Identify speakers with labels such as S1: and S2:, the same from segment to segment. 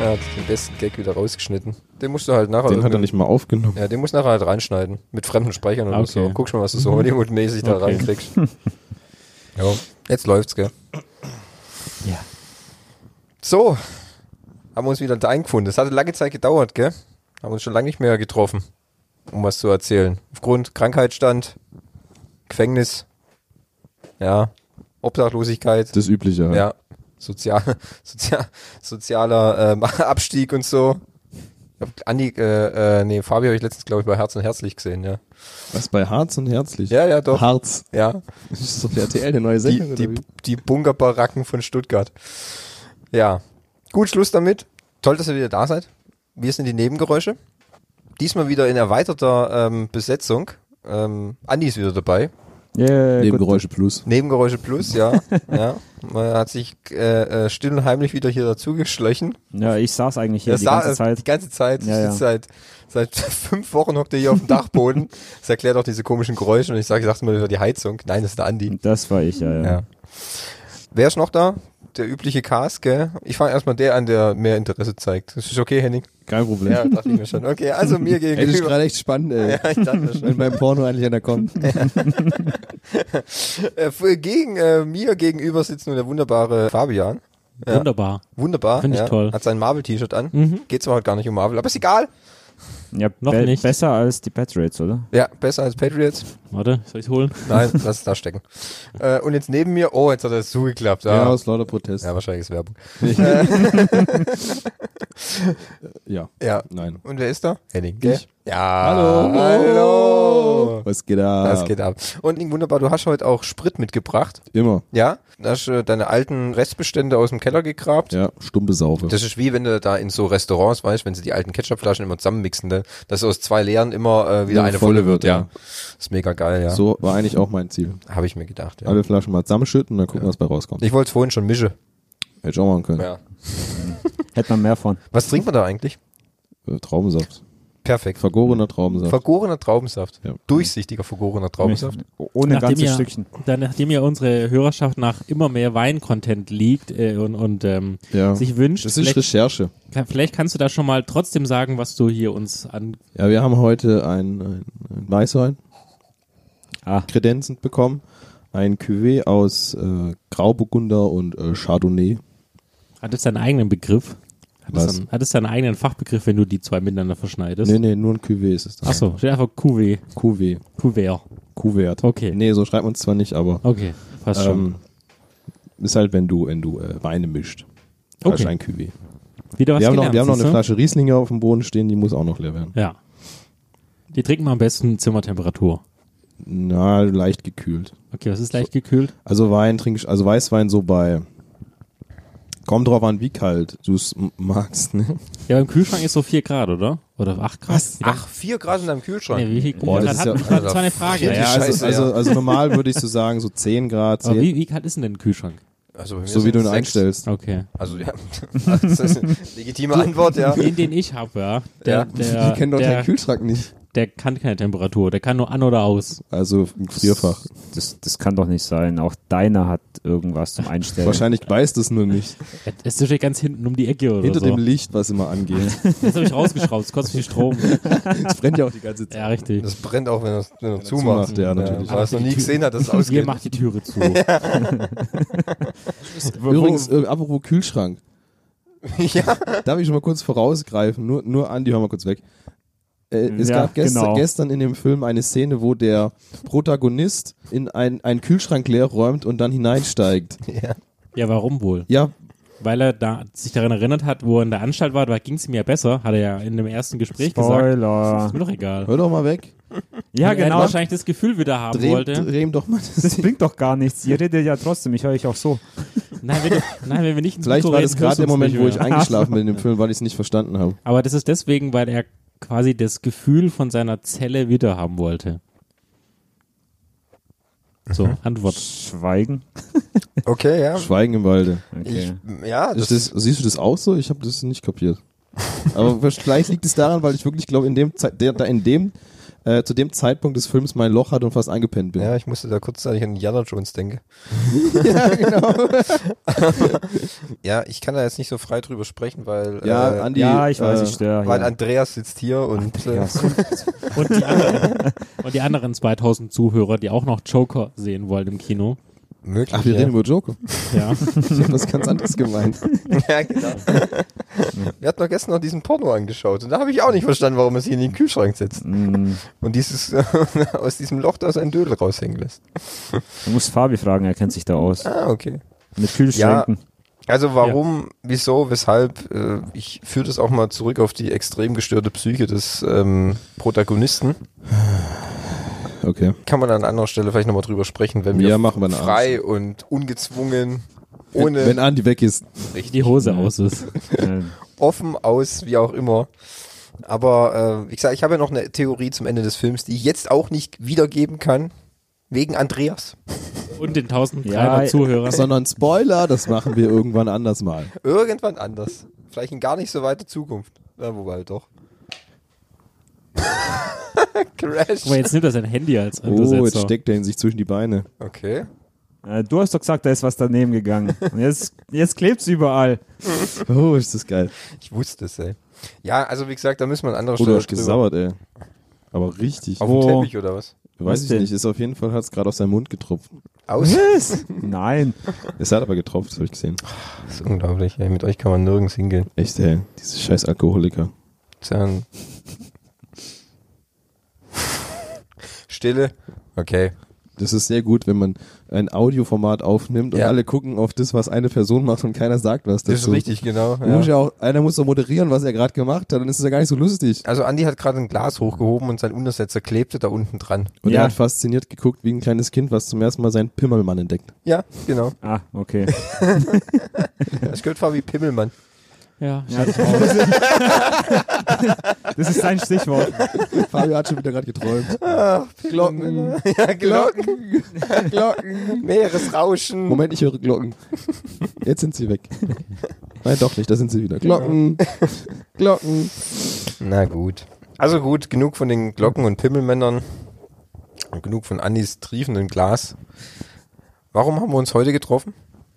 S1: hat den besten Gag wieder rausgeschnitten. Den musst du halt nachher...
S2: Den hat er nicht mal aufgenommen.
S1: Ja, den musst du nachher halt reinschneiden. Mit fremden Sprechern oder so. Guckst mal, was du so Hollywood-mäßig da reinkriegst. Ja, jetzt läuft's, gell?
S3: Ja.
S1: So, haben wir uns wieder da eingefunden. Das hatte lange Zeit gedauert, gell? Haben uns schon lange nicht mehr getroffen, um was zu erzählen. Aufgrund Krankheitsstand, Gefängnis, ja, Obdachlosigkeit.
S2: Das Übliche halt.
S1: Ja, sozialer Abstieg und so. Fabi habe ich letztens, glaube ich, bei Herz und Herzlich gesehen, ja.
S2: Was, bei Harz und Herzlich?
S1: Ja, doch.
S2: Harz.
S1: Ja.
S2: Das ist doch der RTL, der neue Sendung,
S1: Die Bunkerbaracken von Stuttgart. Ja. Gut, Schluss damit. Toll, dass ihr wieder da seid. Wir sind die Nebengeräusche. Diesmal wieder in erweiterter Besetzung. Andi ist wieder dabei.
S3: Yeah,
S2: Nebengeräusche Plus.
S1: Nebengeräusche Plus, ja. Ja. Man hat sich still und heimlich wieder hier dazu geschlichen.
S3: Ja, ich saß eigentlich hier die ganze Zeit.
S1: Die ganze Zeit.
S3: Ja.
S1: Seit 5 Wochen hockt er hier auf dem Dachboden. Das erklärt auch diese komischen Geräusche. Und ich sag's mal über die Heizung. Nein, das ist der Andi.
S3: Das war ich, ja.
S1: Wer ist noch da? Der übliche Cast, gell? Ich fange erstmal der an, der mehr Interesse zeigt. Das ist okay, Henning?
S2: Kein Problem.
S1: Ja, dachte ich mir schon. Okay, also mir gegenüber.
S2: Ey, das ist gerade echt spannend, ey.
S1: Ja, ich dachte schon.
S2: Wenn beim Porno eigentlich einer kommt.
S1: Mir gegenüber sitzt nun der wunderbare Fabian. Ja. Wunderbar.
S4: Finde ich toll.
S1: Hat sein Marvel-T-Shirt an. Geht zwar heute gar nicht um Marvel, aber ist egal.
S3: Ja,
S4: Noch nicht.
S3: Besser als die Patriots, oder?
S1: Ja, besser als Patriots.
S4: Warte, soll ich's holen?
S1: Nein, lass es da stecken. Und jetzt neben mir, jetzt hat er es zugeklappt.
S2: Ja, aus lauter Protest.
S1: Ja, wahrscheinlich ist Werbung.
S2: Ja.
S1: Ja.
S2: Nein.
S1: Und wer ist da? Henning.
S2: Ich.
S1: Ja. Hallo.
S2: Was geht ab?
S1: Das geht ab. Und wunderbar, du hast heute auch Sprit mitgebracht.
S2: Immer.
S1: Ja? Du hast deine alten Restbestände aus dem Keller gegrabt.
S2: Ja, stumpe Saufe.
S1: Das ist wie wenn du da in so Restaurants, weißt, wenn sie die alten Ketchupflaschen immer zusammenmixen, ne? Dass aus 2 leeren immer wieder eine volle wird, ja. Das ist mega geil, ja.
S2: So war eigentlich auch mein Ziel.
S1: Habe ich mir gedacht, ja.
S2: Alle Flaschen mal zusammenschütten und dann gucken, was bei rauskommt.
S1: Ich wollte es vorhin schon mischen.
S2: Hätte ich auch machen können.
S1: Ja.
S3: Hätte man mehr von.
S1: Was trinkt man da eigentlich?
S2: Traubensaft.
S1: Perfekt.
S2: Vergorener Traubensaft.
S1: Vergorener Traubensaft.
S2: Ja.
S1: Durchsichtiger vergorener Traubensaft.
S3: Ohne ganzes Stückchen.
S4: Nachdem ja unsere Hörerschaft nach immer mehr Wein-Content liegt und sich wünscht,
S2: Das ist Recherche.
S4: vielleicht kannst du da schon mal trotzdem sagen, was du hier uns an...
S2: Ja, wir haben heute ein Weißwein kredenzend bekommen. Ein Cuvée aus Grauburgunder und Chardonnay.
S4: Hat es deinen eigenen Begriff?
S2: Was?
S4: Hat es deinen eigenen Fachbegriff, wenn du die zwei miteinander verschneidest?
S2: Nee, nur ein Cuvée ist es.
S4: Achso, steht einfach Cuvée.
S2: Couvert.
S4: Okay.
S2: Nee, so schreibt man es zwar nicht, aber
S4: Okay, passt schon.
S2: ist halt, wenn du Weine mischt. Das ist
S4: Okay.
S2: ein Cuvée.
S4: Wieder was
S2: Wir haben
S4: gelernt,
S2: noch
S4: siehst
S2: eine
S4: du?
S2: Flasche Riesling auf dem Boden stehen, die muss auch noch leer werden.
S4: Ja. Die trinken wir am besten Zimmertemperatur.
S2: Na, leicht gekühlt.
S4: Okay, was ist leicht gekühlt?
S2: Also Weißwein so bei, kommt drauf an, wie kalt du es magst, ne?
S4: Ja, beim Kühlschrank ist so 4 Grad, oder? Oder 8 Grad?
S2: Was?
S1: Ach, 4 Grad in deinem Kühlschrank.
S4: Nee, wie viel
S2: Boah,
S4: Grad
S2: das ist
S4: hat
S2: ja-
S4: das war eine Frage.
S1: Ja,
S2: Ja,
S1: Scheiße,
S2: also normal würde ich so sagen, so 10 Grad, 10,
S4: Aber wie kalt ist denn der Kühlschrank?
S1: Also bei mir
S2: so wie
S1: sind
S2: du ihn
S1: 6.
S2: einstellst.
S4: Okay.
S1: Also ja, das ist eine legitime Antwort, ja.
S4: Den ich habe, ja.
S2: Die kennen doch deinen Kühlschrank nicht.
S4: Der kann keine Temperatur, der kann nur an oder aus.
S2: Also im Gefrierfach.
S3: Das kann doch nicht sein. Auch deiner hat irgendwas zum Einstellen.
S2: Wahrscheinlich beißt es nur nicht.
S4: Es ist ganz hinten um die Ecke oder
S2: Hinter
S4: so.
S2: dem Licht, was immer angeht.
S4: Das habe ich rausgeschraubt, es kostet viel Strom.
S2: Es brennt ja auch die ganze Zeit.
S4: Ja, richtig.
S1: Das brennt auch, wenn er zumacht.
S2: zumacht, ja, natürlich.
S1: Weil er es noch nie gesehen hat, dass es
S4: Ihr
S1: ausgeht.
S4: macht die Türe zu.
S2: Übrigens, apropos Kühlschrank.
S1: Ja.
S2: Darf ich schon mal kurz vorausgreifen? Nur Andi, hör mal kurz weg. Es
S3: Ja,
S2: gab
S3: genau.
S2: gestern in dem Film eine Szene, wo der Protagonist in einen Kühlschrank leer räumt und dann hineinsteigt.
S4: Ja, warum wohl?
S2: Ja,
S4: Weil er sich daran erinnert hat, wo er in der Anstalt war, da ging es ihm ja besser, hat er ja in dem ersten Gespräch gesagt.
S3: Spoiler.
S4: Ist mir doch egal.
S2: hör doch mal weg.
S3: Ja,
S4: Weil er
S3: genau.
S4: wahrscheinlich das Gefühl wieder haben wollte.
S2: Dreh ihm doch mal
S3: Das bringt doch gar nichts. Ihr redet ja trotzdem. Ich höre euch auch so.
S4: Nein, wenn wir nicht ins
S2: Vielleicht
S4: Mikro
S2: war
S4: reden,
S2: das gerade
S4: hörst du
S2: der
S4: uns
S2: Moment,
S4: nicht
S2: wo
S4: mehr.
S2: ich eingeschlafen bin in dem Film, weil ich es nicht verstanden habe.
S4: Aber das ist deswegen, weil er quasi das Gefühl von seiner Zelle wieder haben wollte. So, Antwort.
S3: Schweigen.
S1: Okay, ja.
S2: Schweigen im Walde.
S3: Okay.
S2: Siehst du das auch so? Ich habe das nicht kapiert. Aber vielleicht liegt es daran, weil ich wirklich glaube, in dem zu dem Zeitpunkt des Films mein Loch hatte und fast eingepennt bin.
S1: Ja, ich musste da kurzzeitig an Indiana Jones denken.
S2: Ja, genau.
S1: Ja, ich kann da jetzt nicht so frei drüber sprechen, weil,
S2: Ja, Andi,
S3: Ja, ich weiß, ich störe.
S1: weil
S3: Ja.
S1: Andreas sitzt hier und
S4: Und die anderen 2000 Zuhörer, die auch noch Joker sehen wollen im Kino.
S1: möglich.
S2: Ach, wir reden über Joker.
S4: Ja.
S2: Ich habe was ganz anderes gemeint.
S1: Ja, genau. Wir hatten doch gestern noch diesen Porno angeschaut und da habe ich auch nicht verstanden, warum er sich in den Kühlschrank setzt
S3: Mm,
S1: und dieses aus diesem Loch da sein Dödel raushängen lässt.
S3: Du musst Fabi fragen, er kennt sich da aus.
S1: Ah, okay.
S3: Mit Kühlschränken.
S1: Also warum, wieso, weshalb, ich führe das auch mal zurück auf die extrem gestörte Psyche des Protagonisten.
S2: Okay.
S1: Kann man an anderer Stelle vielleicht nochmal drüber sprechen, wenn wir
S2: Ja, machen wir eine
S1: frei und ungezwungen, ohne
S2: Wenn Andi weg ist.
S4: Die Hose aus ist.
S1: offen aus, wie auch immer. Aber ich habe ja noch eine Theorie zum Ende des Films, die ich jetzt auch nicht wiedergeben kann, wegen Andreas.
S4: Und den 1300
S3: Ja,
S4: Zuhörern.
S2: Sondern Spoiler, das machen wir irgendwann anders mal.
S1: Irgendwann anders. Vielleicht in gar nicht so weiter Zukunft. Ja, wobei halt doch. Crash.
S4: Aber jetzt nimmt er sein Handy als
S2: Oh, jetzt
S4: Untersetzer.
S2: steckt er in sich zwischen die Beine.
S1: Okay.
S3: Du hast doch gesagt, da ist was daneben gegangen. Und jetzt klebt's überall.
S2: Oh, ist das geil.
S1: Ich wusste es, ey. Ja, also wie gesagt, da müssen wir an anderer
S2: Oh, du
S1: Stelle
S2: hast gesauert, ey. Aber richtig.
S1: Auf dem Teppich oder was?
S2: Weiß
S3: Was
S2: ich
S3: denn?
S2: nicht. Ist auf jeden Fall, hat es gerade aus seinem Mund getropft.
S1: Aus?
S3: Nein.
S2: Es hat aber getropft, habe ich gesehen.
S1: Das ist unglaublich, ey. Mit euch kann man nirgends hingehen.
S2: Echt, ey. Diese scheiß Alkoholiker.
S1: Dann Stille. Okay.
S2: Das ist sehr gut, wenn man ein Audioformat aufnimmt und
S1: Ja.
S2: alle gucken auf das, was eine Person macht und keiner sagt was dazu.
S1: Das ist richtig, genau.
S2: Du musst
S1: Ja.
S2: ja auch, einer muss doch moderieren, was er gerade gemacht hat, dann ist es ja gar nicht so lustig.
S1: Also Andi hat gerade ein Glas hochgehoben und sein Untersetzer klebte da unten dran.
S2: Und
S3: Ja.
S2: er hat fasziniert geguckt, wie ein kleines Kind, was zum ersten Mal seinen Pimmelmann entdeckt.
S1: Ja, genau.
S3: Ah, okay.
S1: Das gehört vor wie Pimmelmann.
S4: Ja,
S3: Ja, das ist sein Stichwort.
S2: Fabio hat schon wieder gerade geträumt. Glocken.
S1: Ja, Glocken.
S2: Glocken.
S1: Meeresrauschen.
S2: Moment, ich höre Glocken. Jetzt sind sie weg. Nein, doch nicht, da sind sie wieder. Glocken. Glocken.
S1: Na gut. Also gut, genug von den Glocken und Pimmelmännern und genug von Andis triefendem Glas. Warum haben wir uns heute getroffen?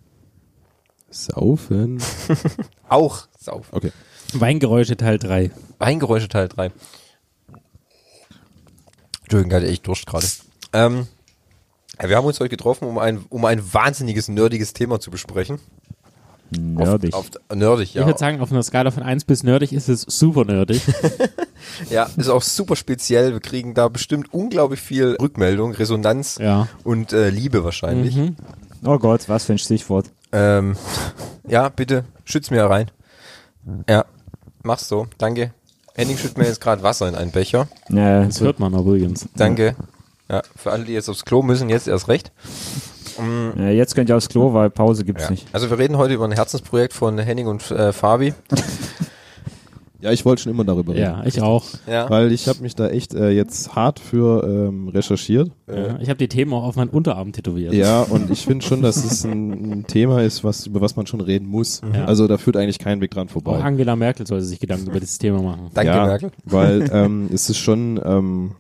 S2: Saufen.
S1: Auch saufen.
S2: Okay.
S4: Weingeräusche Teil 3.
S1: Weingeräusche Teil 3. Entschuldigung, ich hatte echt Durst gerade. Ja, wir haben uns heute getroffen, um ein wahnsinniges, nerdiges Thema zu besprechen.
S3: Nerdig.
S1: Nerdig, ja.
S4: Ich würde sagen, auf einer Skala von 1 bis nerdig ist es super nerdig.
S1: Ja, ist auch super speziell. Wir kriegen da bestimmt unglaublich viel Rückmeldung, Resonanz
S4: Ja.
S1: und Liebe wahrscheinlich.
S4: Mhm.
S3: Oh Gott, was für ein Stichwort.
S1: Ja, bitte, schütz mir rein. Ja, mach's so, danke. Henning schüttet mir jetzt gerade Wasser in einen Becher.
S4: Das hört man übrigens.
S1: Danke. Ja, für alle, die jetzt aufs Klo müssen, jetzt erst recht.
S3: Jetzt könnt ihr aufs Klo, weil Pause gibt's
S1: Ja.
S3: nicht.
S1: Also wir reden heute über ein Herzensprojekt von Henning und Fabi.
S2: Ja, ich wollte schon immer darüber reden.
S4: Ja, ich auch.
S1: Ja.
S2: Weil ich habe mich da echt jetzt hart für recherchiert.
S4: Ja, ich habe die Themen auch auf meinen Unterarm tätowiert.
S2: Ja, und ich finde schon, dass es ein Thema ist, über was man schon reden muss.
S4: Ja.
S2: Also da führt eigentlich kein Weg dran
S4: Auch
S2: vorbei.
S4: Angela Merkel sollte sich Gedanken über dieses Thema machen.
S1: Danke,
S2: ja,
S1: Merkel.
S2: Weil es ist schon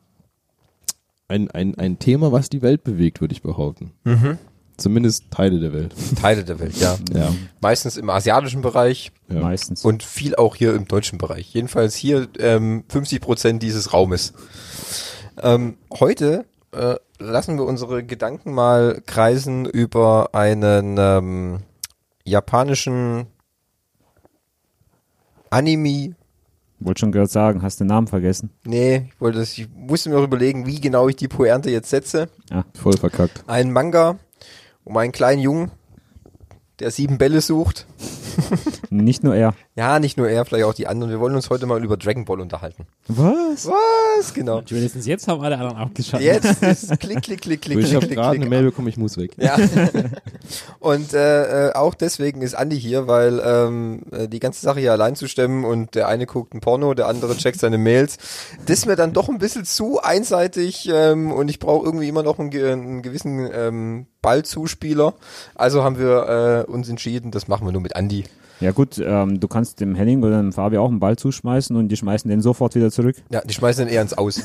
S2: ein Thema, was die Welt bewegt, würde ich behaupten. Zumindest Teile der Welt.
S1: Teile der Welt, ja.
S2: Ja.
S1: Meistens im asiatischen Bereich
S2: Ja.
S3: Meistens.
S1: und viel auch hier im deutschen Bereich. Jedenfalls hier 50% dieses Raumes. Heute lassen wir unsere Gedanken mal kreisen über einen japanischen Anime.
S3: Wollte schon gehört sagen, hast den Namen vergessen.
S1: Nee, ich musste mir auch überlegen, wie genau ich die Pointe jetzt setze.
S2: Voll verkackt.
S1: Ein Manga um einen kleinen Jungen, der 7 Bälle sucht.
S3: Nicht nur er.
S1: Ja, nicht nur er, vielleicht auch die anderen. Wir wollen uns heute mal über Dragon Ball unterhalten.
S3: Was?
S1: Was? Genau.
S4: Spätestens jetzt haben alle anderen abgeschaltet.
S1: Jetzt ist klick, klick, klick, klick,
S2: Ich
S1: klick,
S2: habe
S1: klick,
S2: gerade eine
S1: klick.
S2: Mail bekommen, ich muss weg.
S1: Ja. Und auch deswegen ist Andi hier, weil die ganze Sache hier allein zu stemmen und der eine guckt ein Porno, der andere checkt seine Mails, das ist mir dann doch ein bisschen zu einseitig und ich brauche irgendwie immer noch einen gewissen Ballzuspieler. Also haben wir uns entschieden, das machen wir nur mit Andi.
S3: Ja gut, du kannst dem Henning oder dem Fabi auch einen Ball zuschmeißen und die schmeißen den sofort wieder zurück.
S1: Ja, die schmeißen den eher ins Aus.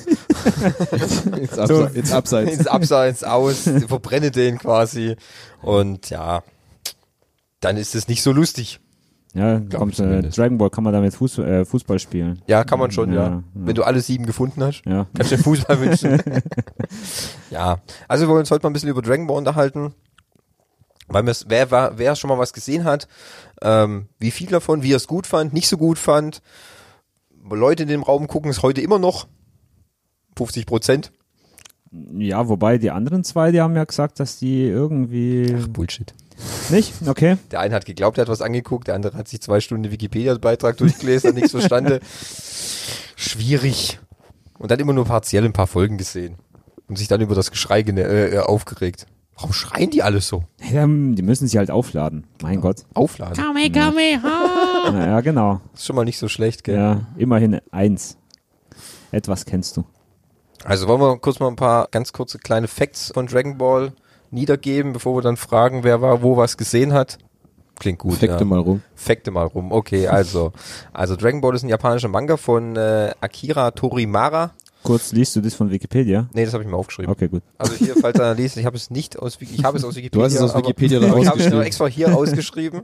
S2: ins Abseits.
S1: ins Abseits, Aus, verbrenne den quasi. Und ja, dann ist es nicht so lustig.
S3: Ja,
S1: Glaub
S3: kommt
S1: ich zumindest.
S3: Dragon Ball, kann man damit Fußball spielen.
S1: Ja, kann man schon, ja.
S3: Ja.
S1: Wenn du alle 7 gefunden hast,
S3: Ja.
S1: kannst du den Fußball wünschen. Ja, also wir wollen uns heute mal ein bisschen über Dragon Ball unterhalten. Weil wer schon mal was gesehen hat, wie viel davon, wie er es gut fand, nicht so gut fand. Leute in dem Raum gucken es heute immer noch. 50%.
S3: Ja, wobei die anderen zwei, die haben ja gesagt, dass die irgendwie...
S1: Bullshit.
S3: Nicht? Okay.
S1: Der eine hat geglaubt, er hat was angeguckt, der andere hat sich 2 Stunden Wikipedia-Beitrag durchgelesen, hat nichts verstanden. Schwierig. Und dann immer nur partiell ein paar Folgen gesehen. Und sich dann über das Geschrei aufgeregt. Warum schreien die alle so?
S3: Ja, die müssen sich halt aufladen. Mein Gott.
S1: Aufladen.
S3: Ja, genau.
S1: Das ist schon mal nicht so schlecht, gell?
S3: Ja, immerhin 1. Etwas kennst du.
S1: Also wollen wir kurz mal ein paar ganz kurze kleine Facts von Dragon Ball niedergeben, bevor wir dann fragen, wer wo was gesehen hat. Klingt gut,
S2: Fakte mal rum.
S1: Fakte mal rum. Okay, also Dragon Ball ist ein japanischer Manga von Akira Toriyama.
S3: Kurz, liest du das von Wikipedia?
S1: Nee, das habe ich mir aufgeschrieben.
S3: Okay, gut.
S1: Also hier, falls einer liest, ich habe es aus Wikipedia.
S2: Du hast es aus Wikipedia da
S1: aber ich habe es
S2: ausgeschrieben.
S1: nur extra hier ausgeschrieben.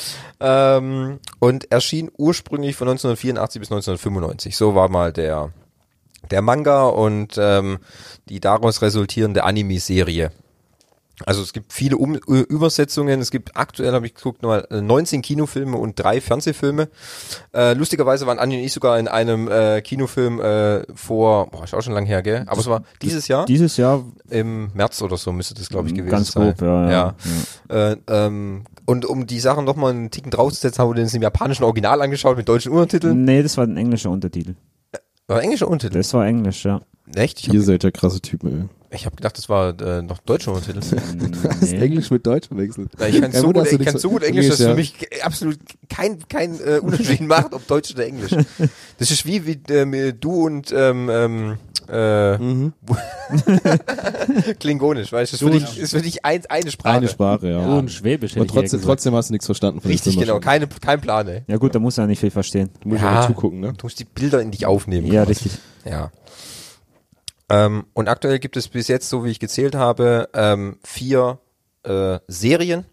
S1: Und erschien ursprünglich von 1984 bis 1995. So war mal der Manga und die daraus resultierende Anime-Serie. Also es gibt viele Übersetzungen, es gibt aktuell, habe ich geguckt, nur 19 Kinofilme und 3 Fernsehfilme. Lustigerweise waren Andi und ich sogar in einem Kinofilm ist auch schon lange her, gell? Aber es war dieses Jahr,
S3: Dieses Jahr
S1: im März oder so müsste das, glaube ich, gewesen
S3: ganz
S1: sein.
S3: grob, ja.
S1: Und um die Sachen nochmal einen Ticken draufzusetzen, haben wir uns im japanischen Original angeschaut mit deutschen Untertiteln.
S3: Nee, das war ein englischer Untertitel.
S1: War englischer Untertitel?
S3: Das war Englisch, ja.
S1: Echt?
S2: Ihr seid ja krasse Typen,
S1: Ich habe gedacht, das war noch deutscher Untertitel.
S2: ey. Das Englisch mit Deutsch verwechselt.
S1: Ja, ich kann
S2: Kein
S1: so
S2: Wunder,
S1: gut,
S2: dass du
S1: ich kann
S2: nicht
S1: so gut Englisch, dass
S2: ja.
S1: für mich absolut kein Unterschied macht, ob Deutsch oder Englisch. Das ist wie du und Klingonisch, weißt du? Das ist für dich eine Sprache.
S2: Eine Sprache, ja.
S4: Und Schwäbisch hätte
S2: Aber
S4: ich eher
S2: trotzdem,
S4: gesagt.
S2: trotzdem hast du nichts verstanden von
S1: Richtig,
S2: dem
S1: genau.
S2: Film.
S1: Kein Plan, ey.
S3: Ja gut, da muss er nicht viel verstehen.
S2: Du musst
S1: Ja.
S2: ja mal zugucken, ne?
S1: Du musst die Bilder in dich aufnehmen.
S3: Ja,
S1: quasi.
S3: richtig.
S1: Ja. Und aktuell gibt es bis jetzt, so wie ich gezählt habe, 4 Serien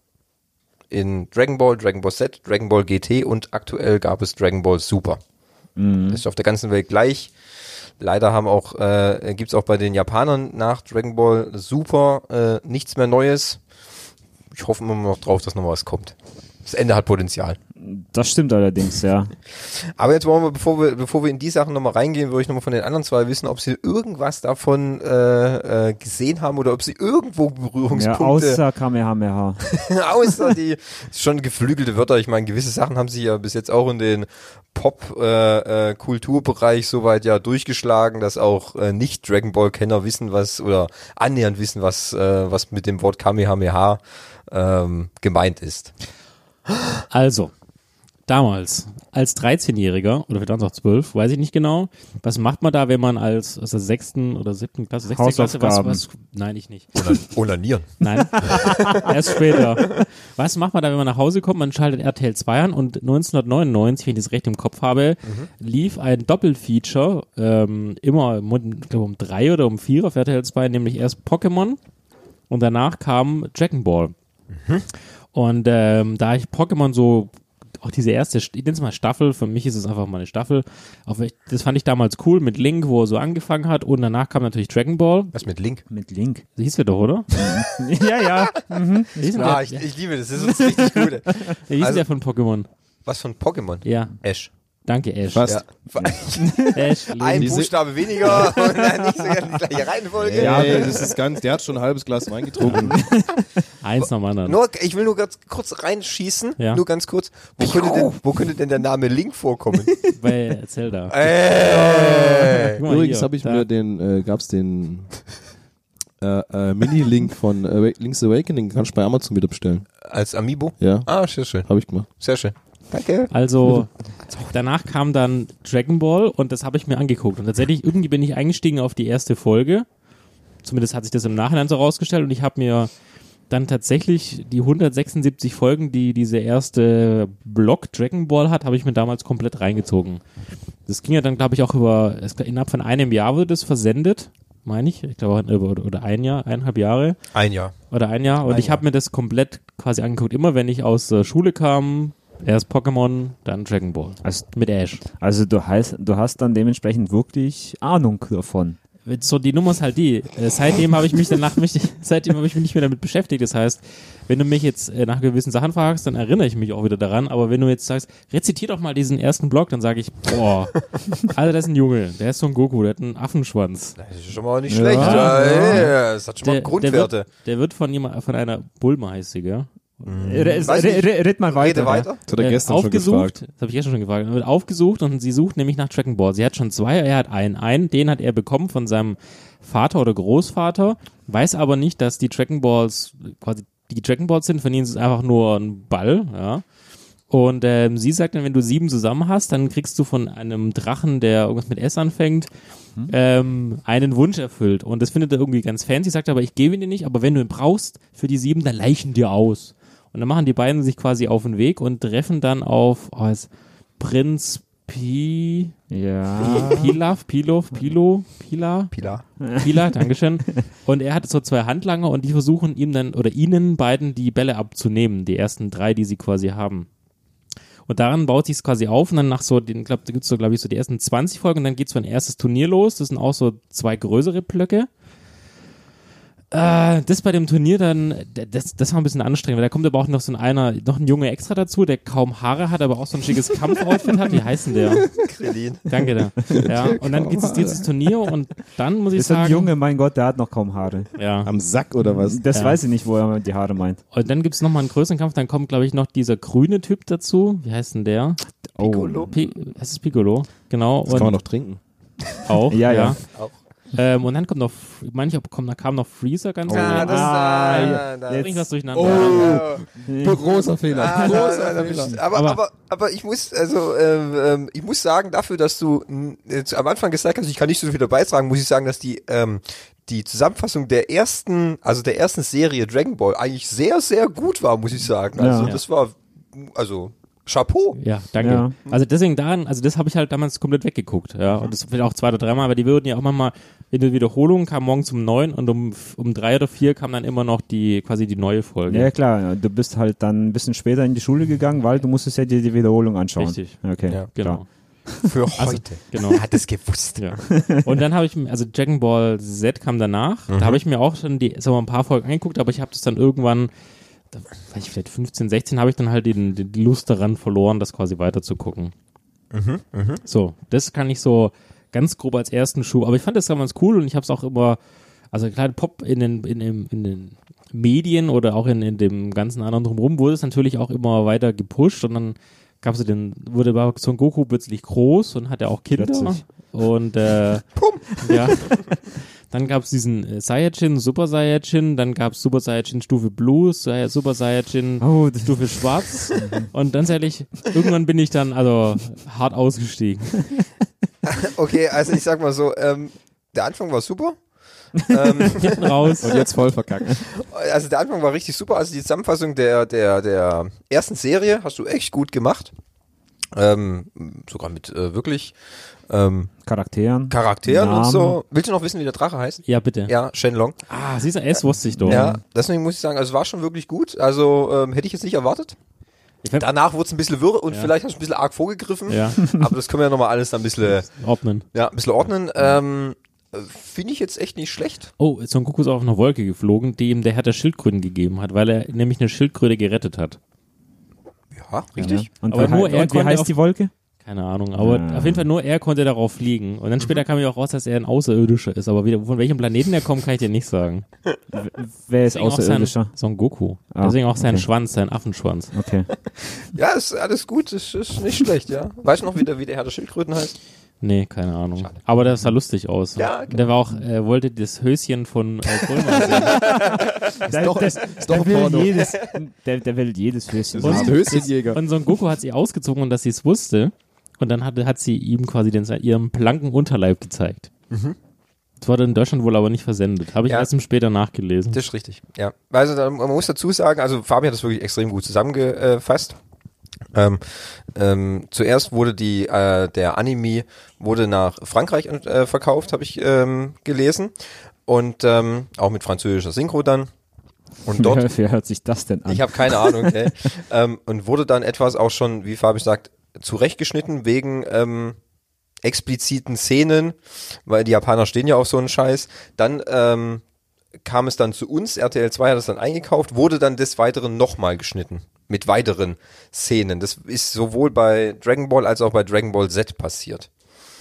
S1: in Dragon Ball Z, Dragon Ball GT und aktuell gab es Dragon Ball Super. Das ist auf der ganzen Welt gleich. Leider gibt's auch bei den Japanern nach Dragon Ball Super nichts mehr Neues. Ich hoffe immer noch drauf, dass noch was kommt. Das Ende hat Potenzial.
S3: Das stimmt allerdings, ja.
S1: Aber jetzt wollen wir, bevor wir in die Sachen nochmal reingehen, würde ich nochmal von den anderen 2 wissen, ob sie irgendwas davon gesehen haben oder ob sie irgendwo
S3: Ja,
S1: Berührungspunkte,
S3: außer Kamehameha.
S1: außer die schon geflügelte Wörter. Ich meine, gewisse Sachen haben sie ja bis jetzt auch in den Pop-Kulturbereich soweit ja durchgeschlagen, dass auch nicht-Dragon Ball-Kenner wissen, oder annähernd wissen, was mit dem Wort Kamehameha gemeint ist.
S4: Also, damals, als 13-Jähriger, oder vielleicht auch 12, weiß ich nicht genau, was macht man da, wenn man als 6. oder 7. Klasse, 6. Klasse,
S3: Hausaufgaben.
S4: nein, ich nicht.
S1: Onanieren.
S4: Nein, erst später. Was macht man da, wenn man nach Hause kommt? Man schaltet RTL 2 an und 1999, wenn ich das recht im Kopf habe, lief ein Doppelfeature, immer ich glaube, um 3 oder um 4 auf RTL 2, nämlich erst Pokémon und danach kam Dragon Ball. Und da ich Pokémon so, auch diese erste, ich nenne es mal Staffel, für mich ist es einfach mal eine Staffel, das fand ich damals cool mit Link, wo er so angefangen hat und danach kam natürlich Dragon Ball.
S1: Was mit Link?
S3: Mit Link.
S4: Das hieß wir doch, oder?
S3: Ja.
S1: Ah, ich liebe das. Das ist richtig gut.
S4: Der hieß
S1: Also-
S4: der von Pokémon.
S1: Was von Pokémon?
S4: Ja,
S1: Ash.
S4: danke Ash.
S2: Fast.
S1: Ja.
S4: Ash,
S1: Ein
S2: Diese-
S1: Buchstabe weniger und dann nicht sogar die gleiche Reihenfolge.
S2: Ja, das ist ganz, der hat schon ein halbes Glas Wein getrunken.
S4: eins nach dem anderen.
S1: Ich will nur ganz kurz reinschießen.
S4: Ja.
S1: Nur ganz kurz. Wo könnte denn der Name Link vorkommen?
S4: Bei Zelda.
S1: Guck
S4: mal
S2: Übrigens
S4: hier,
S2: habe ich
S4: da.
S2: mir gab's den Mini-Link von Link's Awakening, kannst du bei Amazon wieder bestellen.
S1: Als Amiibo?
S2: Ja,
S1: Ah, sehr schön.
S2: habe ich gemacht.
S1: Sehr schön. Danke.
S4: Also, danach kam dann Dragon Ball und das habe ich mir angeguckt. Und tatsächlich, irgendwie bin ich eingestiegen auf die erste Folge. Zumindest hat sich das im Nachhinein so rausgestellt und ich habe mir dann tatsächlich die 176 Folgen, die diese erste Block Dragon Ball hat, habe ich mir damals komplett reingezogen. Das ging ja dann, glaube ich, auch innerhalb von einem Jahr wird es versendet, meine ich. Ich glaube, oder ein Jahr, 1,5 Jahre.
S1: Ein Jahr.
S4: Oder ein Jahr. Und ich habe mir das komplett quasi angeguckt. Immer wenn ich aus der Schule kam, erst Pokémon, dann Dragon Ball.
S3: Also,
S4: Mit Ash.
S3: also du hast dann dementsprechend wirklich Ahnung davon.
S4: So, die Nummer ist halt die. Seitdem habe ich mich nicht mehr damit beschäftigt. Das heißt, wenn du mich jetzt nach gewissen Sachen fragst, dann erinnere ich mich auch wieder daran. Aber wenn du jetzt sagst, rezitier doch mal diesen ersten Block, dann sage ich, boah, Alter, das ist ein Junge, der ist Son Goku, der hat einen Affenschwanz.
S1: Das ist schon mal nicht schlecht. Ja. Das hat schon mal Grundwerte.
S4: Der wird von einer Bulma heißt sie, gell?
S3: Red mal weiter.
S1: Rede weiter.
S2: Das hat er gestern schon
S4: aufgesucht,
S2: gefragt.
S4: das habe ich gestern schon gefragt, er wird aufgesucht und sie sucht nämlich nach Dragon Ball. Sie hat schon 2, er hat einen, den hat er bekommen von seinem Vater oder Großvater, weiß aber nicht, dass die Dragon Balls quasi die Dragon Balls sind, von ihnen ist es einfach nur ein Ball, ja. Und sie sagt dann, wenn du 7 zusammen hast, dann kriegst du von einem Drachen, der irgendwas mit S anfängt, einen Wunsch erfüllt. Und das findet er irgendwie ganz fancy, sagt aber, ich gebe ihn dir nicht, aber wenn du ihn brauchst für die 7, dann leih ich ihn dir aus. Und dann machen die beiden sich quasi auf den Weg und treffen dann auf Prinz Pilar, Dankeschön. Und er hat so 2 Handlanger und die versuchen ihm dann oder ihnen beiden die Bälle abzunehmen, die ersten 3, die sie quasi haben. Und daran baut sich es quasi auf und dann nach so, da gibt es so, glaube ich, so die ersten 20 Folgen und dann geht so ein erstes Turnier los. Das sind auch so 2 größere Blöcke. Das bei dem Turnier dann, das war ein bisschen anstrengend, weil da kommt aber auch noch noch ein Junge extra dazu, der kaum Haare hat, aber auch so ein schickes Kampfoutfit hat. Wie heißt denn der?
S1: Krillin.
S4: Danke da. Ja, und dann gibt es dieses Turnier und dann muss ich
S3: Ist
S4: sagen.
S3: ein Junge, mein Gott, der hat noch kaum Haare.
S4: Ja.
S2: Am Sack oder was?
S3: Das
S4: Ja.
S3: weiß ich nicht, wo er die Haare meint.
S4: Und dann gibt es nochmal einen größeren Kampf, dann kommt, glaube ich, noch dieser grüne Typ dazu. Wie heißt denn der?
S1: Piccolo.
S4: Es ist Piccolo, genau.
S2: Das kann man noch trinken.
S4: Auch,
S3: Ja.
S1: Auch.
S4: Und dann kommt noch, da kam noch Freezer ganz
S1: Ah, das
S4: da
S1: ist
S4: bringt was durcheinander.
S2: Großer Fehler. Großer Fehler.
S1: Aber ich muss, ich muss sagen, dafür, dass du jetzt am Anfang gesagt hast, ich kann nicht so viel dabei sagen, muss ich sagen, dass die Zusammenfassung der ersten Serie Dragon Ball eigentlich sehr, sehr gut war, muss ich sagen. Also
S3: Ja.
S1: das war, Chapeau.
S4: Ja, danke.
S3: Ja.
S4: Also deswegen das habe ich halt damals komplett weggeguckt, ja. Und das vielleicht auch 2 oder 3 Mal, aber die würden ja auch manchmal in der Wiederholung kam morgens um 9 und um 3 oder 4 kam dann immer noch quasi die neue Folge.
S3: Ja, klar, ja. Du bist halt dann ein bisschen später in die Schule gegangen, weil du musstest ja dir die Wiederholung anschauen.
S4: Richtig.
S3: Okay,
S1: Ja,
S4: Genau.
S1: Für heute.
S4: Genau.
S1: Er hat es gewusst.
S4: Ja. Und dann habe ich mir, also Dragon Ball Z kam danach, da habe ich mir auch schon ein paar Folgen angeguckt, aber ich habe das dann irgendwann, da war ich vielleicht 15, 16, habe ich dann halt die Lust daran verloren, das quasi weiter zu gucken. So, das kann ich so ganz grob als ersten Schuh, aber ich fand das damals cool und ich habe es auch immer, also klar, Pop in den Medien oder auch in dem ganzen anderen drumherum wurde es natürlich auch immer weiter gepusht und dann wurde Son Goku plötzlich groß und hatte auch Kinder.
S3: Plötzlich.
S4: Und ja. Dann gab es diesen Saiyajin, Super Saiyajin, dann gab es Super Saiyajin Stufe Blue, Super Saiyajin Stufe Schwarz und ganz ehrlich, irgendwann bin ich dann hart ausgestiegen.
S1: Okay, also ich sag mal so, der Anfang war super.
S4: Hinten raus.
S2: Und jetzt voll verkackt.
S1: Also der Anfang war richtig super. Also die Zusammenfassung der ersten Serie hast du echt gut gemacht. Sogar mit wirklich
S3: Charakteren.
S1: Charakteren und
S3: Namen.
S1: so. Willst du noch wissen, wie der Drache heißt?
S4: Ja, bitte.
S1: Ja, Shenlong.
S4: Ah, siehst du, S wusste ich doch.
S1: Ja, deswegen muss ich sagen, also es war schon wirklich gut. Also hätte ich jetzt nicht erwartet. Danach wurde es ein bisschen wirr und vielleicht hast du ein bisschen arg vorgegriffen.
S4: Ja.
S1: Aber das können wir ja nochmal alles dann ein bisschen
S4: Ordnen.
S1: ordnen. Finde ich jetzt echt nicht schlecht.
S4: Oh, Son Goku ist auf eine Wolke geflogen, die ihm der Herr der Schildkröten gegeben hat, weil er nämlich eine Schildkröte gerettet hat.
S1: Ja, richtig.
S3: Ja. Und,
S4: Aber nur er
S3: wie
S4: konnte
S3: heißt
S4: auf-
S3: die Wolke?
S4: Keine Ahnung, aber auf jeden Fall nur er konnte darauf fliegen. Und dann später kam ja auch raus, dass er ein Außerirdischer ist. Aber von welchem Planeten er kommt, kann ich dir nicht sagen.
S3: Wer ist
S4: Deswegen auch
S3: Außerirdischer?
S4: Son Goku.
S3: Ah,
S4: Deswegen auch sein
S3: okay.
S4: Schwanz, sein Affenschwanz.
S3: Okay.
S1: Ja, ist alles gut. Ist nicht schlecht, ja. Weißt du noch, wie der Herr der Schildkröten heißt?
S4: Nee, keine Ahnung. Aber der sah lustig aus.
S1: Ja, genau.
S4: Der war auch, wollte das Höschen von Bulma sehen.
S2: Ist doch ein
S3: will
S2: Porno.
S3: der will jedes Höschen
S2: Das ist
S3: haben.
S2: ein Höschenjäger.
S4: Und Son Goku hat sie ausgezogen und dass sie es wusste. Und dann hat sie ihm quasi ihren blanken Unterleib gezeigt. Das wurde in Deutschland wohl aber nicht versendet. Habe ich
S1: Ja.
S4: erst später nachgelesen.
S1: Das ist richtig, ja. Also man muss dazu sagen, also Fabi hat das wirklich extrem gut zusammengefasst. Zuerst wurde der Anime wurde nach Frankreich verkauft, habe ich gelesen. Und auch mit französischer Synchro dann. Und dort,
S3: Wer hört sich das denn an?
S1: ich habe keine Ahnung, ey. Und wurde dann etwas auch schon, wie Fabi sagt, zurechtgeschnitten wegen expliziten Szenen, weil die Japaner stehen ja auf so einen Scheiß. Dann kam es dann zu uns, RTL 2 hat das dann eingekauft, wurde dann des Weiteren nochmal geschnitten. Mit weiteren Szenen. Das ist sowohl bei Dragon Ball als auch bei Dragon Ball Z passiert.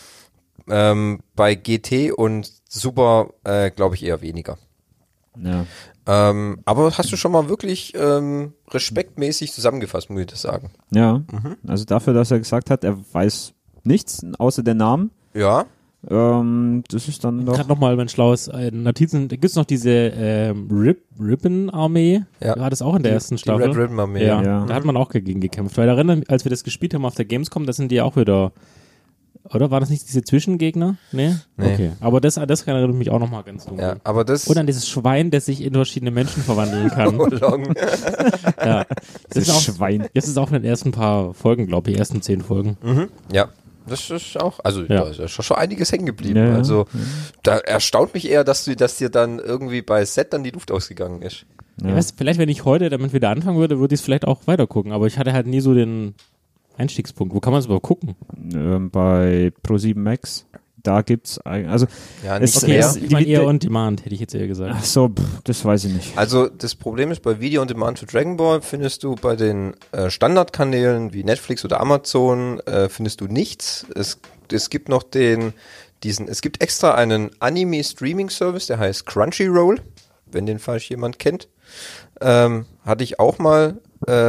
S1: Bei GT und Super glaube ich eher weniger.
S3: Ja.
S1: Aber hast du schon mal wirklich respektmäßig zusammengefasst, muss ich das sagen.
S3: Ja, also dafür, dass er gesagt hat, er weiß nichts außer der Namen,
S1: Ja.
S3: das ist dann doch...
S4: Gerade nochmal mein schlaues Notizen. Da gibt es noch diese Ribbon-Armee.
S1: Ja.
S4: War das auch in der ersten
S1: Die
S4: Staffel?
S1: Red Ribbon Armee.
S4: Ja,
S3: Ja.
S4: da hat man auch gegen gekämpft. Weil erinnern, als wir das gespielt haben auf der Gamescom, da sind die auch wieder... Oder war das nicht diese Zwischengegner? Nee?
S1: Nee.
S4: Okay. Aber das erinnert mich auch nochmal ganz dunkel.
S1: Ja, aber das
S4: Und an dieses Schwein, das sich in verschiedene Menschen verwandeln kann.
S1: Long.
S4: Ja. Das ist, auch,
S3: Schwein.
S4: das ist auch in den ersten paar Folgen, glaube ich, ersten 10 Folgen.
S1: Ja, das ist auch, also
S4: Ja.
S1: da ist schon einiges hängen geblieben.
S3: Ja, ja.
S1: Also da erstaunt mich eher, dass dir dann irgendwie bei Set dann die Luft ausgegangen ist.
S4: Ich weiß, vielleicht, wenn ich heute damit wieder anfangen würde, würde ich es vielleicht auch weiter gucken. Aber ich hatte halt nie so den Einstiegspunkt. Wo kann man es überhaupt gucken?
S3: Bei Pro7 Max, da gibt's also
S1: Ja,
S3: Es-
S1: nicht
S4: Okay,
S1: mehr.
S3: das-
S4: ich meine eher on demand, hätte ich jetzt eher gesagt.
S3: ach so, das weiß ich nicht.
S1: Also das Problem ist, bei Video on Demand für Dragon Ball findest du bei den Standardkanälen wie Netflix oder Amazon findest du nichts. Es gibt noch es gibt extra einen Anime-Streaming-Service, der heißt Crunchyroll, wenn den falsch jemand kennt. Hatte ich auch mal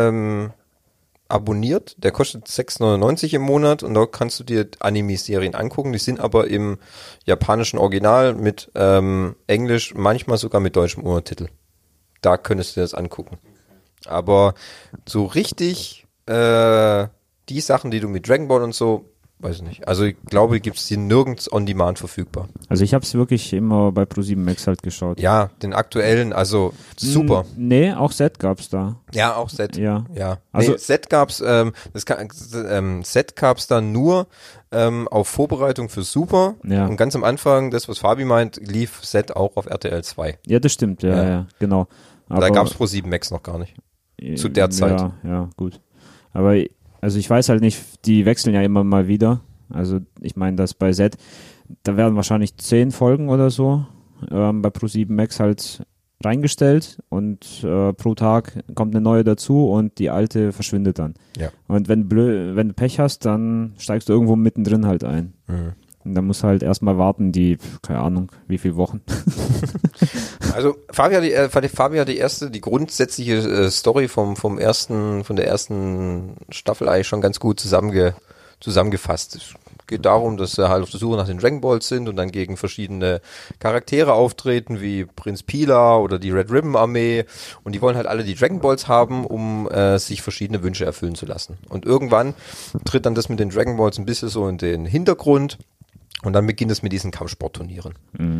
S1: abonniert. Der kostet 6,99 im Monat und da kannst du dir Anime-Serien angucken. Die sind aber im japanischen Original mit Englisch, manchmal sogar mit deutschem Untertitel. Da könntest du dir das angucken. Aber so richtig die Sachen, die du mit Dragon Ball und so, weiß ich nicht. Also ich glaube, gibt es die nirgends on demand verfügbar.
S3: Also ich habe es wirklich immer bei Pro7 Max halt geschaut.
S1: Ja, den aktuellen, also super.
S3: Nee, auch Set gab's da.
S1: Ja, auch Set.
S3: Ja.
S1: Ja.
S3: Also-
S1: Nee, Set gab's, Set gab's dann nur auf Vorbereitung für Super.
S3: Ja.
S1: Und ganz am Anfang, das, was Fabi meint, lief Set auch auf RTL 2.
S3: Ja, das stimmt, ja,
S1: Ja.
S3: ja, genau.
S1: Da
S3: Aber,
S1: gab's Pro7 Max noch gar nicht. zu der Zeit.
S3: Ja, gut. Aber also ich weiß halt nicht, die wechseln ja immer mal wieder. Also ich meine, das bei Z, da werden wahrscheinlich 10 Folgen oder so bei Pro7 Max halt reingestellt und pro Tag kommt eine neue dazu und die alte verschwindet dann.
S1: Ja.
S3: Und wenn du Pech hast, dann steigst du irgendwo mittendrin halt ein.
S1: Mhm.
S3: Und dann musst du halt erstmal warten, keine Ahnung, wie viele Wochen.
S1: Also Fabi hat die grundsätzliche Story von der ersten Staffel eigentlich schon ganz gut zusammengefasst. Es geht darum, dass sie halt auf der Suche nach den Dragon Balls sind und dann gegen verschiedene Charaktere auftreten, wie Prinz Pilaf oder die Red Ribbon Armee, und die wollen halt alle die Dragon Balls haben, um sich verschiedene Wünsche erfüllen zu lassen. Und irgendwann tritt dann das mit den Dragon Balls ein bisschen so in den Hintergrund und dann beginnt es mit diesen Kampfsportturnieren.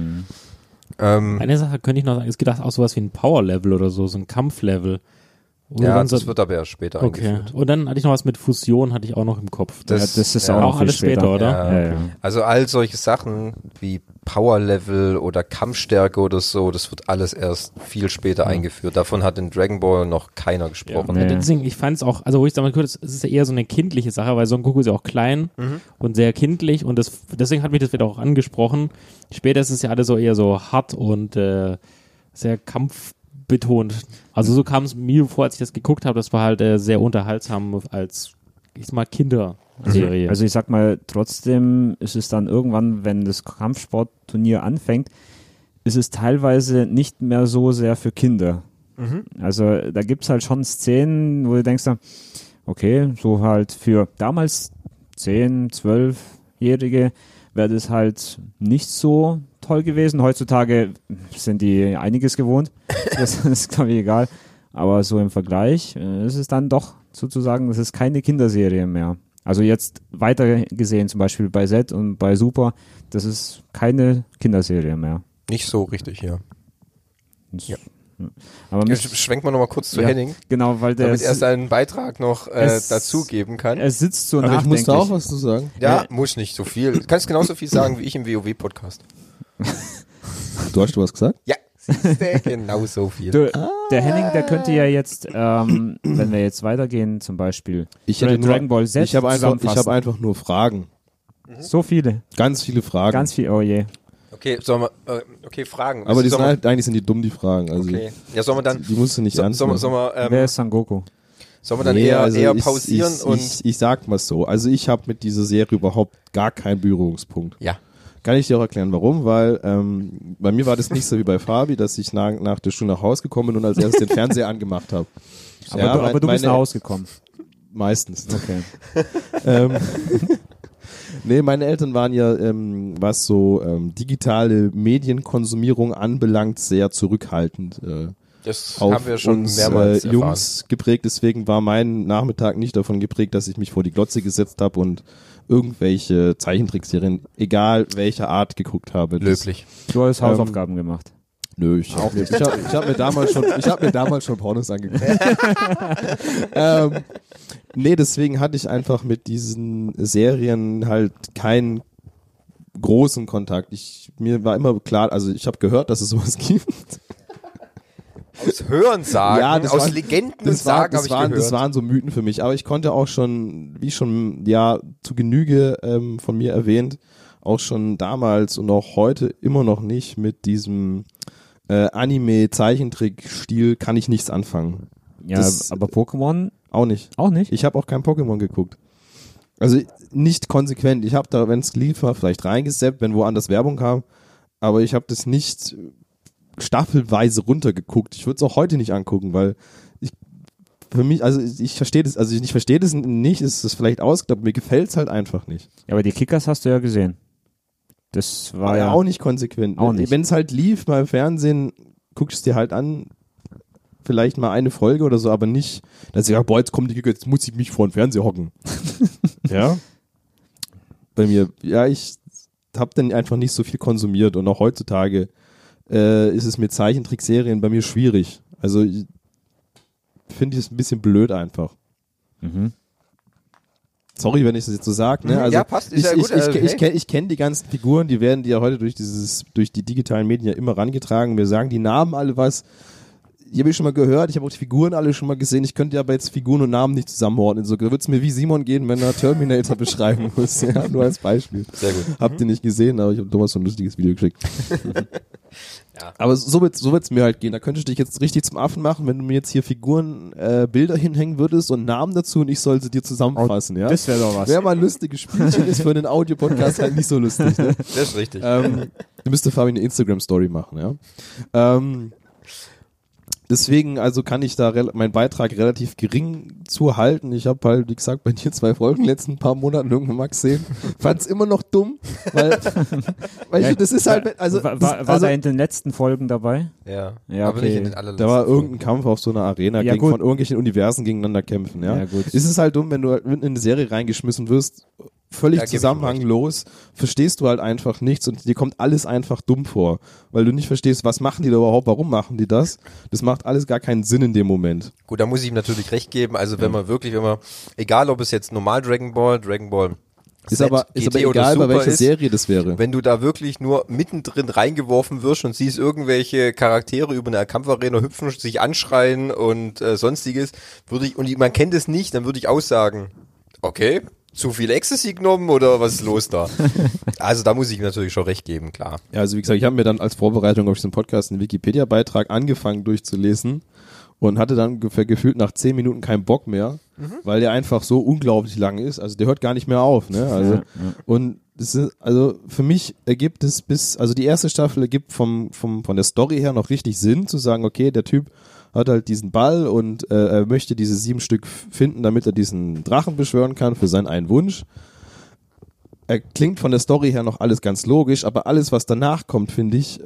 S4: Eine Sache könnte ich noch sagen, es gibt auch sowas wie ein Power-Level oder so ein Kampflevel. Wo
S1: Ja,
S4: dann
S1: das
S4: so,
S1: wird aber erst später
S4: okay.
S1: eingeführt.
S4: Und dann hatte ich noch was mit Fusion, hatte ich auch noch im Kopf.
S1: Das-
S3: Das ist
S1: ja,
S3: auch, noch
S4: auch
S3: viel
S4: alles später, oder?
S1: Ja.
S3: Ja.
S1: Also all solche Sachen wie Power-Level oder Kampfstärke oder so, das wird alles erst viel später eingeführt. Davon hat in Dragon Ball noch keiner gesprochen.
S3: Nee.
S4: Deswegen, ich fand es auch, also wo ich damals gehört habe, es ist ja eher so eine kindliche Sache, weil Son Goku ist ja auch klein und sehr kindlich und deswegen hat mich das wieder auch angesprochen. Später ist es ja alles so eher so hart und sehr kampfbetont. Also so kam es mir vor, als ich das geguckt habe, das war halt sehr unterhaltsam als, ich sag mal, Kinderserie.
S3: Also ich sag mal, trotzdem ist es dann irgendwann, wenn das Kampfsportturnier anfängt, ist es teilweise nicht mehr so sehr für Kinder. Also da gibt es halt schon Szenen, wo du denkst, okay, so halt für damals 10-, 12-Jährige wäre das halt nicht so toll gewesen. Heutzutage sind die einiges gewohnt. Das ist, glaube ich, egal. Aber so im Vergleich ist es dann doch sozusagen, das ist keine Kinderserie mehr. Also jetzt weiter gesehen, zum Beispiel bei Z und bei Super, das ist keine Kinderserie mehr.
S1: Nicht so richtig, ja.
S3: Das,
S1: Ja.
S3: Aber
S1: Jetzt schwenken wir nochmal kurz zu
S3: ja,
S1: Henning,
S3: genau, weil der
S1: damit er seinen Beitrag noch
S3: es-
S1: dazugeben kann.
S3: er sitzt so
S2: Aber ich
S3: nachdenklich.
S2: musste auch was zu sagen.
S1: Ja, muss nicht so viel. Du kannst genauso viel sagen wie ich im WoW-Podcast.
S2: Du hast was gesagt?
S1: Ja, siehste, genau so viel.
S3: Du, der Henning, der könnte ja jetzt, wenn wir jetzt weitergehen, zum Beispiel
S2: Ich hätte
S3: Dragon Ball Z
S2: ich habe
S3: zusammenfassen.
S2: einfach nur Fragen.
S3: So viele,
S2: Ganz viele Fragen.
S3: ganz viel, oh je.
S1: Okay, sollen wir, okay, Fragen.
S2: Aber die sind
S1: Sollen wir-
S2: halt, eigentlich sind die dumm, die Fragen. Also
S1: okay. Ja, sollen wir dann,
S2: die musst du nicht ernst
S1: sollen
S2: nehmen.
S3: Wer ist Son Goku?
S1: dann
S2: Nee,
S1: eher,
S2: also
S1: eher
S2: ich-
S1: pausieren
S2: ich sag mal so. Also ich habe mit dieser Serie überhaupt gar keinen Berührungspunkt.
S1: ja.
S2: Kann ich dir auch erklären, warum? Weil bei mir war das nicht so wie bei Fabi, dass ich nach der Schule nach Hause gekommen bin und als erstes den Fernseher angemacht habe.
S3: Aber du bist nach Hause gekommen.
S2: Meistens.
S3: Okay.
S2: Nee, meine Eltern waren ja, was so digitale Medienkonsumierung anbelangt, sehr zurückhaltend.
S1: Das
S2: Auf
S1: haben wir schon
S2: uns
S1: mehrmals erfahren.
S2: Jungs geprägt. Deswegen war mein Nachmittag nicht davon geprägt, dass ich mich vor die Glotze gesetzt habe und irgendwelche Zeichentrickserien, egal welcher Art, geguckt habe. Das-
S1: Löblich.
S3: Du hast Hausaufgaben gemacht.
S2: Nö, ich hab mir damals schon Pornos angeguckt. Nee, deswegen hatte ich einfach mit diesen Serien halt keinen großen Kontakt. Mir war immer klar, also ich habe gehört, dass es sowas gibt.
S1: Aus Hörensagen,
S2: Ja, das
S1: aus
S2: waren-
S1: Legenden und Sagen habe ich gehört.
S2: Das waren so Mythen für mich. Aber ich konnte auch schon, wie schon ja zu Genüge von mir erwähnt, auch schon damals und auch heute immer noch nicht mit diesem Anime-Zeichentrick-Stil kann ich nichts anfangen.
S3: Ja,
S2: Das-
S3: aber Pokémon
S2: Auch nicht.
S3: auch nicht?
S2: Ich habe auch kein Pokémon geguckt. Also nicht konsequent. Ich habe da, wenn es lief, war vielleicht reingesappt, wenn woanders Werbung kam. Aber ich habe das nicht staffelweise runtergeguckt. Ich würde es auch heute nicht angucken, weil für mich, also ich verstehe das, also ich verstehe das nicht, ist es vielleicht ausgedacht, mir gefällt es halt einfach nicht.
S3: Ja, aber die Kickers hast du ja gesehen. Das war
S2: Aber
S3: ja
S2: auch nicht konsequent.
S3: Auch nicht.
S2: Wenn es halt lief mal im Fernsehen, guckst du es dir halt an, vielleicht mal eine Folge oder so, aber nicht, dass ich sage, boah, jetzt kommt die Kicker, jetzt muss ich mich vor den Fernseher hocken. Ja. Bei mir, ja, ich habe dann einfach nicht so viel konsumiert und auch heutzutage ist es mit Zeichentrickserien bei mir schwierig. Also finde ich es ein bisschen blöd einfach.
S3: Mhm.
S2: Sorry, wenn ich das jetzt so sage. Ne? Also
S1: Ja, passt, ist ja gut, also, hey.
S2: ich kenn die ganzen Figuren, die werden ja heute durch die digitalen Medien ja immer rangetragen. Wir sagen die Namen alle was. Die habe ich schon mal gehört, ich habe auch die Figuren alle schon mal gesehen. Ich könnte ja aber jetzt Figuren und Namen nicht zusammenordnen. So würde es mir wie Simon gehen, wenn er Terminator beschreiben muss. Ja, nur als Beispiel.
S1: Sehr gut.
S2: Habt ihr nicht gesehen, aber ich habe Thomas so ein lustiges Video geschickt.
S1: Ja.
S2: Aber so wird's mir halt gehen. Da könntest du dich jetzt richtig zum Affen machen, wenn du mir jetzt hier Figuren, Bilder hinhängen würdest und Namen dazu und ich soll sie dir zusammenfassen. Ja?
S3: Das wäre doch was.
S2: Wäre mal ein lustiges Spielchen, ist für einen Audio-Podcast halt nicht so lustig. Ne?
S1: Das ist richtig.
S2: Müsste Fabi eine Instagram-Story machen, ja. Deswegen, also kann ich da meinen Beitrag relativ gering zu halten. Ich habe halt, wie gesagt, bei dir 2 Folgen in den letzten paar Monaten irgendwann mal gesehen. Fand's immer noch dumm, weil weißt du, das ist halt, also,
S3: war
S2: also
S3: da in den letzten Folgen dabei?
S1: ja.
S3: Ja,
S1: Aber nicht
S3: okay.
S1: in den allerletzten.
S2: da war
S1: Folgen.
S2: irgendein Kampf auf so einer Arena
S3: Ja,
S2: gegen
S3: gut.
S2: von irgendwelchen Universen gegeneinander kämpfen, ja.
S3: Ja, gut.
S2: Ist es halt dumm, wenn du halt in eine Serie reingeschmissen wirst, völlig
S1: Da geb ich ihm
S2: zusammenhanglos, verstehst du halt einfach nichts und dir kommt alles einfach dumm vor, weil du nicht verstehst, was machen die da überhaupt, warum machen die das? Das macht alles gar keinen Sinn in dem Moment.
S1: Gut, da muss ich ihm natürlich recht geben. Also wenn man wirklich, egal ob es jetzt normal Dragon Ball
S2: Ist
S1: Z,
S2: aber
S1: GT oder
S2: egal, bei
S1: Super
S2: welcher
S1: ist,
S2: Serie das wäre.
S1: wenn du da wirklich nur mittendrin reingeworfen wirst und siehst irgendwelche Charaktere über eine Kampfarena hüpfen, sich anschreien und sonstiges, und man kennt es nicht, dann würde ich auch sagen, okay, zu viel Ecstasy genommen oder was ist los da? Also da muss ich ihm natürlich schon recht geben, klar.
S2: Ja, also wie gesagt, ich habe mir dann als Vorbereitung auf diesen Podcast einen Wikipedia-Beitrag angefangen durchzulesen und hatte dann ungefähr gefühlt nach 10 Minuten keinen Bock mehr, weil der einfach so unglaublich lang ist. Also der hört gar nicht mehr auf, ne? Also und das ist, also für mich ergibt es also die erste Staffel ergibt von der Story her noch richtig Sinn, zu sagen, okay, der Typ hat halt diesen Ball und er möchte diese 7 Stück finden, damit er diesen Drachen beschwören kann für seinen einen Wunsch. Er klingt von der Story her noch alles ganz logisch, aber alles, was danach kommt, finde ich,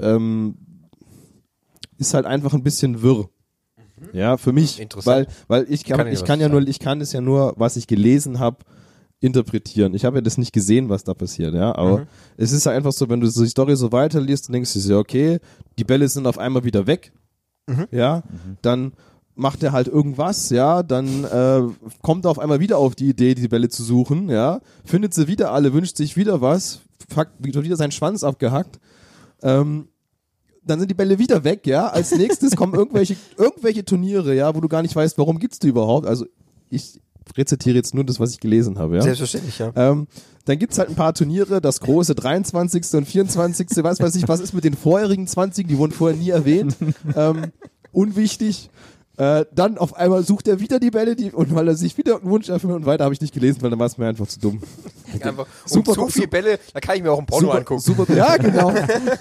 S2: ist halt einfach ein bisschen wirr. Ja, für mich,
S1: Interessant.
S2: weil ich kann es ja nur, was ich gelesen habe, interpretieren. Ich habe ja das nicht gesehen, was da passiert, ja, aber es ist halt einfach so, wenn du die Story so weiterliest, dann denkst du dir, okay, die Bälle sind auf einmal wieder weg, ja, dann macht er halt irgendwas, ja, dann kommt er auf einmal wieder auf die Idee, die Bälle zu suchen, ja, findet sie wieder alle, wünscht sich wieder was, wird wieder seinen Schwanz abgehackt, dann sind die Bälle wieder weg, ja, als nächstes kommen irgendwelche Turniere, ja, wo du gar nicht weißt, warum gibt's die überhaupt, also ich rezitiere jetzt nur das, was ich gelesen habe, ja.
S1: Selbstverständlich, ja.
S2: Dann gibt's halt ein paar Turniere, das große 23. und 24. weiß ich, was ist mit den vorherigen 20, die wurden vorher nie erwähnt, unwichtig. Dann auf einmal sucht er wieder die Bälle, und weil er sich wieder einen Wunsch erfüllt und weiter habe ich nicht gelesen, weil dann war es mir einfach zu dumm.
S1: Einfach super, so viele Bälle, da kann ich mir auch ein Porno angucken.
S2: Super, ja, genau.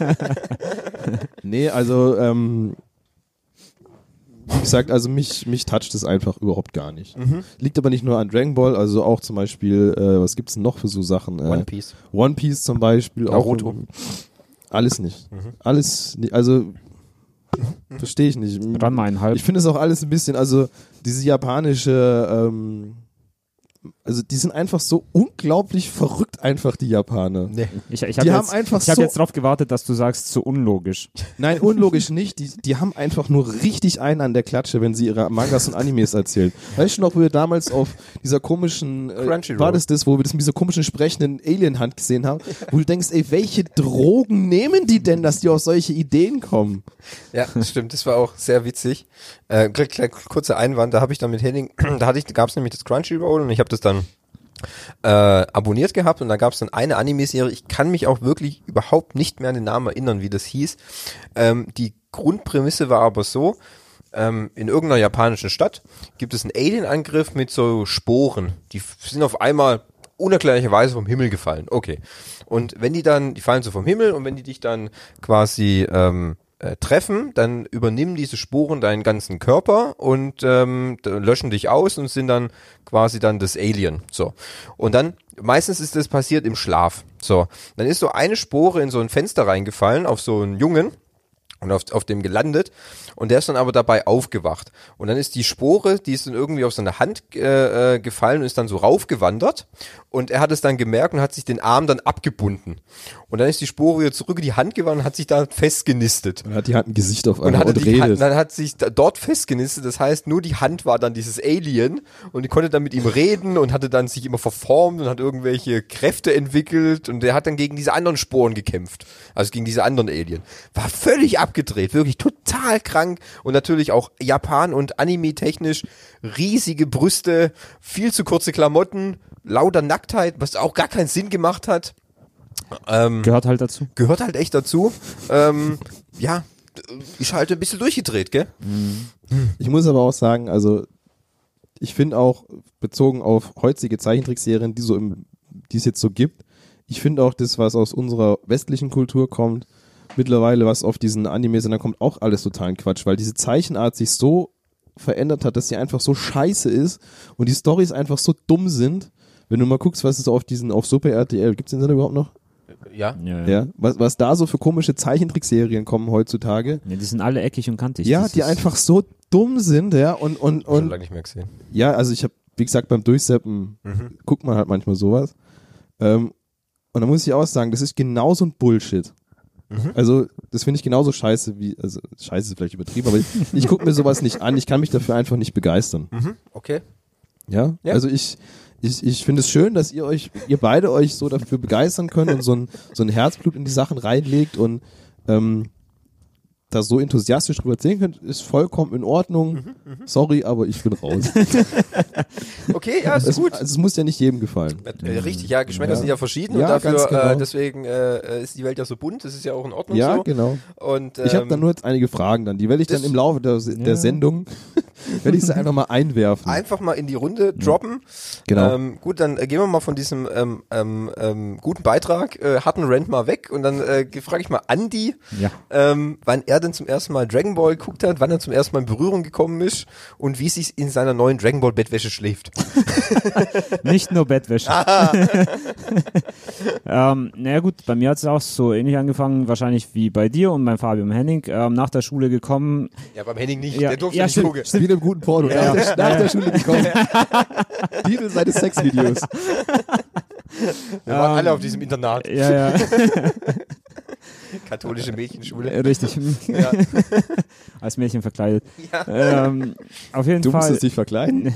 S2: Nee, also wie gesagt, also mich toucht es einfach überhaupt gar nicht. Liegt aber nicht nur an Dragon Ball, also auch zum Beispiel, was gibt's denn noch für so Sachen?
S1: One Piece.
S2: One Piece zum Beispiel.
S1: Naruto.
S2: Auch, alles nicht. Alles nicht, also verstehe ich nicht.
S3: Ranma 1,5.
S2: Ich finde es auch alles ein bisschen, also diese japanische, also die sind einfach so unglaublich verrückt einfach, die Japaner.
S1: Nee.
S3: Ich
S2: Die haben einfach
S3: ich hab
S2: so-
S3: jetzt drauf gewartet, dass du sagst, so unlogisch.
S2: Nein, unlogisch nicht. Die haben einfach nur richtig einen an der Klatsche, wenn sie ihre Mangas und Animes erzählen. Weißt du noch, wo wir damals auf dieser komischen,
S1: Crunchyroll.
S2: war das, wo wir das mit dieser komischen sprechenden Alien-Hand gesehen haben, wo du denkst, ey, welche Drogen nehmen die denn, dass die auf solche Ideen kommen?
S1: Ja, das stimmt, das war auch sehr witzig. Kurzer Einwand, da habe ich dann mit Henning, gab es nämlich das Crunchyroll und ich habe das dann abonniert gehabt und da gab es dann eine Anime-Serie, ich kann mich auch wirklich überhaupt nicht mehr an den Namen erinnern, wie das hieß. Die Grundprämisse war aber so, in irgendeiner japanischen Stadt gibt es einen Alien-Angriff mit so Sporen, die sind auf einmal unerklärlicherweise vom Himmel gefallen. Okay. Und wenn die fallen so vom Himmel und wenn die dich dann quasi treffen, dann übernehmen diese Sporen deinen ganzen Körper und löschen dich aus und sind dann quasi dann das Alien. So. Und dann, meistens ist das passiert im Schlaf. So. Dann ist so eine Spore in so ein Fenster reingefallen auf so einen Jungen und auf dem gelandet und der ist dann aber dabei aufgewacht. Und dann ist die Spore, die ist dann irgendwie auf seine Hand gefallen und ist dann so raufgewandert und er hat es dann gemerkt und hat sich den Arm dann abgebunden. Und dann ist die Spore wieder zurück in die Hand gewandert und hat sich da festgenistet.
S2: Und hat die Hand ein Gesicht auf
S1: Und,
S2: einmal und redet.
S1: dann hat sich dort festgenistet, das heißt, nur die Hand war dann dieses Alien und die konnte dann mit ihm reden und hatte dann sich immer verformt und hat irgendwelche Kräfte entwickelt und der hat dann gegen diese anderen Sporen gekämpft, also gegen diese anderen Alien. War völlig abgedreht, wirklich total krank und natürlich auch Japan und Anime-technisch riesige Brüste, viel zu kurze Klamotten, lauter Nacktheit, was auch gar keinen Sinn gemacht hat.
S3: Gehört halt dazu.
S1: Gehört halt echt dazu. Ja, ist halt ein bisschen durchgedreht, gell?
S2: Ich muss aber auch sagen, also ich finde auch, bezogen auf heutige Zeichentrickserien, die es jetzt so gibt, ich finde auch das, was aus unserer westlichen Kultur kommt, mittlerweile was auf diesen Animes, und dann kommt auch alles totalen Quatsch, weil diese Zeichenart sich so verändert hat, dass sie einfach so scheiße ist und die Storys einfach so dumm sind. Wenn du mal guckst, was es auf Super RTL, gibt's den Sender überhaupt noch?
S1: Ja.
S2: Ja. Was da so für komische Zeichentrickserien kommen heutzutage.
S3: Ja, die sind alle eckig und kantig.
S2: Ja,
S3: Das
S2: die
S3: ist-
S2: einfach so dumm sind, ja, und
S1: Schon lange nicht mehr gesehen.
S2: ja, also ich habe, wie gesagt, beim Durchseppen guckt man halt manchmal sowas. Und da muss ich auch sagen, das ist genauso ein Bullshit. Also, das finde ich genauso scheiße also scheiße ist vielleicht übertrieben, aber ich gucke mir sowas nicht an, ich kann mich dafür einfach nicht begeistern.
S1: Okay.
S2: Ja?
S1: Ja.
S2: Also ich finde es schön, dass ihr beide euch so dafür begeistern könnt und so ein Herzblut in die Sachen reinlegt und da so enthusiastisch drüber erzählen könnt, ist vollkommen in Ordnung. Sorry, aber ich bin raus.
S1: Okay, ja, ist gut.
S2: Also es muss ja nicht jedem gefallen.
S1: Richtig, ja, Geschmäcker
S2: Ja.
S1: sind ja verschieden
S2: Ja,
S1: und dafür,
S2: ganz genau.
S1: deswegen ist die Welt ja so bunt, das ist ja auch in Ordnung
S2: Ja,
S1: so.
S2: genau.
S1: Und,
S2: Ich habe dann nur jetzt einige Fragen dann. Die werde ich dann
S1: das-
S2: im Laufe der Sendung, werde ich sie einfach mal einwerfen.
S1: einfach mal in die Runde droppen.
S2: Genau.
S1: Gut, dann gehen wir mal von diesem guten Beitrag, harten Rant mal weg und dann frage ich mal Andi,
S3: Ja.
S1: wann er denn zum ersten Mal Dragon Ball geguckt hat, wann er zum ersten Mal in Berührung gekommen ist und wie es sich in seiner neuen Dragon Ball Bettwäsche schläft.
S3: Nicht nur Bettwäsche. Naja gut, bei mir hat es auch so ähnlich angefangen, wahrscheinlich wie bei dir und beim Fabio und Henning. Nach der Schule gekommen.
S1: Ja, beim Henning nicht,
S3: Ja,
S1: der durfte
S3: ja,
S1: nicht
S3: stimmt,
S1: gucken.
S2: Wie in einem guten Porno. Nach der Schule gekommen. Titel seines Sexvideos.
S1: Wir waren alle auf diesem Internat.
S3: Ja.
S1: Katholische Mädchenschule.
S3: Richtig.
S1: Ja.
S3: Als Mädchen verkleidet.
S1: Ja.
S3: Auf jeden
S2: Du
S3: Fall.
S2: musstest dich verkleiden?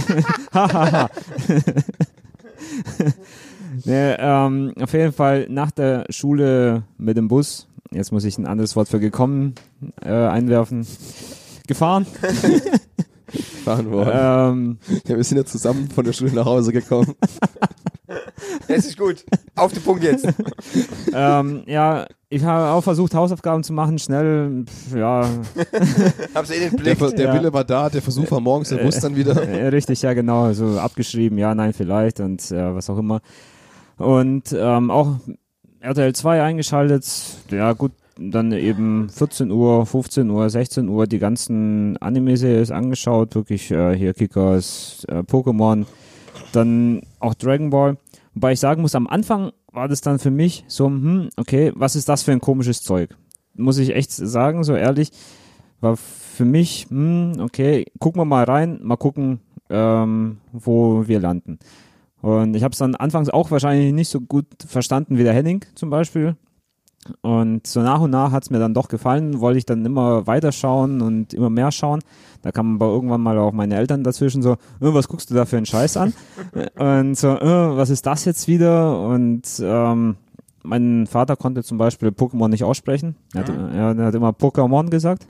S3: Nee, auf jeden Fall nach der Schule mit dem Bus, jetzt muss ich ein anderes Wort für gekommen einwerfen, gefahren.
S2: Fahren worden. Ja, wir sind ja zusammen von der Schule nach Hause gekommen.
S1: Es ist gut. Auf den Punkt jetzt.
S3: Ja, ich habe auch versucht, Hausaufgaben zu machen, schnell, ja.
S1: Hab's in den Blick.
S2: Der
S3: Ja.
S2: Wille war da, der Versuch war morgens, der Bus dann wieder.
S3: Richtig, ja genau, so abgeschrieben, ja, nein, vielleicht und was auch immer. Und auch RTL 2 eingeschaltet, ja gut, dann eben 14 Uhr, 15 Uhr, 16 Uhr die ganzen Anime-Series angeschaut, wirklich hier Kickers, Pokémon, dann auch Dragon Ball. Wobei ich sagen muss, am Anfang war das dann für mich so, okay, was ist das für ein komisches Zeug? Muss ich echt sagen, so ehrlich, war für mich, okay, gucken wir mal rein, mal gucken, wo wir landen. Und ich habe es dann anfangs auch wahrscheinlich nicht so gut verstanden wie der Henning zum Beispiel. Und so nach und nach hat es mir dann doch gefallen, wollte ich dann immer weiterschauen und immer mehr schauen. Da kamen aber irgendwann mal auch meine Eltern dazwischen so, was guckst du da für einen Scheiß an? Und so, was ist das jetzt wieder? Und mein Vater konnte zum Beispiel Pokémon nicht aussprechen. Er hat immer Pokémon gesagt.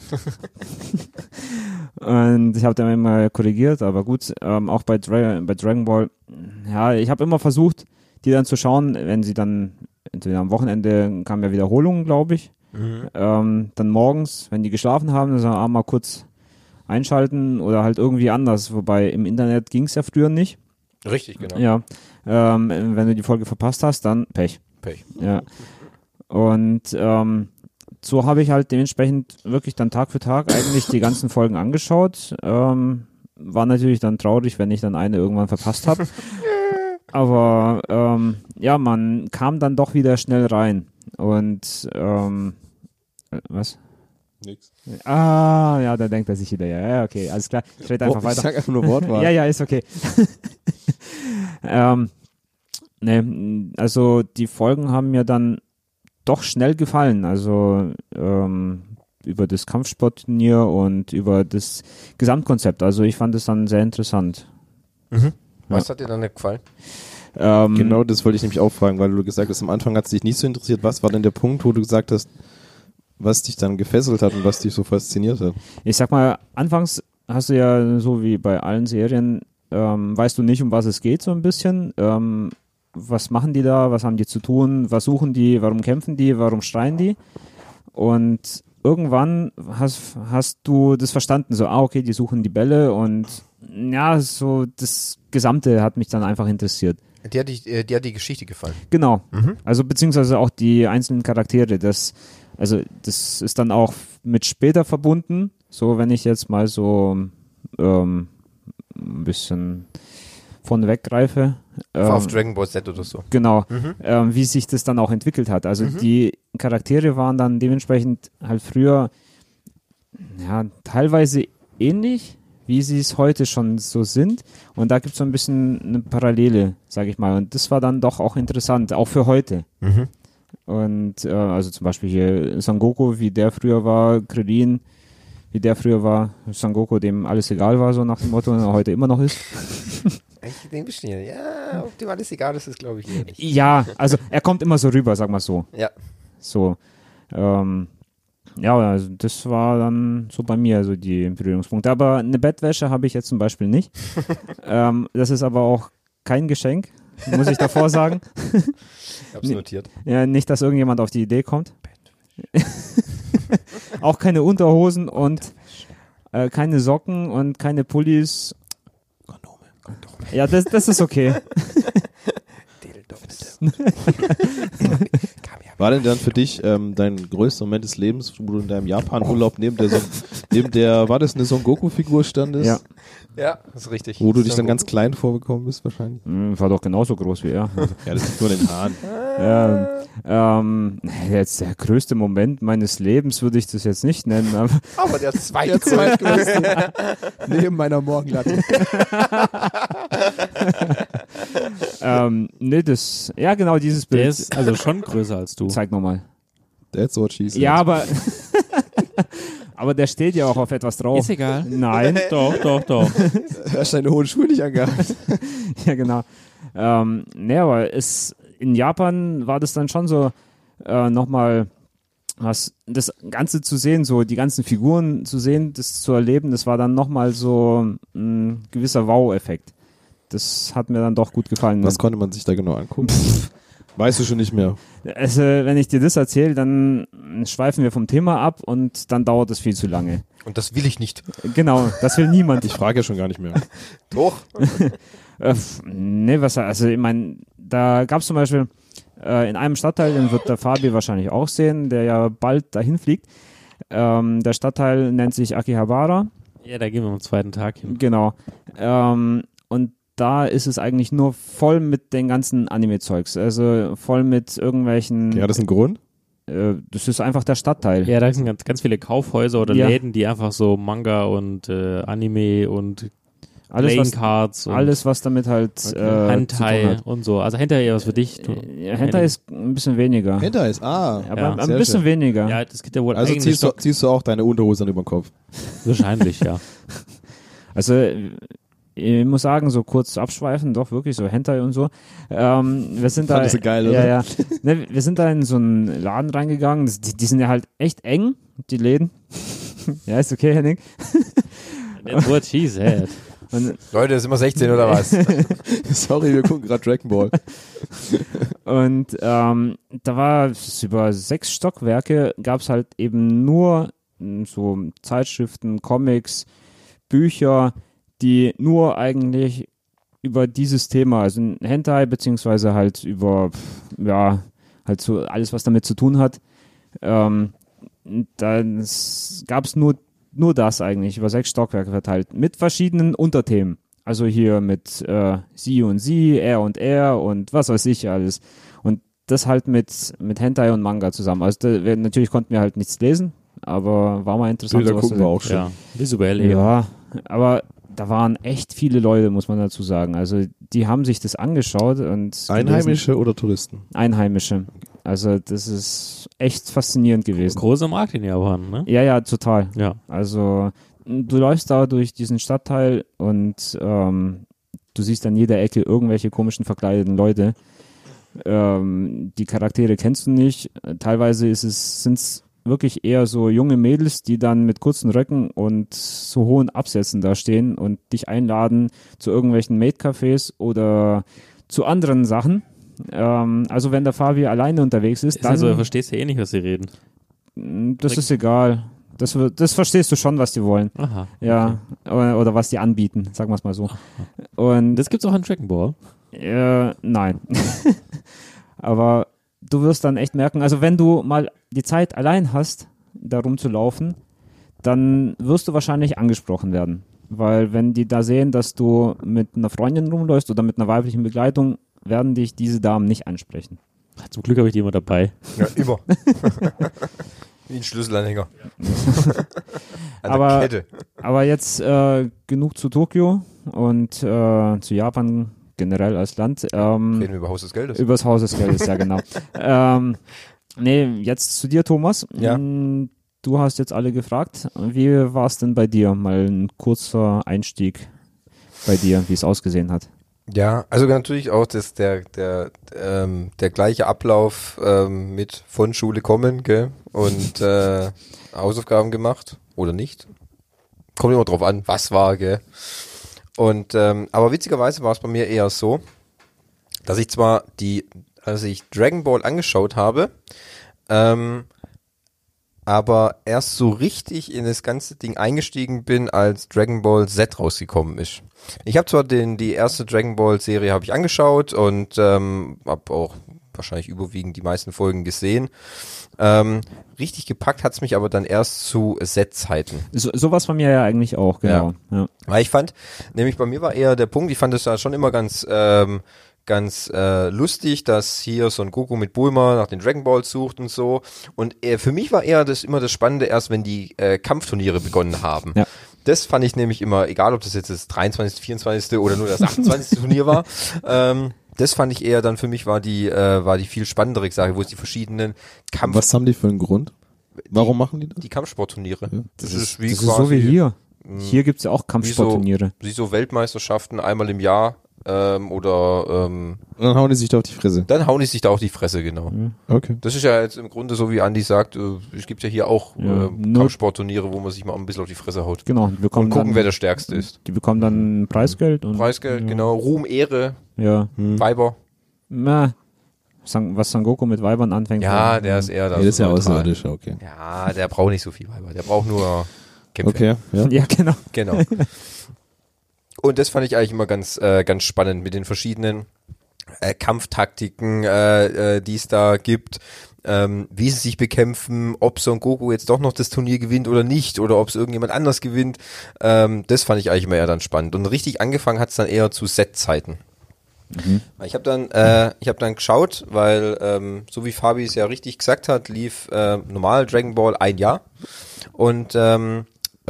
S3: Und ich habe dann immer korrigiert, aber gut, auch bei Dragon Ball, ja, ich habe immer versucht, die dann zu schauen, wenn sie dann entweder am Wochenende kamen ja Wiederholungen, glaube ich. Dann morgens, wenn die geschlafen haben, dann mal kurz einschalten oder halt irgendwie anders. Wobei im Internet ging es ja früher nicht.
S1: Richtig, genau.
S3: Ja. Wenn du die Folge verpasst hast, dann Pech. Ja. Und so habe ich halt dementsprechend wirklich dann Tag für Tag eigentlich die ganzen Folgen angeschaut. War natürlich dann traurig, wenn ich dann eine irgendwann verpasst habe. Aber ja, man kam dann doch wieder schnell rein. Und was?
S2: Nix.
S3: Ja, da denkt er sich wieder. Ja, okay, alles klar. Ich rede einfach
S2: Ich
S3: weiter.
S2: sag einfach nur Wortwahl.
S3: Ja, ist okay. Ne, also die Folgen haben mir dann doch schnell gefallen. Also über das Kampfsportturnier und über das Gesamtkonzept. Also ich fand es dann sehr interessant.
S1: Was hat dir dann nicht gefallen?
S2: Genau, das wollte ich nämlich auch fragen, weil du gesagt hast, am Anfang hat es dich nicht so interessiert. Was war denn der Punkt, wo du gesagt hast, was dich dann gefesselt hat und was dich so fasziniert hat?
S3: Ich sag mal, anfangs hast du ja so wie bei allen Serien, weißt du nicht, um was es geht so ein bisschen. Was machen die da, was haben die zu tun, was suchen die, warum kämpfen die, warum schreien die? Und irgendwann hast du das verstanden, so, okay, die suchen die Bälle und ja, so das Gesamte hat mich dann einfach interessiert.
S1: Dir hat die Geschichte gefallen.
S3: Genau. Also beziehungsweise auch die einzelnen Charaktere. Das ist dann auch mit später verbunden. So, wenn ich jetzt mal so ein bisschen von weggreife.
S1: Auf Dragon Ball Z oder so.
S3: Genau. Wie sich das dann auch entwickelt hat. Also die Charaktere waren dann dementsprechend halt früher ja teilweise ähnlich, wie sie es heute schon so sind. Und da gibt es so ein bisschen eine Parallele, sage ich mal. Und das war dann doch auch interessant, auch für heute. Und also zum Beispiel hier Son Goku, wie der früher war, Krillin, wie der früher war, Son Goku, dem alles egal war, so nach dem Motto, und er heute immer noch ist.
S1: Ich denke bestimmt, ja, ob dem alles egal ist, glaube ich eher nicht.
S3: Ja, also er kommt immer so rüber, sag mal so.
S1: Ja.
S3: So. Ja, also das war dann so bei mir so die Berührungspunkte. Aber eine Bettwäsche habe ich jetzt zum Beispiel nicht. Das ist aber auch kein Geschenk, muss ich davor sagen.
S1: Ich hab's notiert.
S3: Ja, nicht, dass irgendjemand auf die Idee kommt. Auch keine Unterhosen und keine Socken und keine Pullis.
S1: Kondome.
S3: Ja, das ist okay.
S1: Dildos.
S2: War denn dann für dich dein größter Moment des Lebens, wo du in deinem Japan-Urlaub neben der, war das eine Son Goku-Figur standest?
S3: Ja.
S1: Ja, das ist richtig.
S2: Wo du dich dann ganz klein vorgekommen bist wahrscheinlich?
S3: War doch genauso groß wie er.
S2: Ja, das liegt nur in den Haaren.
S3: Jetzt der größte Moment meines Lebens würde ich das jetzt nicht nennen.
S1: Aber der zweitgrößte.
S2: Neben meiner Morgenlatte.
S3: Nee, ja genau, dieses Bild.
S4: Der ist also schon größer als du.
S3: Zeig nochmal.
S2: That's what she said.
S3: Ja, aber aber der steht ja auch auf etwas drauf.
S4: Ist egal.
S3: Nein.
S4: Doch.
S2: Du hast deine hohen Schuhe nicht angehabt.
S3: Ja, genau. Nee, aber in Japan war das dann schon so nochmal das Ganze zu sehen, so die ganzen Figuren zu sehen, das zu erleben, das war dann nochmal so ein gewisser Wow-Effekt. Das hat mir dann doch gut gefallen.
S2: Was konnte man sich da genau angucken? Weißt du schon nicht mehr.
S3: Also, wenn ich dir das erzähle, dann schweifen wir vom Thema ab und dann dauert es viel zu lange.
S1: Und das will ich nicht.
S3: Genau, das will niemand.
S2: Ich frage ja schon gar nicht mehr.
S1: Doch.
S3: Nee, also ich meine, da gab es zum Beispiel in einem Stadtteil, den wird der Fabi wahrscheinlich auch sehen, der ja bald dahin fliegt. Der Stadtteil nennt sich Akihabara.
S4: Ja, da gehen wir am zweiten Tag hin.
S3: Genau. Und da ist es eigentlich nur voll mit den ganzen Anime-Zeugs. Also voll mit irgendwelchen.
S2: Ja, das ist ein Grund?
S3: Das ist einfach der Stadtteil.
S4: Ja, da sind ganz viele Kaufhäuser oder
S3: Ja.
S4: Läden, die einfach so Manga und Anime und
S3: Alles,
S4: Playing Cards und
S3: was damit halt zu tun
S4: Hentai
S3: hat.
S4: und so. Also Hentai eher was für dich.
S3: Ja, Hentai ist ein bisschen weniger.
S2: Hentai ist,
S3: Aber
S4: ja,
S3: ein
S2: sehr
S3: bisschen
S2: schön.
S3: weniger.
S4: Ja, das gibt ja wohl
S2: Also
S4: eigene
S2: ziehst du auch deine Unterhosen über den Kopf.
S4: Wahrscheinlich, ja.
S3: Also ich muss sagen, so kurz abschweifen, doch wirklich so Hentai und so. Wir sind da,
S2: Fandest du geil, oder?
S3: Ja. Ne, wir sind da in so einen Laden reingegangen. Die sind ja halt echt eng, die Läden. Ja, ist okay, Henning.
S4: That's what she said.
S3: Und,
S1: Leute, sind wir 16 oder was?
S2: Sorry, wir gucken gerade Dragon Ball.
S3: und da war es über 6 Stockwerke, gab es halt eben nur so Zeitschriften, Comics, Bücher, die nur eigentlich über dieses Thema, also ein Hentai, beziehungsweise halt über, ja, halt so alles, was damit zu tun hat. Dann gab es nur das eigentlich, über 6 Stockwerke verteilt, mit verschiedenen Unterthemen. Also hier mit sie und sie, er und was weiß ich alles. Und das halt mit Hentai und Manga zusammen. Also natürlich konnten wir halt nichts lesen, aber war mal interessant.
S2: Bilder
S3: sowas
S2: gucken
S3: zu
S2: wir
S3: sehen.
S2: auch schon.
S4: Ja, visuell eher.
S3: Ja, aber da waren echt viele Leute, muss man dazu sagen. Also die haben sich das angeschaut und
S2: Einheimische oder Touristen?
S3: Einheimische. Also das ist echt faszinierend gewesen.
S4: Großer Markt in Japan, ne?
S3: Ja, total.
S4: Ja.
S3: Also du läufst da durch diesen Stadtteil und du siehst an jeder Ecke irgendwelche komischen verkleideten Leute. Die Charaktere kennst du nicht. Teilweise sind es wirklich eher so junge Mädels, die dann mit kurzen Röcken und so hohen Absätzen da stehen und dich einladen zu irgendwelchen Maid-Cafés oder zu anderen Sachen. Also wenn der Fabi alleine unterwegs ist,
S4: Ist
S3: dann
S4: also, du verstehst ja eh nicht, was sie reden.
S3: das ist egal. Das verstehst du schon, was die wollen.
S4: Aha.
S3: Ja, oder was die anbieten, sagen wir es mal so. Und
S4: Das gibt's auch an Dragon Ball.
S3: nein. Aber du wirst dann echt merken, also wenn du mal die Zeit allein hast, da rumzulaufen, dann wirst du wahrscheinlich angesprochen werden. Weil wenn die da sehen, dass du mit einer Freundin rumläufst oder mit einer weiblichen Begleitung, werden dich diese Damen nicht ansprechen.
S4: Zum Glück habe ich die immer dabei.
S1: Ja, immer. Wie ein Schlüsselanhänger. An
S3: Aber-
S1: der Kette.
S3: Aber jetzt genug zu Tokio und zu Japan generell als Land.
S1: Reden wir über Haus des Geldes.
S3: Übers Haus des Geldes, ja genau. Nee, jetzt zu dir, Thomas.
S1: Ja.
S3: Du hast jetzt alle gefragt. Wie war es denn bei dir? Mal ein kurzer Einstieg bei dir, wie es ausgesehen hat.
S1: Ja, also natürlich auch der gleiche Ablauf mit von Schule kommen, gell? Und Hausaufgaben gemacht oder nicht. Kommt immer drauf an, was war, gell? Und aber witzigerweise war es bei mir eher so, dass ich zwar als ich Dragon Ball angeschaut habe, aber erst so richtig in das ganze Ding eingestiegen bin, als Dragon Ball Z rausgekommen ist. Ich habe zwar die erste Dragon Ball Serie habe ich angeschaut und habe auch wahrscheinlich überwiegend die meisten Folgen gesehen. Richtig gepackt hat's mich aber dann erst zu Z-Zeiten.
S3: Sowas von mir ja eigentlich auch, genau. Ja.
S1: Weil ich fand, nämlich bei mir war eher der Punkt, ich fand es da schon immer ganz lustig, dass hier Son Goku mit Bulma nach den Dragon Balls sucht und so. Und für mich war eher immer das Spannende erst, wenn die Kampfturniere begonnen haben.
S3: Ja.
S1: Das fand ich nämlich immer, egal ob das jetzt das 23., 24. oder nur das 28. Turnier war, das fand ich eher dann für mich war die viel spannendere Sache, wo es die verschiedenen
S2: Was haben die für einen Grund? Warum machen die das?
S1: die Kampfsportturniere.
S2: Ja.
S1: Das ist wie
S3: Das ist
S1: quasi
S3: so wie hier. Hier gibt's ja auch Kampfsportturniere.
S1: wie so Weltmeisterschaften einmal im Jahr oder
S2: Und dann hauen die sich da auf die Fresse.
S1: dann hauen die sich da auf die Fresse, genau.
S2: Okay.
S1: Das ist ja jetzt im Grunde so, wie Andi sagt, es gibt ja hier auch
S3: Ja,
S1: Kampfsportturniere, wo man sich mal ein bisschen auf die Fresse haut.
S3: Genau, die bekommen
S1: Und gucken,
S3: dann,
S1: wer der Stärkste ist.
S3: die bekommen dann Preisgeld und
S1: Preisgeld, genau. Ruhm, Ehre,
S3: ja.
S1: Weiber.
S3: Na, was Son Goku mit Weibern anfängt.
S1: Ja, der ist eher da.
S2: Nee, das ist ja
S1: neutral.
S2: außerirdisch, okay.
S1: Ja, der braucht nicht so viel Weiber. Der braucht nur Kämpfe.
S2: Okay, ja.
S3: Ja, genau.
S1: Genau. Und das fand ich eigentlich immer ganz spannend mit den verschiedenen Kampftaktiken, die es da gibt, wie sie sich bekämpfen, ob Son Goku jetzt doch noch das Turnier gewinnt oder nicht, oder ob es irgendjemand anders gewinnt. Das fand ich eigentlich immer eher dann spannend. Und richtig angefangen hat es dann eher zu Z-Zeiten. Ich habe dann geschaut, weil so wie Fabi es ja richtig gesagt hat, lief normal Dragon Ball ein Jahr und Dragon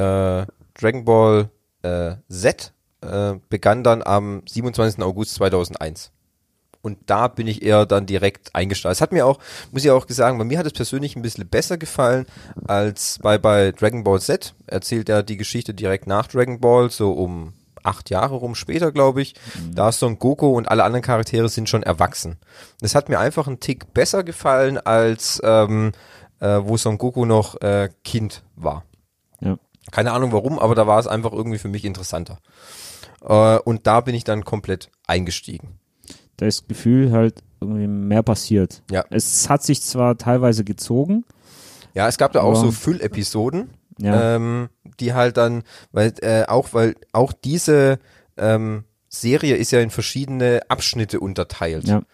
S1: Ball Z begann dann am 27. August 2001. Und da bin ich eher dann direkt eingestiegen. Es hat mir auch, muss ich auch sagen, bei mir hat es persönlich ein bisschen besser gefallen als bei Dragon Ball Z. Erzählt er die Geschichte direkt nach Dragon Ball, so um 8 Jahre rum später, glaube ich. Da ist Son Goku und alle anderen Charaktere sind schon erwachsen. Das hat mir einfach einen Tick besser gefallen, als wo Son Goku noch Kind war.
S3: Ja.
S1: Keine Ahnung warum, aber da war es einfach irgendwie für mich interessanter. Und da bin ich dann komplett eingestiegen.
S3: Da ist das Gefühl halt irgendwie mehr passiert.
S1: Ja.
S3: Es hat sich zwar teilweise gezogen.
S1: Ja, es gab da auch
S3: Aber-
S1: so Füllepisoden,
S3: Ja.
S1: die halt dann, weil auch diese Serie ist ja in verschiedene Abschnitte unterteilt.
S3: Ja.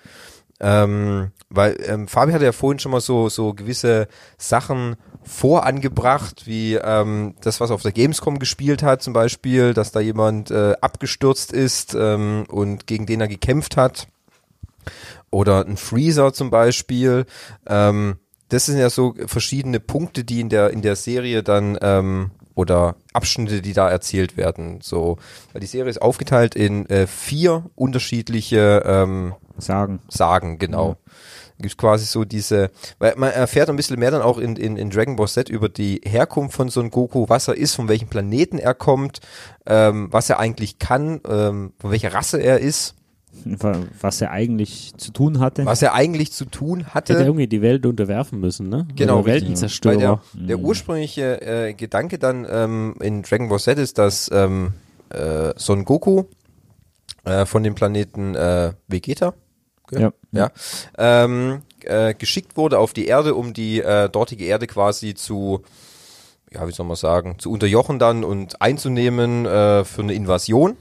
S1: Weil Fabi hatte ja vorhin schon mal so gewisse Sachen vorangebracht, wie das, was auf der Gamescom gespielt hat zum Beispiel, dass da jemand abgestürzt ist und gegen den er gekämpft hat. Oder ein Freezer zum Beispiel. Das sind ja so verschiedene Punkte, die in der Serie dann oder Abschnitte, die da erzählt werden. So, weil die Serie ist aufgeteilt in 4 unterschiedliche Sagen, genau. Gibt quasi so diese, weil man erfährt ein bisschen mehr dann auch in Dragon Ball Z über die Herkunft von Son Goku, was er ist, von welchem Planeten er kommt, was er eigentlich kann, von welcher Rasse er ist,
S3: Was er eigentlich zu tun hatte.
S1: was er eigentlich zu tun
S4: Hätte
S1: hatte.
S4: irgendwie die Welt unterwerfen müssen, ne?
S1: Genau,
S4: Oder
S1: richtig.
S4: Weltenzerstörer.
S1: Weil der ursprüngliche Gedanke dann in Dragon Ball Z ist, dass Son Goku von dem Planeten Vegeta
S3: Ja.
S1: geschickt wurde auf die Erde, um die dortige Erde quasi zu, ja, wie soll man sagen, zu unterjochen dann und einzunehmen für eine Invasion.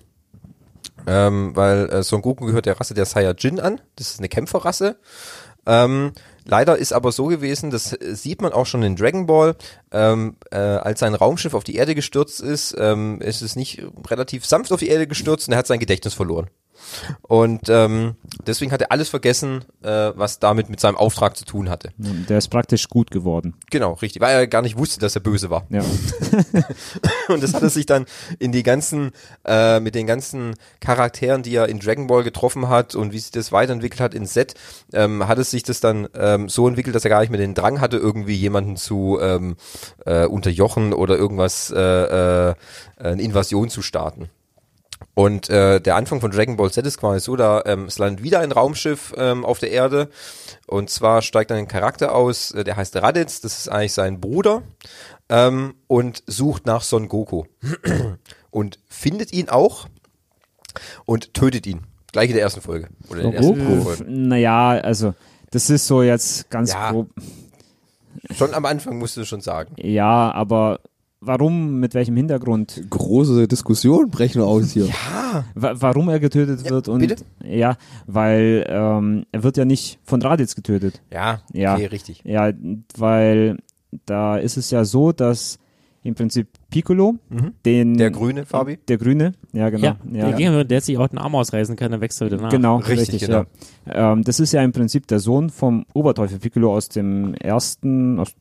S1: Weil Son Goku gehört der Rasse der Saiyajin an. Das ist eine Kämpferrasse. Leider ist aber so gewesen, das sieht man auch schon in Dragon Ball, als sein Raumschiff auf die Erde gestürzt ist es nicht relativ sanft auf die Erde gestürzt und er hat sein Gedächtnis verloren. Und deswegen hat er alles vergessen, was damit mit seinem Auftrag zu tun hatte.
S3: Der ist praktisch gut geworden.
S1: Genau, richtig, weil er gar nicht wusste, dass er böse war.
S3: Ja.
S1: Und das hat er sich dann in die ganzen, mit den ganzen Charakteren, die er in Dragon Ball getroffen hat und wie sich das weiterentwickelt hat in Z, hat es sich das dann so entwickelt, dass er gar nicht mehr den Drang hatte, irgendwie jemanden zu unterjochen oder irgendwas, eine Invasion zu starten. Und der Anfang von Dragon Ball Z ist quasi so, da es landet wieder ein Raumschiff auf der Erde und zwar steigt dann ein Charakter aus, der heißt Raditz, das ist eigentlich sein Bruder und sucht nach Son Goku und findet ihn auch und tötet ihn. Gleich in der ersten Folge. Oder in der ersten Folge.
S3: Naja, also das ist so jetzt ganz
S1: Ja.
S3: grob.
S1: Schon am Anfang musst du schon sagen.
S3: Ja, aber warum, mit welchem Hintergrund,
S2: Große Diskussion brechen wir aus hier.
S3: warum er getötet wird und
S1: bitte?
S3: ja, weil er wird ja nicht von Raditz getötet.
S1: Ja,
S3: Ja.
S1: okay, richtig.
S3: Ja, weil da ist es ja so, dass im Prinzip Piccolo,
S1: Der Grüne, Fabi?
S3: Der Grüne, ja genau.
S4: Der hat sich auch den Arm ausreißen können, der wechselt danach.
S3: Genau,
S1: Richtig,
S3: richtig,
S1: genau.
S3: ja. Das ist ja im Prinzip der Sohn vom Oberteufel Piccolo aus dem ersten, aus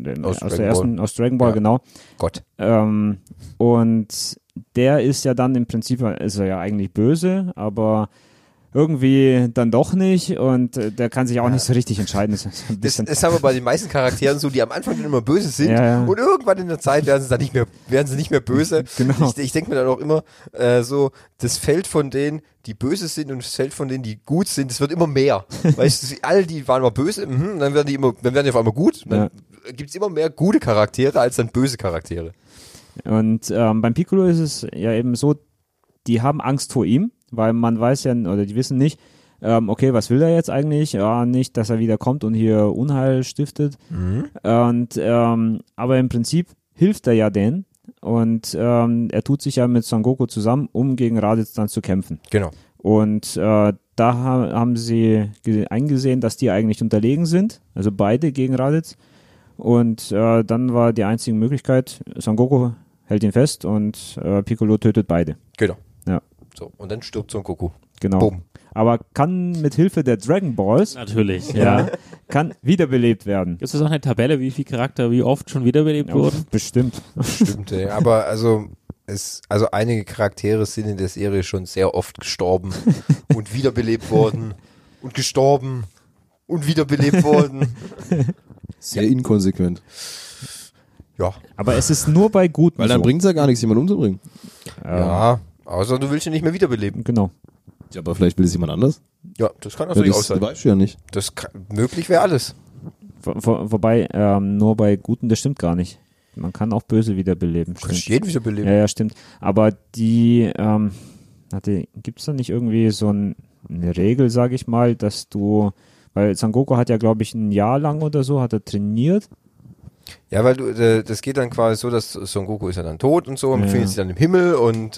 S3: Dragon Ball,
S1: Ja.
S3: genau.
S1: Gott.
S3: Und der ist ja dann im Prinzip, ist er ja eigentlich böse, aber irgendwie dann doch nicht und der kann sich auch nicht so richtig entscheiden. Das ist ein bisschen,
S1: Das haben wir bei den meisten Charakteren so, die am Anfang dann immer böse sind
S3: Ja.
S1: und irgendwann in der Zeit werden sie nicht mehr böse.
S3: Genau.
S1: Ich denke mir dann auch immer so, das Feld von denen, die böse sind und das Feld von denen, die gut sind, das wird immer mehr. Weißt du, alle, die waren mal böse, dann werden die auf einmal gut. Und dann gibt's immer mehr gute Charaktere als dann böse Charaktere.
S3: Und beim Piccolo ist es ja eben so, die haben Angst vor ihm, weil man weiß ja, oder die wissen nicht, okay, was will er jetzt eigentlich? Ja, nicht, dass er wieder kommt und hier Unheil stiftet. Und aber im Prinzip hilft er ja denen und er tut sich ja mit Son Goku zusammen, um gegen Raditz dann zu kämpfen.
S1: Genau.
S3: Und da haben sie eingesehen, dass die eigentlich unterlegen sind, also beide gegen Raditz. Und dann war die einzige Möglichkeit, Son Goku hält ihn fest und Piccolo tötet beide.
S1: Genau.
S3: Ja,
S1: So, und dann stirbt Son Goku.
S3: genau.
S1: Bumm.
S3: Aber kann mit Hilfe der Dragon Balls
S4: Natürlich, ja.
S3: kann wiederbelebt werden.
S4: Gibt es auch eine Tabelle, wie viel Charakter, wie oft schon wiederbelebt wurden?
S3: Bestimmt.
S1: Stimmt, ey. Aber also einige Charaktere sind in der Serie schon sehr oft gestorben und wiederbelebt worden und gestorben und wiederbelebt worden.
S2: Sehr inkonsequent.
S1: Ja.
S3: Aber es ist nur bei Guten
S2: Weil dann
S3: so.
S2: bringt es ja gar nichts, jemanden umzubringen.
S1: Ja, außer du willst ihn nicht mehr wiederbeleben.
S3: Genau.
S2: Ja, aber vielleicht will es jemand anders.
S1: Ja, das kann
S2: Ja,
S1: natürlich auch
S2: das
S1: sein.
S2: weißt du ja nicht.
S1: Möglich wäre alles.
S3: Wobei, nur bei Guten, das stimmt gar nicht. Man kann auch Böse wiederbeleben.
S1: Du kannst
S3: Stimmt.
S1: jeden wiederbeleben.
S3: Ja, stimmt. Aber die, gibt es da nicht irgendwie so eine Regel, sage ich mal, dass du, weil Son Goku hat ja, glaube ich, ein Jahr lang oder so, hat er trainiert.
S1: Ja, weil das geht dann quasi so, dass Son Goku ist ja dann tot und so und
S3: Ja.
S1: befindet sich dann im Himmel und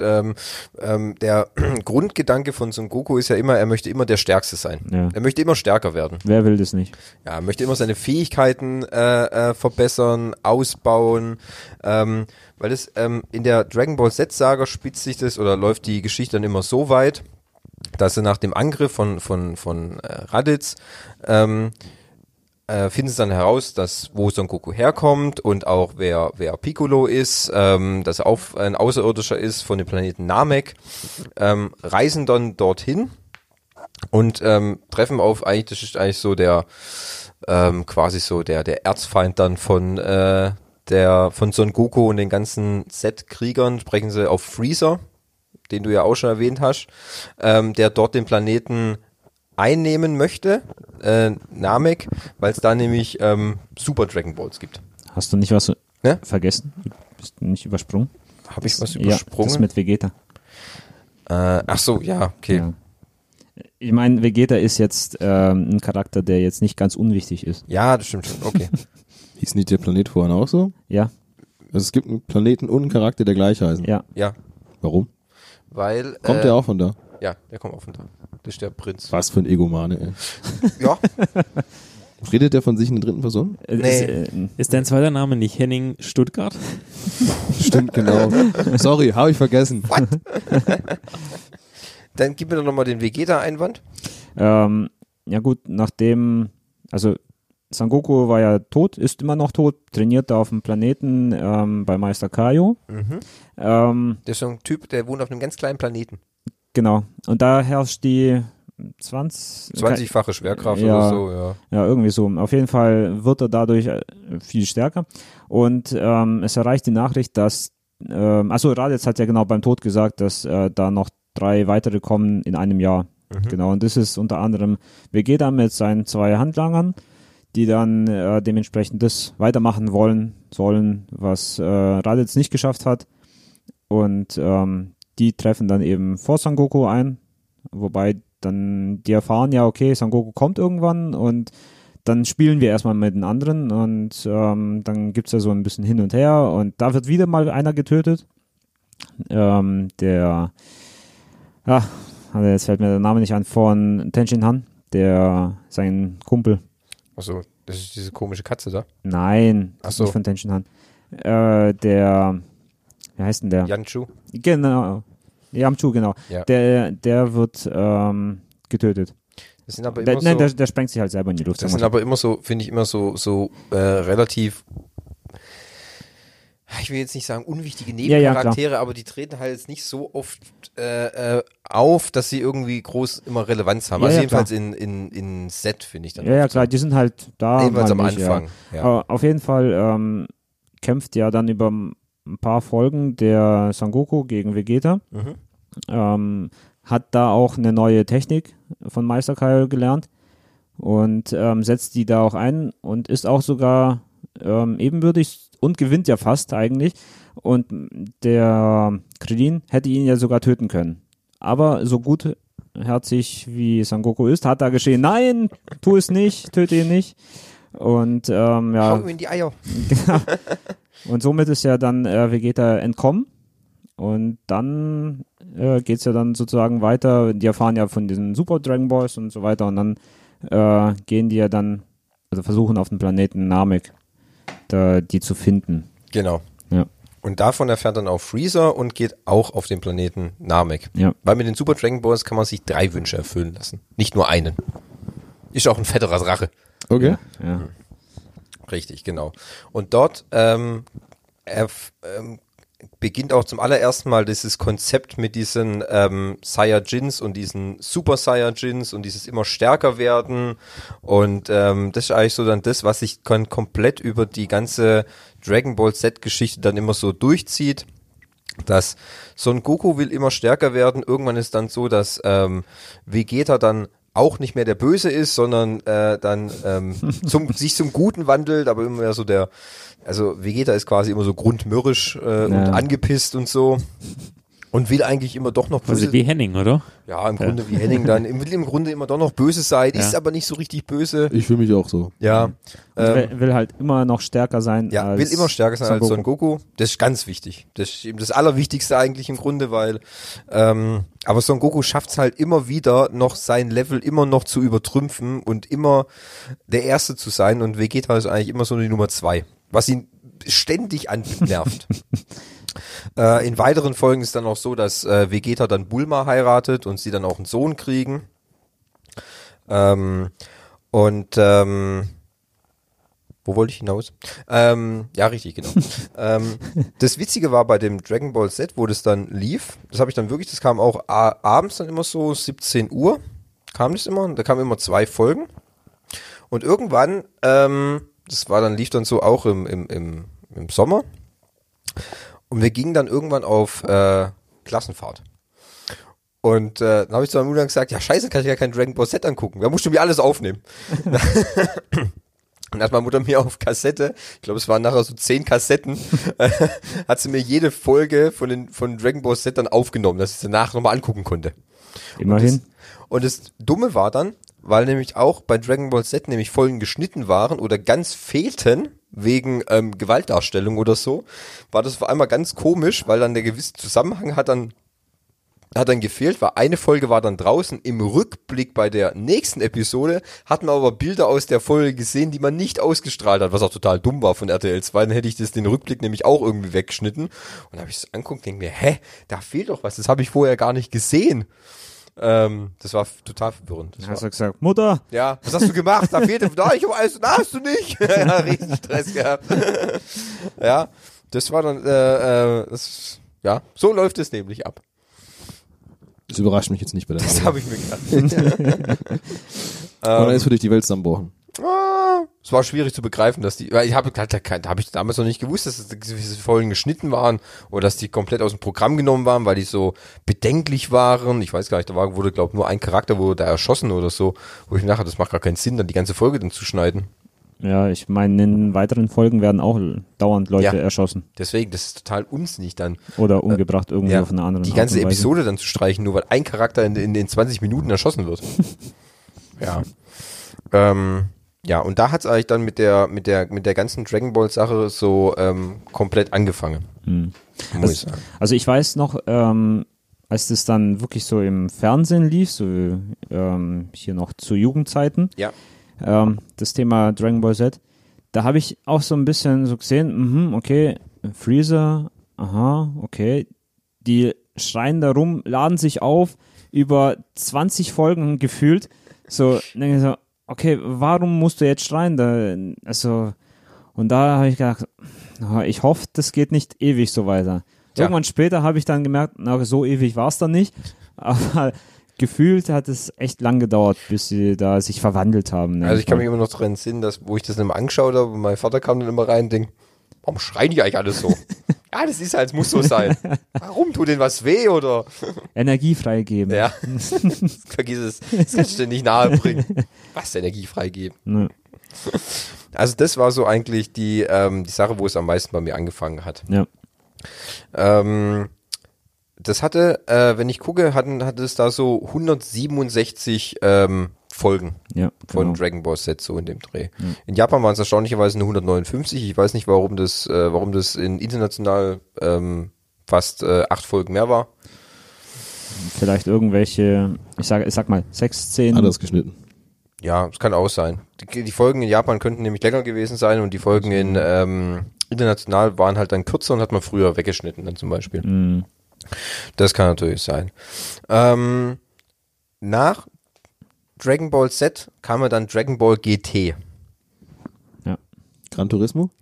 S1: der Grundgedanke von Son Goku ist ja immer, er möchte immer der Stärkste sein.
S3: Ja.
S1: Er möchte immer stärker werden.
S3: Wer will das nicht?
S1: Ja, er möchte immer seine Fähigkeiten verbessern, ausbauen, weil das in der Dragon Ball Z-Saga spitzt sich das oder läuft die Geschichte dann immer so weit, dass er nach dem Angriff von Raditz finden sie dann heraus, dass wo Son Goku herkommt und auch wer Piccolo ist, dass er auch ein Außerirdischer ist von dem Planeten Namek, reisen dann dorthin und treffen auf das ist eigentlich so der quasi so der Erzfeind dann von Son Goku und den ganzen Z-Kriegern, sprechen sie auf Freezer, den du ja auch schon erwähnt hast, der dort den Planeten einnehmen möchte, Namek, weil es da nämlich Super Dragon Balls gibt.
S3: Hast du nicht was
S1: Ne?
S3: vergessen? Bist du nicht übersprungen?
S1: Habe ich was
S3: Ja,
S1: übersprungen?
S3: das mit Vegeta.
S1: Ach so, ja, okay.
S3: Ja. Ich meine, Vegeta ist jetzt ein Charakter, der jetzt nicht ganz unwichtig ist.
S1: Ja, das stimmt schon, okay.
S2: Hieß nicht der Planet vorhin auch so?
S3: Ja,
S2: Also es gibt einen Planeten und einen Charakter, der gleich heißen.
S3: ja.
S1: Ja,
S2: Warum?
S1: weil...
S2: Kommt der auch von da?
S1: Ja, der kommt auch von da. Das ist der Prinz.
S2: Was für ein Egomane, ey.
S1: Ja,
S2: Redet der von sich in der dritten Person?
S1: Nee.
S4: Ist dein zweiter Name nicht Henning Stuttgart?
S2: Stimmt, genau. Sorry, habe ich vergessen.
S1: dann gib mir doch nochmal den Vegeta-Einwand.
S3: Ja gut, nachdem, also Son Goku war ja tot, ist immer noch tot, trainiert da auf dem Planeten bei Meister Kaio.
S1: Der ist so ein Typ, der wohnt auf einem ganz kleinen Planeten.
S3: Genau, und da herrscht die
S1: 20-fache Schwerkraft
S3: Ja.
S1: oder so, ja.
S3: Ja, irgendwie so. Auf jeden Fall wird er dadurch viel stärker. Und es erreicht die Nachricht, dass, Raditz hat ja genau beim Tod gesagt, dass da noch 3 weitere kommen in einem Jahr. Genau, und das ist unter anderem Vegeta mit seinen 2 Handlangern, die dann dementsprechend das weitermachen sollen, was Raditz nicht geschafft hat. Und die treffen dann eben vor Son Goku ein, wobei dann die erfahren ja, okay, Son Goku kommt irgendwann und dann spielen wir erstmal mit den anderen und dann gibt's ja so ein bisschen hin und her und da wird wieder mal einer getötet. Jetzt fällt mir der Name nicht an, von Tenshin Han, sein Kumpel.
S1: Achso, das ist diese komische Katze da?
S3: Nein,
S1: Ach
S3: das
S1: so.
S3: ist nicht von Tenshin Han. Wie heißt denn der?
S1: Yanchu?
S3: Genau, Yamchu, genau.
S1: Ja.
S3: Der wird getötet.
S1: Das sind aber immer
S3: Der sprengt sich halt selber in die Luft.
S1: das sind aber immer so, finde ich, immer so relativ, ich will jetzt nicht sagen unwichtige Nebencharaktere, aber die treten halt jetzt nicht so oft auf, dass sie irgendwie groß immer Relevanz haben.
S3: Ja,
S1: also
S3: ja,
S1: jedenfalls in Set, finde ich dann.
S3: Ja,
S1: oft
S3: klar, die sind halt da.
S1: Jedenfalls
S3: mal
S1: am
S3: nicht,
S1: Anfang. Ja.
S3: Aber auf jeden Fall kämpft ja dann über ein paar Folgen der Son Goku gegen Vegeta. Hat da auch eine neue Technik von Meister Kyle gelernt und setzt die da auch ein und ist auch sogar ebenbürtig und gewinnt ja fast eigentlich. Und der Krillin hätte ihn ja sogar töten können. Aber so gutherzig wie Son Goku ist, hat er geschrien, nein, tu es nicht, töte ihn nicht. Und
S1: Hau ihm in die Eier.
S3: und somit ist ja dann Vegeta entkommen. Und dann geht's ja dann sozusagen weiter. Die erfahren ja von diesen Super Dragon Balls und so weiter. Und dann gehen die ja dann, also versuchen auf dem Planeten Namek die zu finden.
S1: Genau.
S3: Ja.
S1: Und davon erfährt dann auch Freezer und geht auch auf den Planeten Namek.
S3: Ja.
S1: Weil mit den Super Dragon Balls kann man sich 3 Wünsche erfüllen lassen. Nicht nur einen. Ist auch ein fetterer Rache.
S2: Okay.
S3: Ja.
S1: Richtig, genau. Und dort beginnt auch zum allerersten Mal dieses Konzept mit diesen Saiyajins und diesen Super Saiyajins und dieses immer stärker werden. Und das ist eigentlich so dann das, was sich komplett über die ganze Dragon Ball Z-Geschichte dann immer so durchzieht. Dass Son Goku will immer stärker werden. Irgendwann ist dann so, dass Vegeta dann auch nicht mehr der Böse ist, sondern dann sich zum Guten wandelt, aber immer mehr so also Vegeta ist quasi immer so grundmürrisch und angepisst und so und will eigentlich immer doch noch böse.
S4: Also wie Henning, oder?
S1: Ja, im Grunde wie Henning dann. Will im Grunde immer doch noch böse sein, ist aber nicht so richtig böse.
S2: Ich fühle mich auch so.
S1: Ja.
S3: Will halt immer noch stärker sein.
S1: Ja, will immer stärker sein als Son Goku. Das ist ganz wichtig. Das ist eben das Allerwichtigste eigentlich im Grunde, weil aber Son Goku schafft es halt immer wieder noch sein Level immer noch zu übertrümpfen und immer der Erste zu sein und Vegeta ist eigentlich immer so die Nummer 2, was ihn ständig annervt. In weiteren Folgen ist dann auch so, dass Vegeta dann Bulma heiratet und sie dann auch einen Sohn kriegen. Wo wollte ich hinaus? Ja, richtig, genau. Das Witzige war bei dem Dragon Ball Z, wo das dann lief, das kam auch abends dann immer so 17 Uhr, kam das immer, und da kamen immer 2 Folgen. Und irgendwann, lief dann so auch im Sommer. Und wir gingen dann irgendwann auf Klassenfahrt. Und dann habe ich zu meinem Bruder gesagt, ja scheiße, kann ich ja kein Dragon Ball Z angucken. Da musst du mir alles aufnehmen. Und hat meine Mutter mir auf Kassette, ich glaube es waren nachher so 10 Kassetten, hat sie mir jede Folge von Dragon Ball Z dann aufgenommen, dass ich es danach nochmal angucken konnte.
S3: Immerhin.
S1: Und das Dumme war dann, weil nämlich auch bei Dragon Ball Z nämlich Folgen geschnitten waren oder ganz fehlten, wegen Gewaltdarstellung oder so, war das auf einmal ganz komisch, weil dann der gewisse Zusammenhang hat dann gefehlt, weil eine Folge war dann draußen. Im Rückblick bei der nächsten Episode hat man aber Bilder aus der Folge gesehen, die man nicht ausgestrahlt hat, was auch total dumm war von RTL 2. Dann hätte ich den Rückblick nämlich auch irgendwie weggeschnitten. Und dann habe ich es angeguckt und denke mir, da fehlt doch was, das habe ich vorher gar nicht gesehen. Das war total verwirrend.
S3: Hast du gesagt, Mutter?
S1: Ja, was hast du gemacht? Da fehlt ich habe alles, da hast du nicht. Ja, riesen Stress gehabt. Ja, das war dann, so läuft es nämlich ab.
S2: Das überrascht mich jetzt nicht bei der
S1: Das
S2: Frage.
S1: habe ich mir gedacht.
S2: Oder ist für dich die Welt zusammenbrochen?
S1: Es war schwierig zu begreifen, weil ich habe damals noch nicht gewusst, dass diese Folgen geschnitten waren oder dass die komplett aus dem Programm genommen waren, weil die so bedenklich waren. Ich weiß gar nicht, wurde glaube ich nur ein Charakter wurde da erschossen oder so, wo ich mir dachte, das macht gar keinen Sinn, dann die ganze Folge dann zu schneiden.
S3: Ja, ich meine, in weiteren Folgen werden auch dauernd Leute erschossen.
S1: Deswegen, das ist total unsinnig dann.
S3: Oder umgebracht irgendwie auf eine andere
S1: Die ganze
S3: Art und Weise.
S1: Episode dann zu streichen, nur weil ein Charakter in den 20 Minuten erschossen wird. Ja. Ja, und da hat es eigentlich dann mit der ganzen Dragon Ball Sache so komplett angefangen. Muss ich sagen.
S3: Also ich weiß noch, als das dann wirklich so im Fernsehen lief, so hier noch zu Jugendzeiten,
S1: Ja.
S3: das Thema Dragon Ball Z, da habe ich auch so ein bisschen so gesehen, okay, Freezer, aha, okay, die schreien da rum, laden sich auf, über 20 Folgen gefühlt, so, denke ich so, okay, warum musst du jetzt schreien? Und da habe ich gedacht, ich hoffe, das geht nicht ewig so weiter.
S1: Ja.
S3: Irgendwann später habe ich dann gemerkt, so ewig war es dann nicht, aber gefühlt hat es echt lang gedauert, bis sie da sich verwandelt haben. Ne?
S1: Also ich kann mich immer noch dran entsinnen, wo ich das immer angeschaut habe und mein Vater kam dann immer rein und denkt, warum schreien die eigentlich alle so? Ja, das ist halt, es muss so sein. Warum? Tut denen was weh oder?
S3: Energie freigeben.
S1: Ja, vergiss es. Das kannst du dir nicht nahebringen. Was, Energie freigeben?
S3: Ne.
S1: Also das war so eigentlich die Sache, wo es am meisten bei mir angefangen hat.
S3: Ja.
S1: Das hatte, wenn ich gucke, hatte es da so 167 Folgen
S3: Ja,
S1: von
S3: genau.
S1: Dragon Ball Z so in dem Dreh. In Japan waren es erstaunlicherweise nur 159. Ich weiß nicht, warum das in international fast 8 Folgen mehr war.
S3: Vielleicht irgendwelche, ich sag mal, 6, 10.
S2: Anders geschnitten.
S1: Ja, es kann auch sein. Die Folgen in Japan könnten nämlich länger gewesen sein und die Folgen in international waren halt dann kürzer und hat man früher weggeschnitten dann zum Beispiel. Das kann natürlich sein. Nach Dragon Ball Z kam dann Dragon Ball GT.
S2: Gran Turismo?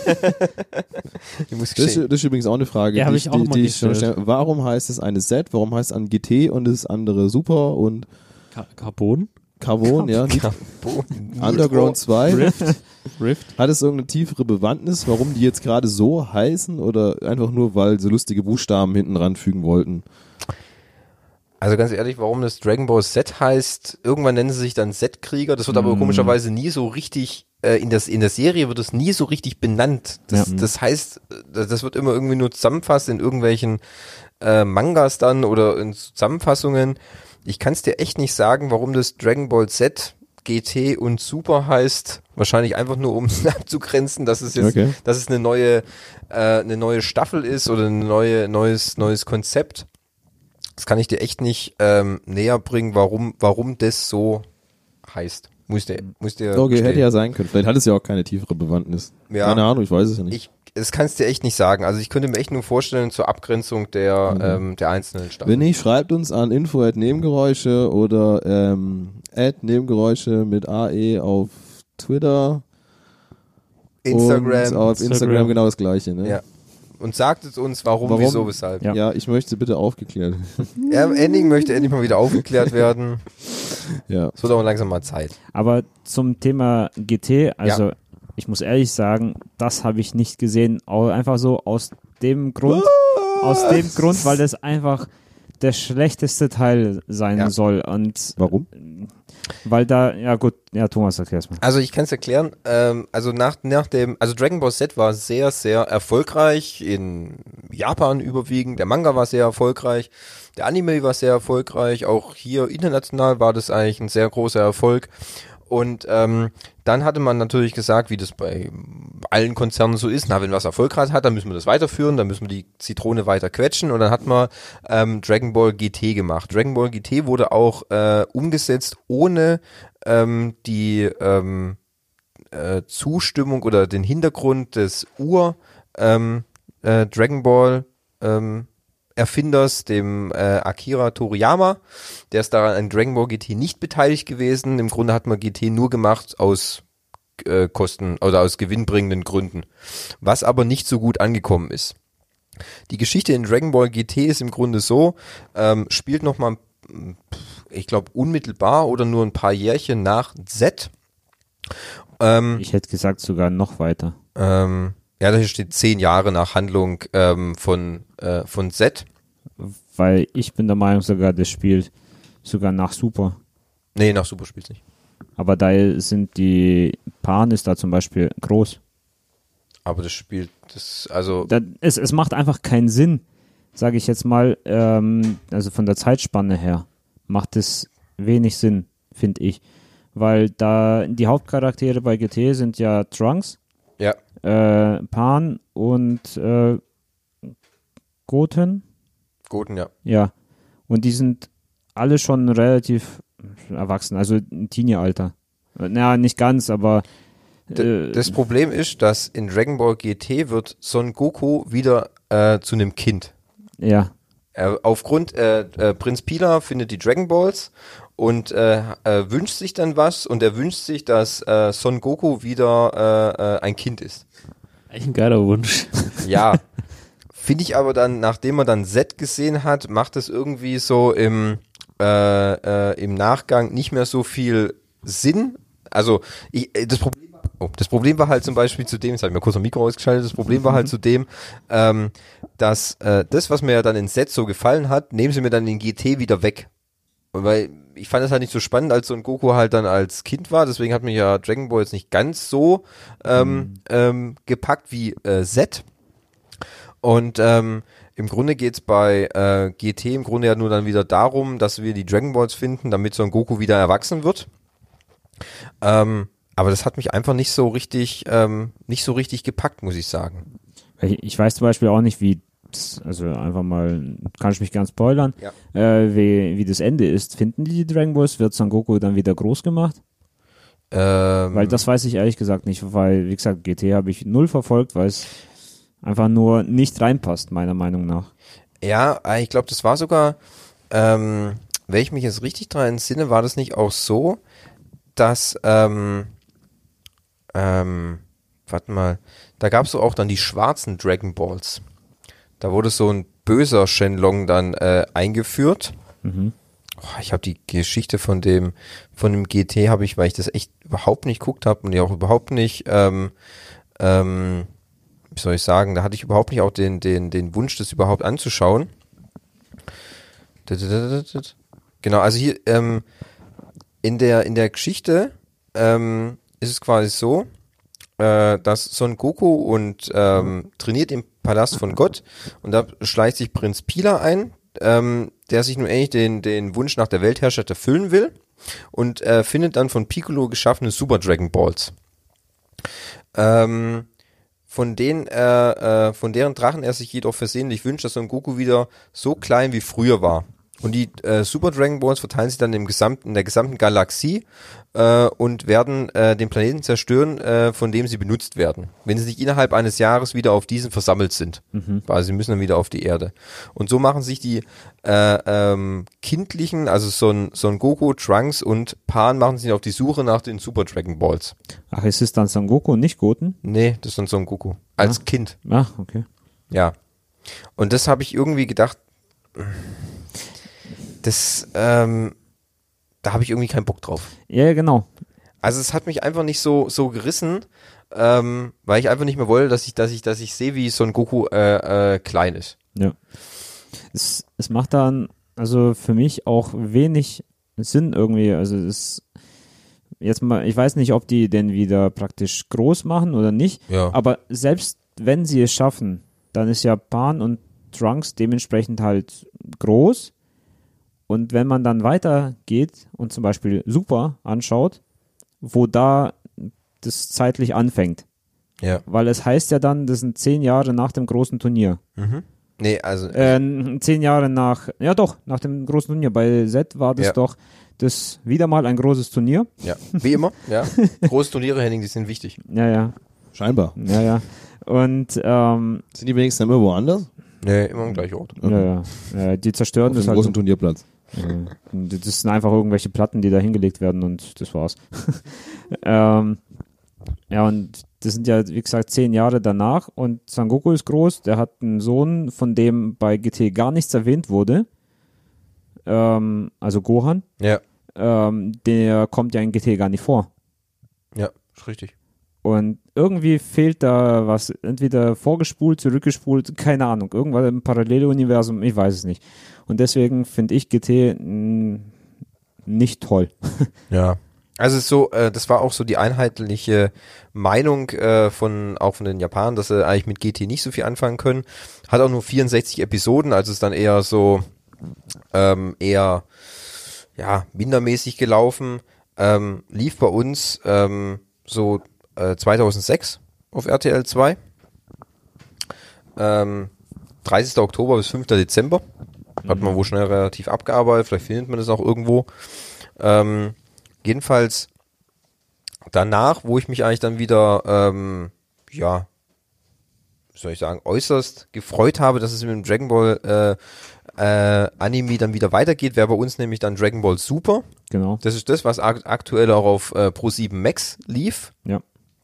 S1: Ich muss
S2: Das
S1: gestehen,
S2: ist übrigens auch eine Frage,
S4: Ja, hab ich auch mal
S2: ich schon
S4: gestellt.
S2: stelle. Warum heißt es eine Z? Warum heißt es ein GT und das andere Super und
S4: Carbon?
S2: Carbon, ja? Underground 2?
S4: Rift?
S2: Hat es irgendeine tiefere Bewandtnis, warum die jetzt gerade so heißen oder einfach nur, weil sie lustige Buchstaben hinten ranfügen wollten?
S1: Also ganz ehrlich, warum das Dragon Ball Z heißt, irgendwann nennen sie sich dann Z-Krieger, das wird aber komischerweise nie so richtig, in der Serie wird es nie so richtig benannt. Das heißt, das wird immer irgendwie nur zusammenfasst in irgendwelchen Mangas dann oder in Zusammenfassungen. Ich kann es dir echt nicht sagen, warum das Dragon Ball Z, GT und Super heißt. Wahrscheinlich einfach nur, um es abzugrenzen, dass es jetzt, dass es eine neue Staffel ist oder ein neues Konzept. Das kann ich dir echt nicht näher bringen, warum das so heißt. Muss dir
S2: Okay,
S1: gestehen.
S2: hätte ja sein können. Vielleicht hat es ja auch keine tiefere Bewandtnis.
S1: Ja.
S2: Keine Ahnung, ich weiß es ja nicht.
S1: Das kannst du dir echt nicht sagen. Also ich könnte mir echt nur vorstellen zur Abgrenzung der einzelnen Staffeln.
S2: Wenn nicht, schreibt uns an info@nebengeräusche oder @nebengeräusche mit AE auf Twitter.
S1: Instagram.
S2: Und auf Instagram genau das gleiche, ne?
S1: Ja. Und sagt es uns, warum, wieso, weshalb.
S3: Ja.
S2: Ja, ich möchte bitte aufgeklärt.
S1: Ending möchte endlich mal wieder aufgeklärt werden.
S2: Ja.
S1: Es wird aber langsam mal Zeit.
S3: Aber zum Thema GT, also ich muss ehrlich sagen, das habe ich nicht gesehen. Einfach so aus dem Grund, weil das einfach der schlechteste Teil sein soll. Und
S2: Warum?
S3: weil da, ja gut, ja Thomas, erklär's mal.
S1: Also ich kann es erklären, also also Dragon Ball Z war sehr, sehr erfolgreich, in Japan überwiegend, der Manga war sehr erfolgreich, der Anime war sehr erfolgreich, auch hier international war das eigentlich ein sehr großer Erfolg. Und dann hatte man natürlich gesagt, wie das bei allen Konzernen so ist, wenn was erfolgreich hat, dann müssen wir das weiterführen, dann müssen wir die Zitrone weiter quetschen und dann hat man Dragon Ball GT gemacht. Dragon Ball GT wurde auch umgesetzt ohne die Zustimmung oder den Hintergrund des Dragon Ball Erfinders, dem Akira Toriyama. Der ist daran an Dragon Ball GT nicht beteiligt gewesen. Im Grunde hat man GT nur gemacht aus Kosten oder aus gewinnbringenden Gründen. Was aber nicht so gut angekommen ist. Die Geschichte in Dragon Ball GT ist im Grunde so, spielt nochmal, ich glaube, unmittelbar oder nur ein paar Jährchen nach Z.
S3: Ich hätte gesagt sogar noch weiter.
S1: Ja, da steht 10 Jahre nach Handlung von Z.
S3: Weil ich bin der Meinung sogar, das spielt sogar nach Super.
S1: Nee, nach Super spielt's nicht.
S3: Aber da sind die Pan ist da zum Beispiel groß.
S1: Aber das spielt, also...
S3: Es macht einfach keinen Sinn, sage ich jetzt mal, also von der Zeitspanne her macht es wenig Sinn, finde ich. weil da die Hauptcharaktere bei GT sind ja Trunks,
S1: Ja.
S3: Pan und Goten.
S1: Goten, ja.
S3: Ja. Und die sind alle schon relativ erwachsen, also im Teenie-Alter. Naja, nicht ganz, aber
S1: Das Problem ist, dass in Dragon Ball GT wird Son Goku wieder zu einem Kind.
S3: ja.
S1: Aufgrund, Prinz Pilaf findet die Dragon Balls und wünscht sich dann was und er wünscht sich, dass Son Goku wieder ein Kind ist.
S4: Echt ein geiler Wunsch.
S1: Ja, finde ich aber dann, nachdem man dann Z gesehen hat, macht es irgendwie so im Nachgang nicht mehr so viel Sinn. Also das Problem war halt zum Beispiel zu dem, jetzt habe ich mir kurz ein Mikro ausgeschaltet, das Problem war halt zu dem, dass das, was mir ja dann in Z so gefallen hat, nehmen sie mir dann in GT wieder weg. Weil ich fand es halt nicht so spannend, als Son Goku halt dann als Kind war, deswegen hat mich ja Dragon Ball jetzt nicht ganz so gepackt wie Z. Und im Grunde geht's bei GT im Grunde ja nur dann wieder darum, dass wir die Dragon Balls finden, damit Son Goku wieder erwachsen wird. Aber das hat mich einfach nicht so richtig gepackt, muss ich sagen.
S3: Ich weiß zum Beispiel auch nicht, wie also einfach mal, kann ich mich ganz spoilern,
S1: Ja.
S3: wie das Ende ist. Finden die Dragon Balls? Wird Son Goku dann wieder groß gemacht? Weil das weiß ich ehrlich gesagt nicht, weil, wie gesagt, GT habe ich null verfolgt, weil es einfach nur nicht reinpasst, meiner Meinung nach.
S1: Ja, ich glaube, das war sogar, wenn ich mich jetzt richtig dran entsinne, war das nicht auch so, dass, warte mal, da gab es so auch dann die schwarzen Dragon Balls. Da wurde so ein böser Shenlong dann eingeführt. Ich habe die Geschichte von dem GT habe ich, weil ich das echt überhaupt nicht geguckt habe und ja auch überhaupt nicht, wie soll ich sagen, da hatte ich überhaupt nicht auch den Wunsch, das überhaupt anzuschauen. Genau, also hier in der Geschichte ist es quasi so, dass Son Goku und trainiert im Palast von Gott und da schleicht sich Prinz Pilaf ein, der sich nun endlich den Wunsch nach der Weltherrschaft erfüllen will und findet dann von Piccolo geschaffene Super Dragon Balls. Von deren Drachen er sich jedoch versehentlich wünscht, dass Son Goku wieder so klein wie früher war. Und die Super Dragon Balls verteilen sich dann in der gesamten Galaxie und werden den Planeten zerstören, von dem sie benutzt werden. Wenn sie nicht innerhalb eines Jahres wieder auf diesen versammelt sind. Also sie müssen dann wieder auf die Erde. Und so machen sich die kindlichen, also Son Goku, Trunks und Pan machen sich auf die Suche nach den Super Dragon Balls.
S3: Ach, ist es dann Son Goku und nicht Goten?
S1: Nee, das ist dann Son Goku. Als Kind.
S3: Ach, okay.
S1: Ja. Und das habe ich irgendwie gedacht, da habe ich irgendwie keinen Bock drauf.
S3: Ja, genau.
S1: Also es hat mich einfach nicht so gerissen, weil ich einfach nicht mehr wollte, dass ich sehe, wie Son Goku klein ist.
S3: Ja. Es macht dann also für mich auch wenig Sinn irgendwie. Also es jetzt mal, ich weiß nicht, ob die den wieder praktisch groß machen oder nicht.
S1: Ja.
S3: Aber selbst wenn sie es schaffen, dann ist ja Pan und Trunks dementsprechend halt groß. Und wenn man dann weitergeht und zum Beispiel Super anschaut, wo da das zeitlich anfängt.
S1: Ja.
S3: Weil es heißt ja dann, das sind 10 Jahre nach dem großen Turnier.
S1: Nee, also
S3: 10 Jahre nach dem großen Turnier. Bei Z war das doch das wieder mal ein großes Turnier.
S1: ja, wie immer, ja. Große Turniere, Henning, die sind wichtig.
S3: Ja.
S2: Scheinbar.
S3: Ja. Und
S2: Sind die wenigstens immer woanders?
S1: Nee, immer am gleichen Ort.
S3: die zerstören
S2: Auf
S3: das
S2: dem
S3: halt.
S2: großen Turnierplatz.
S3: Das sind einfach irgendwelche Platten, die da hingelegt werden und das war's. Ja, und das sind ja, wie gesagt, 10 Jahre danach und Son Goku ist groß, der hat einen Sohn, von dem bei GT gar nichts erwähnt wurde. Also Gohan.
S1: Ja.
S3: Der kommt ja in GT gar nicht vor.
S1: Ja, ist richtig.
S3: Und irgendwie fehlt da was, entweder vorgespult, zurückgespult, keine Ahnung, irgendwas im Paralleluniversum, ich weiß es nicht. Und deswegen finde ich GT nicht toll.
S1: Ja. Also so, das war auch so die einheitliche Meinung von den Japanern, dass sie eigentlich mit GT nicht so viel anfangen können. Hat auch nur 64 Episoden, also ist dann eher so mindermäßig gelaufen. lief bei uns 2006 auf RTL 2. 30. Oktober bis 5. Dezember. Hat man wohl schnell relativ abgearbeitet, vielleicht findet man das auch irgendwo. Jedenfalls danach, wo ich mich eigentlich dann wieder, wie soll ich sagen, äußerst gefreut habe, dass es mit dem Dragon Ball Anime dann wieder weitergeht, wäre bei uns nämlich dann Dragon Ball Super.
S3: Genau.
S1: Das ist das, was aktuell auch auf Pro7 Max lief.
S3: Ja.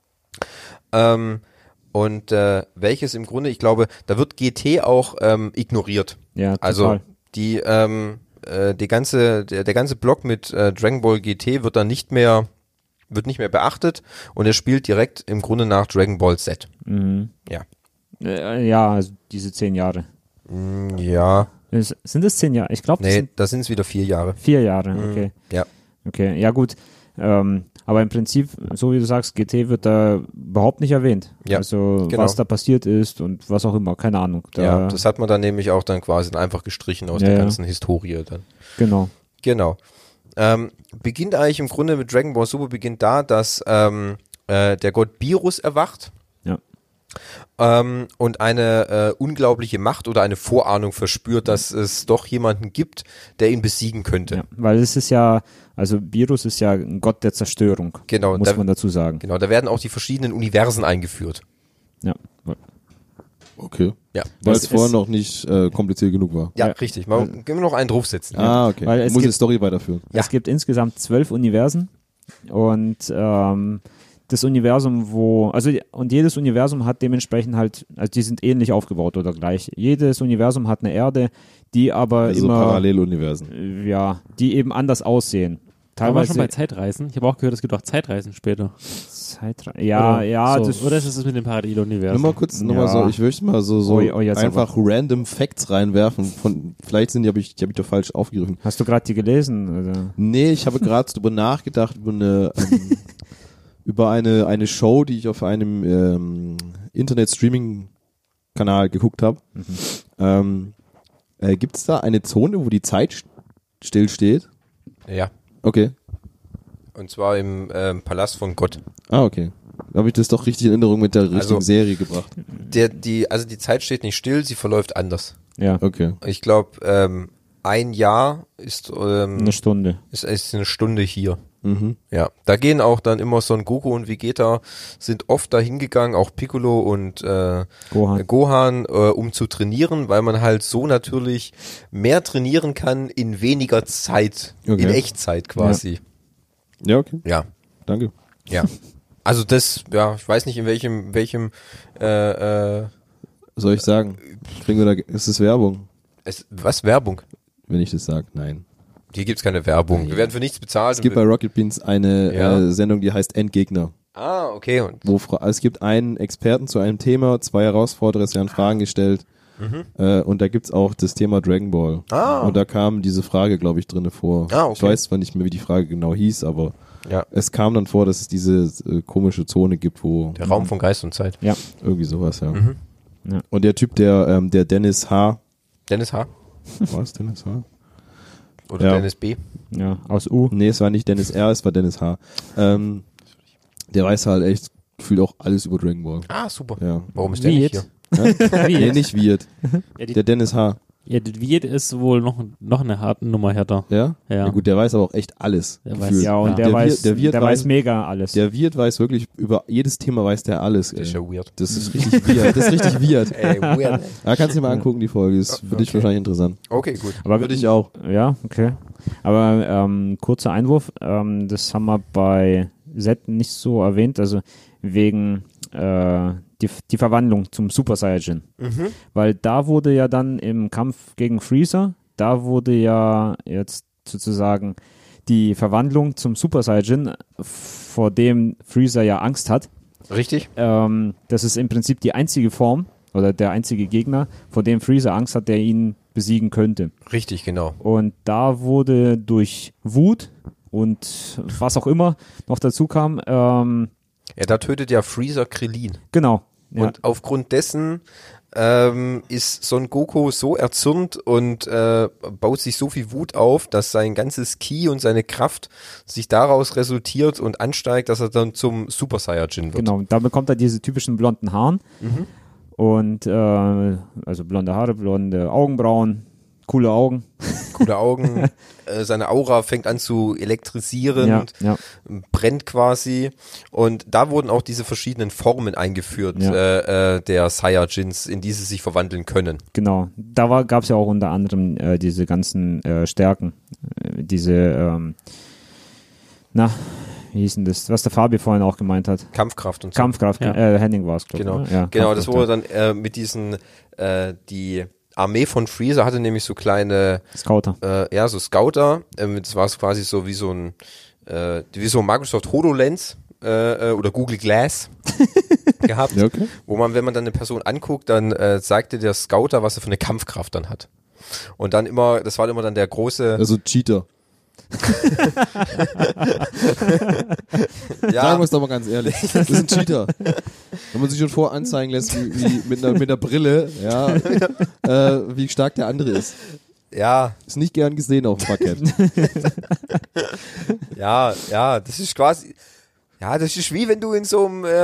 S1: Und welches im Grunde, ich glaube, da wird GT auch ignoriert.
S3: Ja, total.
S1: Also der ganze Block mit Dragon Ball GT wird dann nicht mehr beachtet und er spielt direkt im Grunde nach Dragon Ball Z.
S3: Mhm.
S1: Ja.
S3: Ja, also diese 10 Jahre.
S1: Ja.
S3: Sind es 10 Jahre? Ich glaube,
S1: Nee, da sind es wieder 4 Jahre.
S3: 4 Jahre, okay.
S1: Ja.
S3: Okay, ja gut. Aber im Prinzip, so wie du sagst, GT wird da überhaupt nicht erwähnt.
S1: Ja,
S3: also
S1: genau.
S3: was da passiert ist und was auch immer, keine Ahnung.
S1: Ja, das hat man dann nämlich auch dann quasi einfach gestrichen aus der ganzen Historie dann.
S3: Genau.
S1: Genau. Beginnt eigentlich im Grunde mit Dragon Ball Super beginnt da, dass der Gott Beerus erwacht.
S3: Ja.
S1: Und eine unglaubliche Macht oder eine Vorahnung verspürt, dass es doch jemanden gibt, der ihn besiegen könnte.
S3: Ja, weil es ist ja, also Beerus ist ja ein Gott der Zerstörung,
S1: Genau,
S3: muss man dazu sagen.
S1: Genau, da werden auch die verschiedenen Universen eingeführt.
S3: Ja.
S2: Okay.
S1: Ja.
S2: Weil
S3: Das
S2: es vorher
S3: ist-
S2: noch nicht kompliziert genug war.
S1: Ja, richtig. Können wir noch einen draufsetzen.
S2: Ah, okay.
S3: Weil es
S2: Muss die
S3: gibt-
S2: Story weiterführen.
S1: Ja.
S3: Es gibt insgesamt 12 Universen und das Universum, und jedes Universum hat dementsprechend halt, also die sind ähnlich aufgebaut oder gleich. Jedes Universum hat eine Erde, die aber
S2: Also
S3: immer,
S2: Paralleluniversen.
S3: die eben anders aussehen.
S4: Aber schon
S3: Teilweise
S4: bei Zeitreisen. Ich habe auch gehört, es gibt auch Zeitreisen später.
S3: Ja,
S4: so.
S3: das
S4: Oder ist es das mit den Paralleluniversen?
S2: Nur mal kurz,
S3: Ja.
S2: nochmal so, ich möchte mal so
S3: Jetzt
S2: einfach random Facts reinwerfen. Vielleicht die hab ich doch falsch aufgegriffen.
S3: Hast du gerade die gelesen? Oder?
S2: Nee, ich habe gerade darüber nachgedacht, über eine Show, die ich auf einem Internet-Streaming-Kanal geguckt habe. Gibt es da eine Zone, wo die Zeit stillsteht?
S1: Ja.
S2: Okay.
S1: Und zwar im Palast von Gott.
S2: Ah, okay. Da habe ich das doch richtig in Erinnerung mit der richtigen Serie gebracht.
S1: Die Zeit steht nicht still, sie verläuft anders.
S3: Ja,
S2: Okay.
S1: Ich glaube, ein Jahr ist
S3: eine Stunde.
S1: ist eine Stunde hier.
S2: Mhm.
S1: Ja, da gehen auch dann immer Son Goku und Vegeta sind oft dahin gegangen, auch Piccolo und Gohan, um zu trainieren, weil man halt so natürlich mehr trainieren kann in weniger Zeit,
S2: Okay.
S1: in Echtzeit quasi.
S2: Ja, okay.
S1: Ja,
S2: Danke.
S1: ja. Also das, ja, ich weiß nicht in welchem
S2: Soll ich sagen? Kriegen wir da, ist es Werbung,
S1: was Werbung?
S2: wenn ich das sage? Nein.
S1: Hier gibt's keine Werbung. Wir werden für nichts bezahlt.
S2: Es gibt bei Rocket Beans eine
S1: Ja.
S2: Sendung, die heißt Endgegner.
S1: Okay. Und
S2: Es gibt einen Experten zu einem Thema, 2 Herausforderer, es werden Fragen gestellt. Und da gibt's auch das Thema Dragon Ball. Und da kam diese Frage, glaube ich, drinne vor.
S1: Okay.
S2: Ich weiß zwar nicht mehr, wie die Frage genau hieß, aber
S1: ja,
S2: es kam dann vor, dass es diese komische Zone gibt, wo
S1: der Raum von Geist und Zeit.
S3: Ja,
S2: irgendwie sowas, ja.
S3: Ja.
S2: Und der Typ, der Dennis H.
S1: Dennis H.
S2: Was, Dennis H.?
S1: Oder
S2: Ja.
S1: Dennis B.
S3: ja, aus U.
S2: Nee, es war nicht Dennis R., es war Dennis H. Der weiß halt echt, gefühlt auch alles über Dragon Ball.
S1: Ah, super.
S2: Ja.
S1: Warum ist der nicht hier?
S2: Nee, nicht Wirt.
S4: Ja,
S2: Der Dennis H.
S4: ja, die Viet ist wohl noch eine harte Nummer härter.
S2: Ja?
S4: Ja.
S2: Gut, der weiß aber auch echt alles.
S4: Der
S2: gefühlt.
S4: weiß-
S3: Ja, und
S4: Ja.
S3: der,
S2: Der
S3: weiß,
S2: Wirt
S3: der weiß mega alles.
S2: Der Wirt weiß wirklich, über jedes Thema weiß der alles.
S1: Das ist
S2: Ey.
S1: ja weird.
S2: Das ist richtig weird. Das ist richtig weird.
S1: Ey, weird.
S2: Da kannst du dir mal angucken, die Folge. Ist für dich wahrscheinlich interessant.
S1: Okay, gut.
S3: Aber
S2: Für dich auch.
S3: Ja, okay. Aber kurzer Einwurf, das haben wir bei Z nicht so erwähnt, also wegen die Verwandlung zum Super Saiyajin. Weil da wurde ja dann im Kampf gegen Freezer, da wurde ja jetzt sozusagen die Verwandlung zum Super Saiyajin, vor dem Freezer ja Angst hat.
S1: Richtig?
S3: Das ist im Prinzip die einzige Form oder der einzige Gegner, vor dem Freezer Angst hat, der ihn besiegen könnte.
S1: Richtig, genau.
S3: Und da wurde durch Wut und was auch immer noch dazu kam,
S1: Ja, da tötet ja Freezer Krillin.
S3: genau. Ja,
S1: Und aufgrund dessen ist Son Goku so erzürnt und baut sich so viel Wut auf, dass sein ganzes Ki und seine Kraft sich daraus resultiert und ansteigt, dass er dann zum Super Saiyajin wird.
S3: Genau, da bekommt er diese typischen blonden Haaren und also blonde Haare, blonde Augenbrauen, coole Augen.
S1: Coole Augen, seine Aura fängt an zu elektrisieren,
S3: Ja.
S1: brennt quasi und da wurden auch diese verschiedenen Formen eingeführt der Saiyajins, in die sie sich verwandeln können.
S3: Genau, da gab es ja auch unter anderem diese ganzen Stärken, wie hieß denn das, was der Fabi vorhin auch gemeint hat?
S1: Kampfkraft und so.
S3: Kampfkraft,
S4: Ja.
S3: Henning war es, glaube
S1: Genau,
S3: ich. Ne? Ja,
S1: genau, das
S3: Kampfkraft,
S1: wurde dann mit diesen, die Armee von Freezer hatte nämlich so kleine,
S3: Scouter.
S1: so Scouter, das war quasi so wie so ein Microsoft HoloLens oder Google Glass gehabt,
S2: Ja, okay.
S1: wo man, wenn man dann eine Person anguckt, dann zeigte der Scouter, was er für eine Kampfkraft dann hat. Und dann das war immer dann der große,
S2: Also Cheater.
S1: ja,
S2: Sagen wir es doch mal ganz ehrlich. Das ist ein Cheater. Wenn man sich schon voranzeigen lässt, wie mit einer Brille, ja, wie stark der andere ist.
S1: ja,
S2: Ist nicht gern gesehen auf dem Parkett.
S1: ja, das ist quasi, ja, das ist wie wenn du in so einem,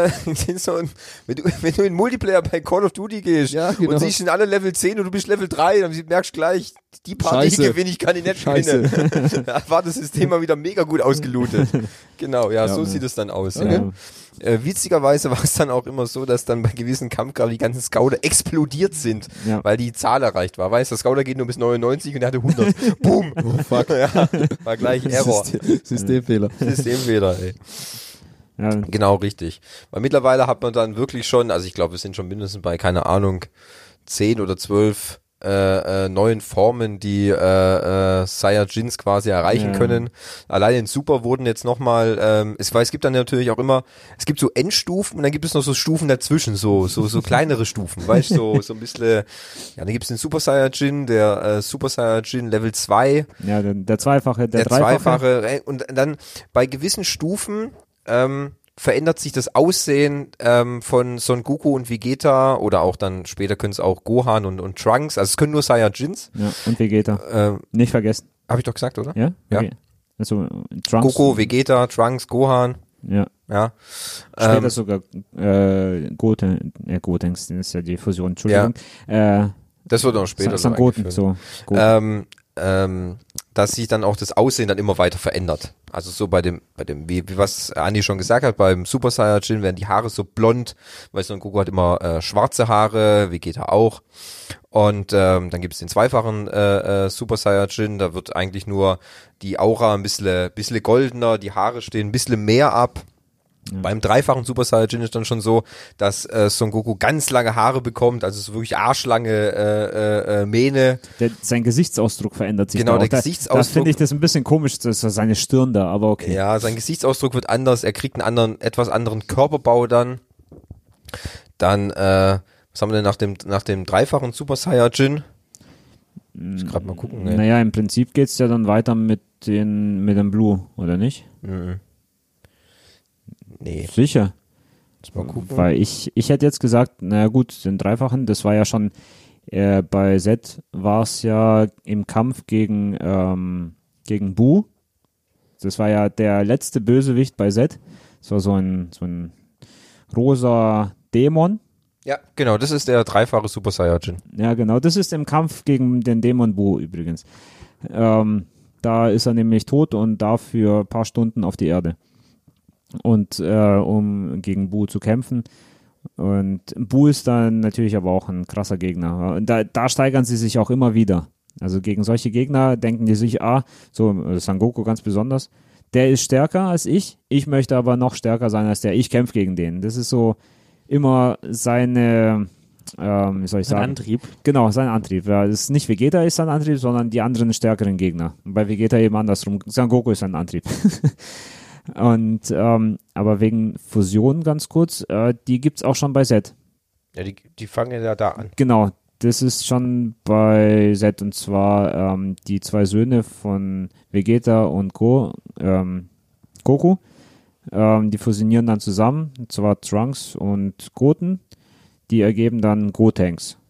S1: wenn du in Multiplayer bei Call of Duty gehst
S2: Ja, genau.
S1: und siehst in alle Level 10 und du bist Level 3, dann merkst du gleich, die Party
S2: Scheiße.
S1: gewinne ich, kann ich nicht
S2: Scheiße.
S1: gewinnen. Da war das System mal wieder mega gut ausgelootet. Genau, ja, so sieht es dann aus.
S2: Okay.
S1: Ja. Witzigerweise war es dann auch immer so, dass dann bei gewissen Kampfgraben die ganzen Scouter explodiert sind,
S3: Ja.
S1: weil die Zahl erreicht war. Weißt du, der Scouter geht nur bis 99 und der hatte 100. Boom!
S2: Oh fuck.
S1: Ja, war gleich Error.
S2: Systemfehler.
S1: Systemfehler, ey.
S3: Ja,
S1: Genau, richtig. Weil mittlerweile hat man dann wirklich schon, also ich glaube, wir sind schon mindestens bei, keine Ahnung, 10 oder 12 neuen Formen, die Saiyajins quasi erreichen können. Allein in Super wurden jetzt nochmal, es gibt dann natürlich auch immer, es gibt so Endstufen und dann gibt es noch so Stufen dazwischen, so kleinere Stufen, weißt du, so ein bisschen, ja, dann gibt es den Super Saiyajin, der Super Saiyajin Level 2,
S3: ja, der Zweifache, der
S1: der
S3: Dreifache.
S1: Zweifache und dann bei gewissen Stufen verändert sich das Aussehen von Son Goku und Vegeta oder auch dann später können es auch Gohan und Trunks, also es können nur Saiyajins.
S3: Ja, und Vegeta. Nicht vergessen.
S1: Habe ich doch gesagt, oder?
S3: Ja?
S1: Ja.
S3: Okay. Also Trunks.
S1: Goku, Vegeta, Trunks, Gohan,
S3: Ja.
S1: ja.
S3: Später sogar Gotenks, das ist ja die Fusion, Entschuldigung.
S1: Das wird auch später
S3: San Goten,
S1: eingeführt.
S3: so.
S1: Dass sich dann auch das Aussehen dann immer weiter verändert. Also so bei dem, wie was Andi schon gesagt hat, beim Super Saiyajin werden die Haare so blond, weil Son Goku hat immer schwarze Haare, Vegeta auch. Und dann gibt es den zweifachen Super Saiyajin, da wird eigentlich nur die Aura ein bisschen goldener, die Haare stehen ein bisschen mehr ab. Ja. Beim dreifachen Super Saiyajin ist dann schon so, dass Son Goku ganz lange Haare bekommt, also so wirklich arschlange Mähne.
S3: Sein Gesichtsausdruck verändert sich.
S1: Genau,
S3: da
S1: der
S3: auch. Da
S1: Gesichtsausdruck.
S3: finde ich das ein bisschen komisch, das ist seine Stirn da, aber okay.
S1: Ja, sein Gesichtsausdruck wird anders, er kriegt einen etwas anderen Körperbau dann. Dann, was haben wir denn nach dem dreifachen Super Saiyajin? Muss gerade mal gucken. Ey.
S3: Naja, im Prinzip geht's ja dann weiter mit dem Blue, oder nicht?
S1: Nee,
S3: Sicher.
S1: muss mal gucken.
S3: Weil ich hätte jetzt gesagt, naja gut, den Dreifachen, das war ja schon, bei Z war es ja im Kampf gegen Buu. Das war ja der letzte Bösewicht bei Z. Das war so ein rosa Dämon.
S1: Ja, genau, das ist der dreifache Super Saiyajin.
S3: Ja, genau, das ist im Kampf gegen den Dämon Buu übrigens. Da ist er nämlich tot und dafür ein paar Stunden auf die Erde. Und um gegen Buu zu kämpfen. Und Buu ist dann natürlich aber auch ein krasser Gegner. Und da steigern sie sich auch immer wieder. Also gegen solche Gegner denken die sich, so Son Goku ganz besonders, der ist stärker als ich möchte aber noch stärker sein als der. Ich kämpfe gegen den. Das ist so immer seine, wie soll ich sagen?
S4: Antrieb.
S3: Genau, sein Antrieb. Ja, das ist nicht Vegeta ist sein Antrieb, sondern die anderen stärkeren Gegner. Und bei Vegeta eben andersrum. Son Goku ist sein Antrieb. Und aber wegen Fusion ganz kurz, die gibt's auch schon bei Z.
S1: Ja, die fangen ja da an.
S3: Genau, das ist schon bei Z und zwar die zwei Söhne von Vegeta und Goku. Die fusionieren dann zusammen, und zwar Trunks und Goten. Die ergeben dann Gotenks.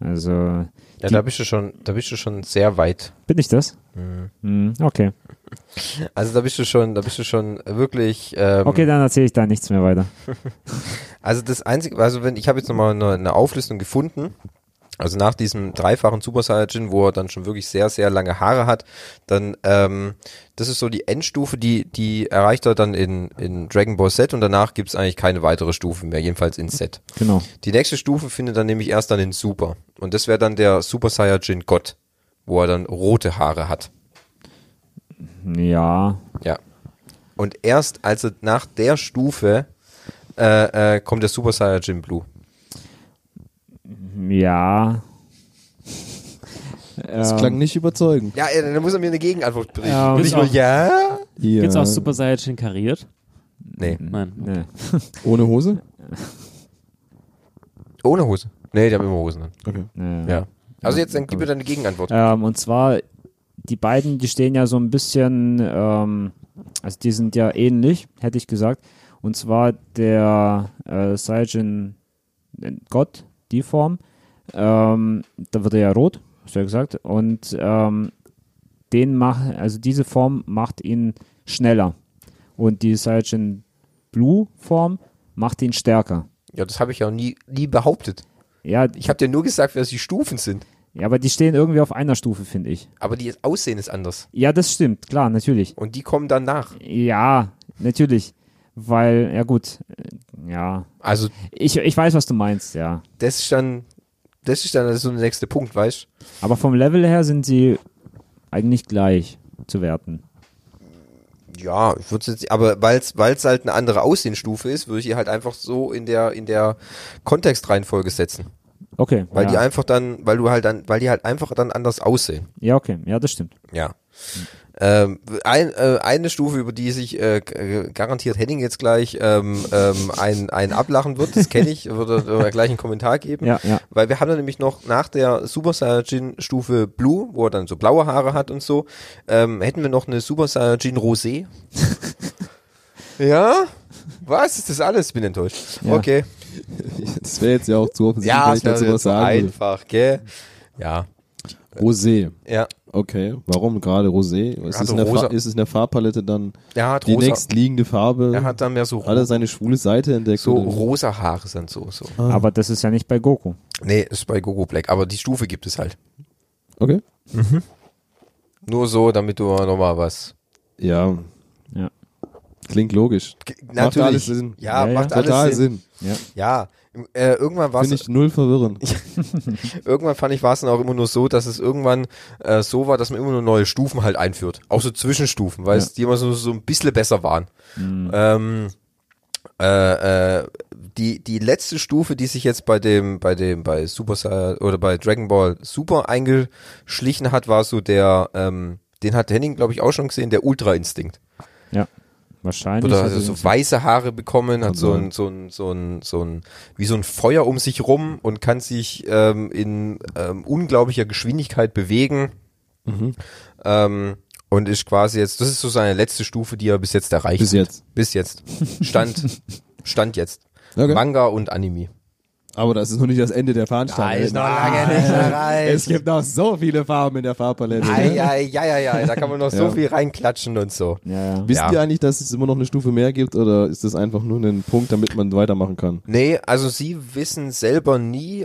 S3: Also
S1: Ja, da bist du schon sehr weit.
S3: bin ich das? Okay.
S1: Also da bist du schon wirklich.
S3: Okay, dann erzähle ich da nichts mehr weiter.
S1: Also das Einzige, ich habe jetzt nochmal eine Auflistung gefunden. Also nach diesem dreifachen Super Saiyajin, wo er dann schon wirklich sehr, sehr lange Haare hat, dann, das ist so die Endstufe, die erreicht er dann in Dragon Ball Z und danach gibt's eigentlich keine weitere Stufe mehr, jedenfalls in Z.
S3: Genau.
S1: Die nächste Stufe findet dann nämlich erst dann in Super. Und das wäre dann der Super Saiyajin Gott, wo er dann rote Haare hat.
S3: Ja.
S1: Ja. Und erst also nach der Stufe kommt der Super Saiyajin Blue.
S3: Ja.
S2: Das klang nicht überzeugend.
S1: Ja, dann muss er mir eine Gegenantwort bringen.
S3: Ja,
S1: Und nicht nur ja.
S2: Ja.
S4: Gibt's auch Super Saiyajin kariert?
S1: Nee.
S4: Nein.
S3: Nee.
S2: Ohne Hose?
S1: Ohne Hose. Nee, die haben immer Hosen an.
S2: Okay.
S3: Nee.
S1: Ja. Also jetzt dann gib mir deine Gegenantwort.
S3: Und zwar, die beiden, die stehen ja so ein bisschen, also die sind ja ähnlich, hätte ich gesagt. Und zwar der Saiyajin Gott, die Form, da wird er ja rot, hast du ja gesagt. Und diese Form macht ihn schneller. Und die Saiyajin Blue Form macht ihn stärker.
S1: Ja, das habe ich ja auch nie behauptet.
S3: Ja,
S1: Ich habe dir nur gesagt, was die Stufen sind.
S3: ja, aber die stehen irgendwie auf einer Stufe, finde ich.
S1: Aber die Aussehen ist anders.
S3: Ja, das stimmt, klar, natürlich.
S1: Und die kommen dann nach.
S3: Ja, natürlich. Weil, ja gut, ja.
S1: Also
S3: Ich weiß, was du meinst, ja.
S1: das ist dann so der nächste Punkt, weißt du?
S3: Aber vom Level her sind sie eigentlich gleich zu werten.
S1: Ja, ich würde jetzt, aber weil es halt eine andere Aussehensstufe ist, würde ich die halt einfach so in der Kontextreihenfolge setzen.
S3: Okay.
S1: Weil
S3: ja.
S1: die halt einfach dann anders aussehen.
S3: Ja, okay. Ja, das stimmt.
S1: Ja. Eine Stufe, über die sich garantiert Henning jetzt gleich ein ablachen wird, das kenne ich, wird er gleich einen Kommentar geben.
S3: Ja, ja.
S1: Weil wir haben dann nämlich noch nach der Super Saiyajin Stufe Blue, wo er dann so blaue Haare hat und so, hätten wir noch eine Super Saiyajin Rosé. Ja? Was? Ist das alles? Ich bin enttäuscht.
S3: Ja.
S1: Okay.
S2: Das wäre jetzt ja auch zu offensichtlich,
S1: Ja,
S2: wenn
S1: es
S2: ich dazu
S1: wäre
S2: was
S1: so
S2: sagen will.
S1: einfach, gell? Ja.
S2: Rosé.
S1: Ja.
S2: Okay, warum gerade Rosé? Ist,
S1: Also
S2: es in der
S1: rosa.
S2: ist es in der Farbpalette dann
S1: Er hat
S2: die
S1: rosa.
S2: nächstliegende Farbe?
S1: Er hat dann mehr so,
S2: Alle seine schwule Seite entdeckt?
S1: so
S2: oder?
S1: rosa Haare sind so.
S3: Aber das ist ja nicht bei Goku.
S1: Nee, ist bei Gogo Black, aber die Stufe gibt es halt.
S2: Okay.
S1: Nur so, damit du nochmal was.
S2: Ja.
S3: Ja.
S2: Klingt logisch. Macht alles Sinn.
S1: Ja,
S3: Ja,
S1: macht
S3: ja.
S1: alles
S2: Total
S1: Sinn.
S2: Sinn.
S3: Ja.
S1: Ja, irgendwann war
S2: Finde
S1: es,
S2: ich null verwirrend.
S1: irgendwann fand ich, war es dann auch immer nur so, dass es irgendwann so war, dass man immer nur neue Stufen halt einführt. Auch so Zwischenstufen, weil es die immer so ein bisschen besser waren. Die letzte Stufe, die sich jetzt bei Super Saiyan oder bei Dragon Ball Super eingeschlichen hat, war so der, den hat Henning, glaube ich, auch schon gesehen, der Ultra Instinkt.
S3: Ja. Wahrscheinlich.
S1: Oder
S3: also
S1: so weiße Haare bekommen, hat so ein wie so ein Feuer um sich rum und kann sich in unglaublicher Geschwindigkeit bewegen. Und ist quasi jetzt, das ist so seine letzte Stufe, die er bis jetzt erreicht
S2: Bis
S1: hat.
S2: jetzt.
S1: Bis jetzt. Stand jetzt.
S2: Okay.
S1: Manga und Anime.
S2: Aber das ist noch nicht das Ende der Veranstaltung.
S1: Ist noch lange nicht erreicht.
S2: Es gibt noch so viele Farben in der Farbpalette.
S1: Ja, da kann man noch so
S2: Ja.
S1: viel reinklatschen und so.
S3: Ja.
S2: Wissen
S1: Ja.
S2: die eigentlich, dass es immer noch eine Stufe mehr gibt oder ist das einfach nur ein Punkt, damit man weitermachen kann?
S1: Nee, also sie wissen selber nie,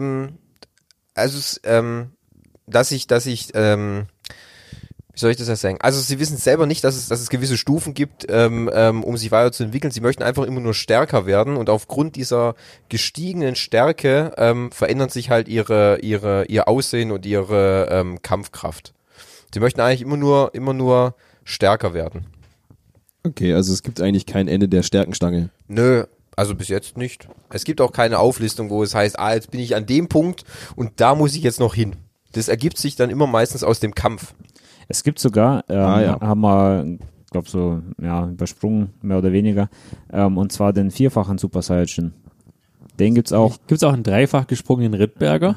S1: wie soll ich das jetzt sagen? Also sie wissen selber nicht, dass es gewisse Stufen gibt, um sich weiterzuentwickeln. Sie möchten einfach immer nur stärker werden und aufgrund dieser gestiegenen Stärke verändert sich halt ihr Aussehen und ihre Kampfkraft. Sie möchten eigentlich immer nur stärker werden.
S2: Okay, also es gibt eigentlich kein Ende der Stärkenstange.
S1: Nö, also bis jetzt nicht. Es gibt auch keine Auflistung, wo es heißt, jetzt bin ich an dem Punkt und da muss ich jetzt noch hin. Das ergibt sich dann immer meistens aus dem Kampf.
S3: Es gibt sogar,
S2: ja.
S3: haben wir, glaube so, ja, übersprungen, mehr oder weniger, und zwar den vierfachen Super Saiyajin. Den gibt's auch.
S4: Gibt's auch einen dreifach gesprungenen Rittberger?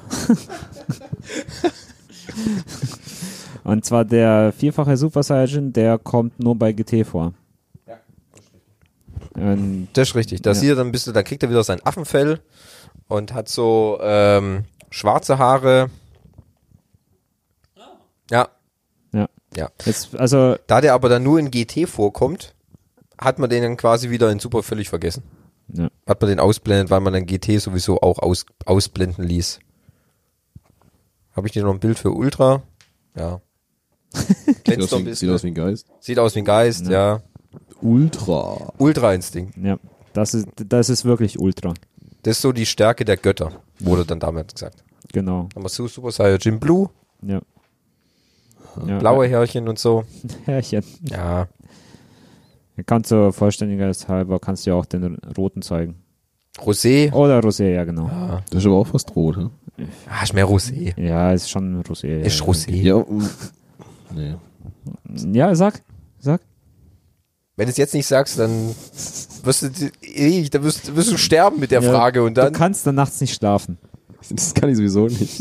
S3: Und zwar der vierfache Super Saiyajin, der kommt nur bei GT vor.
S1: Das ist richtig. Da
S3: Ja.
S1: sieht er dann ein bisschen, da kriegt er wieder sein Affenfell und hat so schwarze Haare. Ja.
S3: Ja.
S1: Ja.
S3: Jetzt, also,
S1: Da der aber dann nur in GT vorkommt, hat man den dann quasi wieder in Super völlig vergessen.
S3: ja.
S1: Hat man den ausblendet, weil man dann GT sowieso auch ausblenden ließ. Habe ich dir noch ein Bild für Ultra? Ja. Kennst du ein
S2: Sieht aus
S1: bisschen?
S2: wie ein Geist.
S1: Sieht aus wie ein Geist, ja.
S2: Ultra.
S1: Ultra-Instinkt.
S3: Ja, das ist wirklich Ultra.
S1: Das ist so die Stärke der Götter, wurde dann damals gesagt.
S3: Genau.
S1: Dann hast du Super Saiyajin Blue,
S3: Ja. Ja.
S1: blaue Härchen und so.
S3: Härchen.
S1: Ja.
S3: Kannst du vollständigerhalber kannst du ja auch den roten zeigen.
S1: Rosé.
S3: Oder Rosé, ja genau.
S2: Das ist aber auch fast rot, ne?
S1: Ah, ist mehr Rosé.
S3: Ja, ist schon Rosé.
S1: Ist Rosé.
S2: Ja, nee.
S3: Ja, sag.
S1: Wenn du es jetzt nicht sagst, dann wirst du sterben mit der
S3: Ja,
S1: Frage und
S3: Du
S1: dann.
S3: kannst dann nachts nicht schlafen.
S2: Das kann ich sowieso nicht.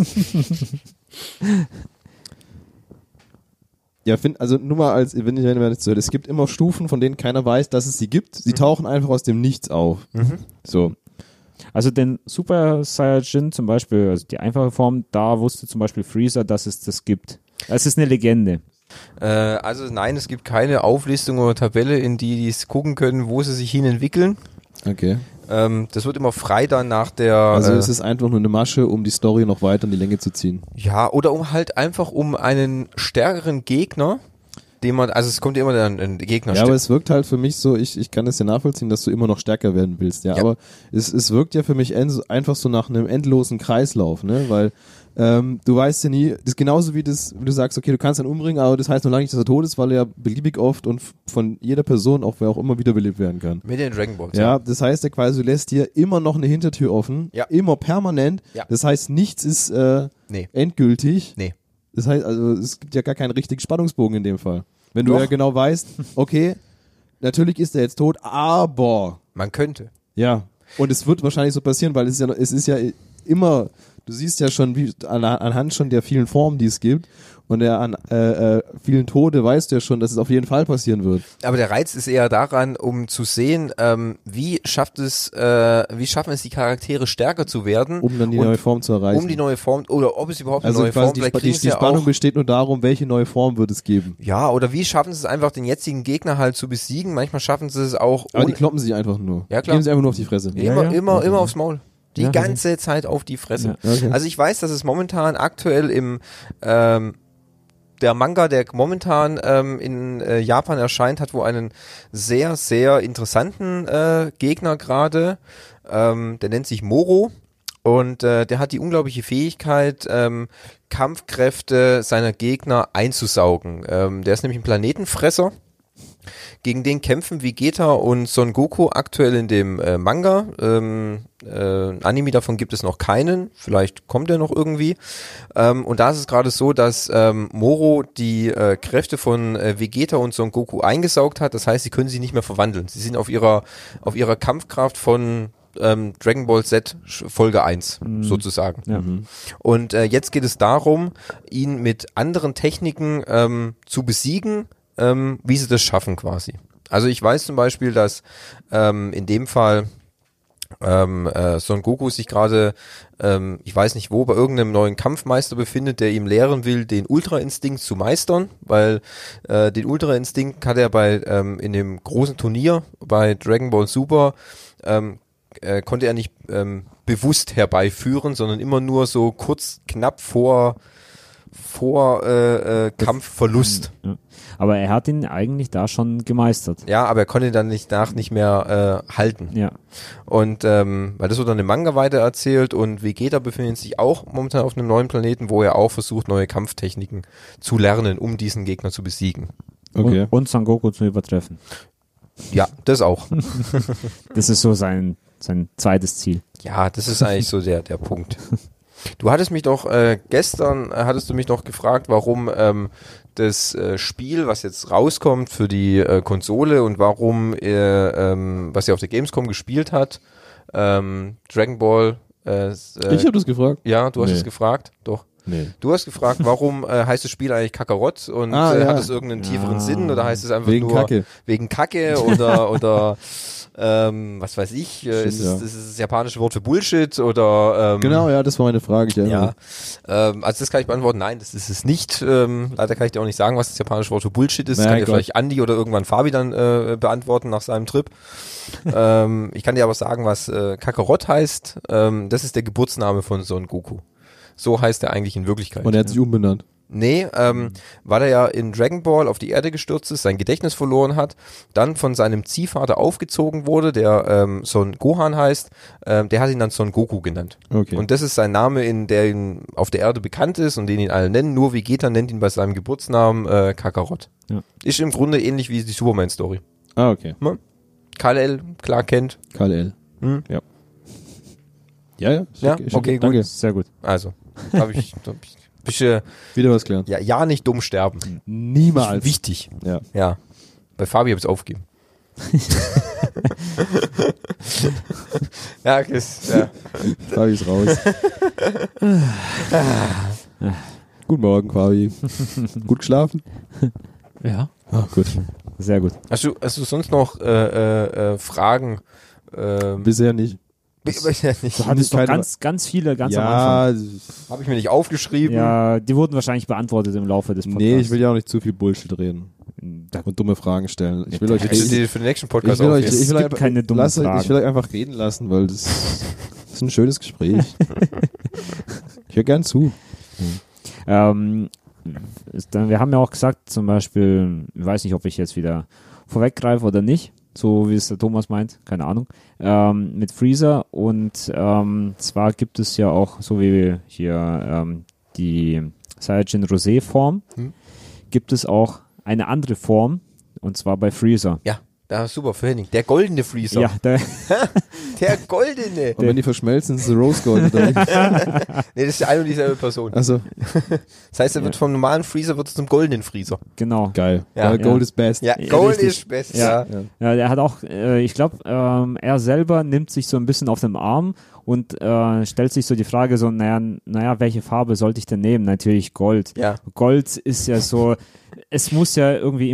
S2: Ja, also nur mal als, wenn ich das zuhört, es gibt immer Stufen, von denen keiner weiß, dass es sie gibt. Sie tauchen einfach aus dem Nichts auf. So.
S3: Also den Super Saiyajin zum Beispiel, also die einfache Form, da wusste zum Beispiel Freezer, dass es das gibt. Es ist eine Legende.
S1: Also nein, es gibt keine Auflistung oder Tabelle, in die es gucken können, wo sie sich hin entwickeln.
S2: Okay.
S1: Das wird immer frei dann nach der.
S2: Also es ist einfach nur eine Masche, um die Story noch weiter in die Länge zu ziehen.
S1: Ja, oder um einen stärkeren Gegner, den man, also es kommt ja immer dann ein Gegner.
S2: Ja, aber es wirkt halt für mich so, ich kann das ja nachvollziehen, dass du immer noch stärker werden willst, ja. Aber es wirkt ja für mich einfach so nach einem endlosen Kreislauf, ne, weil du weißt ja nie, das ist genauso wie du sagst, okay, du kannst ihn umbringen, aber das heißt noch lange nicht, dass er tot ist, weil er beliebig oft und von jeder Person, auch wer auch immer, wiederbelebt werden kann.
S1: Mit den Dragon Balls.
S2: Ja, das heißt ja quasi, du lässt dir immer noch eine Hintertür offen,
S1: Ja.
S2: immer permanent.
S1: Ja.
S2: Das heißt, nichts ist
S1: Nee.
S2: endgültig.
S1: Nee.
S2: Das heißt, also es gibt ja gar keinen richtigen Spannungsbogen in dem Fall. Wenn du
S1: Doch.
S2: ja genau weißt, okay, natürlich ist er jetzt tot, aber
S1: Man könnte.
S2: ja. Und es wird wahrscheinlich so passieren, weil es ist ja immer, du siehst ja schon, wie anhand schon der vielen Formen, die es gibt und an vielen Tode weißt du ja schon, dass es auf jeden Fall passieren wird.
S1: Aber der Reiz ist eher daran, um zu sehen, wie schaffen es die Charaktere stärker zu werden,
S2: Um dann die
S1: und
S2: neue Form zu erreichen.
S1: um die neue Form, oder ob es überhaupt eine
S2: also
S1: neue
S2: quasi
S1: Form, vielleicht kriegen
S2: die
S1: sie ja
S2: Spannung
S1: auch,
S2: besteht nur darum, welche neue Form wird es geben.
S1: ja, oder wie schaffen sie es einfach, den jetzigen Gegner halt zu besiegen, manchmal schaffen sie es auch,
S2: Aber die kloppen sich einfach nur.
S1: Ja, klar.
S2: Geben sie einfach nur auf die Fresse.
S1: immer aufs Maul. Die
S3: Ja,
S1: ganze Zeit auf die Fresse.
S2: Ja, okay.
S1: Also ich weiß, dass es momentan aktuell im der Manga, der momentan in Japan erscheint, hat wohl einen sehr, sehr interessanten Gegner gerade. Der nennt sich Moro. Und der hat die unglaubliche Fähigkeit, Kampfkräfte seiner Gegner einzusaugen. Der ist nämlich ein Planetenfresser. Gegen den kämpfen Vegeta und Son Goku aktuell in dem Manga. Anime davon gibt es noch keinen. Vielleicht kommt er noch irgendwie. Und da ist es gerade so, dass Moro die Kräfte von Vegeta und Son Goku eingesaugt hat. Das heißt, sie können sich nicht mehr verwandeln. Sie sind auf ihrer Kampfkraft von Dragon Ball Z Folge 1 sozusagen.
S3: Ja.
S1: Und jetzt geht es darum, ihn mit anderen Techniken zu besiegen, wie sie das schaffen quasi. Also ich weiß zum Beispiel, dass in dem Fall Son Goku sich gerade, ich weiß nicht wo, bei irgendeinem neuen Kampfmeister befindet, der ihm lehren will, den Ultra-Instinkt zu meistern, weil den Ultra-Instinkt hat er in dem großen Turnier bei Dragon Ball Super konnte er nicht bewusst herbeiführen, sondern immer nur so kurz knapp vor Kampfverlust.
S3: Ja. Aber er hat ihn eigentlich da schon gemeistert.
S1: Ja, aber er konnte ihn dann nicht mehr halten.
S3: Ja.
S1: Und weil das wird dann im Manga weiter erzählt und Vegeta befindet sich auch momentan auf einem neuen Planeten, wo er auch versucht, neue Kampftechniken zu lernen, um diesen Gegner zu besiegen.
S2: Okay.
S3: Und Son Goku zu übertreffen.
S1: Ja, das auch.
S3: Das ist so sein zweites Ziel.
S1: Ja, das ist eigentlich so der Punkt. Du hattest mich doch gestern gefragt, warum das Spiel, was jetzt rauskommt für die Konsole und warum was ihr auf der Gamescom gespielt hat, Dragon Ball.
S2: Ich habe das gefragt.
S1: Ja, du hast
S2: Nee.
S1: es gefragt, doch.
S2: Nee.
S1: Du hast gefragt, warum heißt das Spiel eigentlich Kakarott und
S2: ja.
S1: hat es irgendeinen tieferen Sinn oder heißt es einfach
S2: Wegen
S1: nur
S2: Kacke.
S1: wegen Kacke oder was weiß ich, ist
S2: ja.
S1: es das japanische Wort für Bullshit oder
S2: Genau, ja, das war meine Frage. Ich erinnere
S1: ja,
S2: mich.
S1: also das kann ich beantworten. Nein, das ist es nicht. Leider kann ich dir auch nicht sagen, was das japanische Wort für Bullshit ist. Das
S2: Mein
S1: kann dir
S2: Gott.
S1: vielleicht Andi oder irgendwann Fabi dann beantworten nach seinem Trip. Ich kann dir aber sagen, was Kakarott heißt. Das ist der Geburtsname von Son Goku. So heißt er eigentlich in Wirklichkeit.
S2: Und er hat sich umbenannt.
S1: Nee, weil er ja in Dragon Ball auf die Erde gestürzt ist, sein Gedächtnis verloren hat, dann von seinem Ziehvater aufgezogen wurde, der Son Gohan heißt, der hat ihn dann Son Goku genannt.
S2: Okay.
S1: Und das ist sein Name, der ihn auf der Erde bekannt ist und den ihn alle nennen. Nur Vegeta nennt ihn bei seinem Geburtsnamen Kakarott.
S3: Ja.
S1: Ist im Grunde ähnlich wie die Superman-Story.
S2: Okay.
S1: Kal-El, klar kennt.
S2: Kal-El.
S1: Hm?
S2: Ja. Ja.
S1: Ja,
S2: Schick,
S1: okay, gut.
S2: danke.
S3: Sehr gut.
S1: Also, hab ich
S2: Wieder was gelernt.
S1: ja nicht dumm sterben.
S2: Niemals.
S1: Wichtig.
S2: Ja.
S1: Ja. Bei Fabi habe ich es aufgegeben. Ja, ja.
S2: Fabi ist raus. Guten Morgen, Fabi. Gut geschlafen?
S4: Ja.
S2: Ah, gut.
S3: Sehr gut.
S1: Hast du sonst noch Fragen?
S2: Bisher nicht.
S1: Weiß ja nicht.
S3: Du hattest doch
S2: keine-
S3: ganz viele ganz am Anfang.
S2: Ja,
S1: Habe ich mir nicht aufgeschrieben.
S3: Ja, die wurden wahrscheinlich beantwortet im Laufe des Podcasts.
S2: nee, ich will ja auch nicht zu viel Bullshit reden und dumme Fragen stellen. Ich will euch
S1: Hättest du
S2: reden.
S1: dir für den nächsten
S2: Ich
S1: Podcast
S2: will euch,
S1: aufheben?
S2: ich will
S3: gibt
S2: einfach,
S3: keine dummen
S2: lass euch-
S3: Fragen.
S2: ich will euch einfach reden lassen, weil das ist ein schönes Gespräch. Ich höre gern zu.
S3: Wir haben ja auch gesagt, zum Beispiel, ich weiß nicht, ob ich jetzt wieder vorweggreife oder nicht, so wie es der Thomas meint, keine Ahnung, mit Freezer und zwar gibt es ja auch, so wie hier die Saiyajin Rosé Form, gibt es auch eine andere Form und zwar bei Freezer.
S1: Ja, da super für Henning. Der goldene Freezer.
S3: Ja, der
S1: Der goldene.
S2: Und wenn die verschmelzen, ist es Rose Gold. Oder nicht?
S1: Nee, das ist ja eine und dieselbe Person.
S2: Also,
S1: Das heißt, er wird vom normalen Freezer wird zum goldenen Freezer.
S3: genau.
S2: geil.
S1: Ja.
S2: Weil Gold
S3: Ja.
S2: ist best.
S1: Ja,
S3: Ja,
S1: Gold
S3: richtig.
S1: ist best.
S3: Ja.
S1: Ja.
S3: Ja, der hat auch, ich glaube, er selber nimmt sich so ein bisschen auf den Arm und stellt sich so die Frage so, naja, welche Farbe sollte ich denn nehmen? Natürlich Gold.
S1: Ja.
S3: Gold ist ja so, es muss ja irgendwie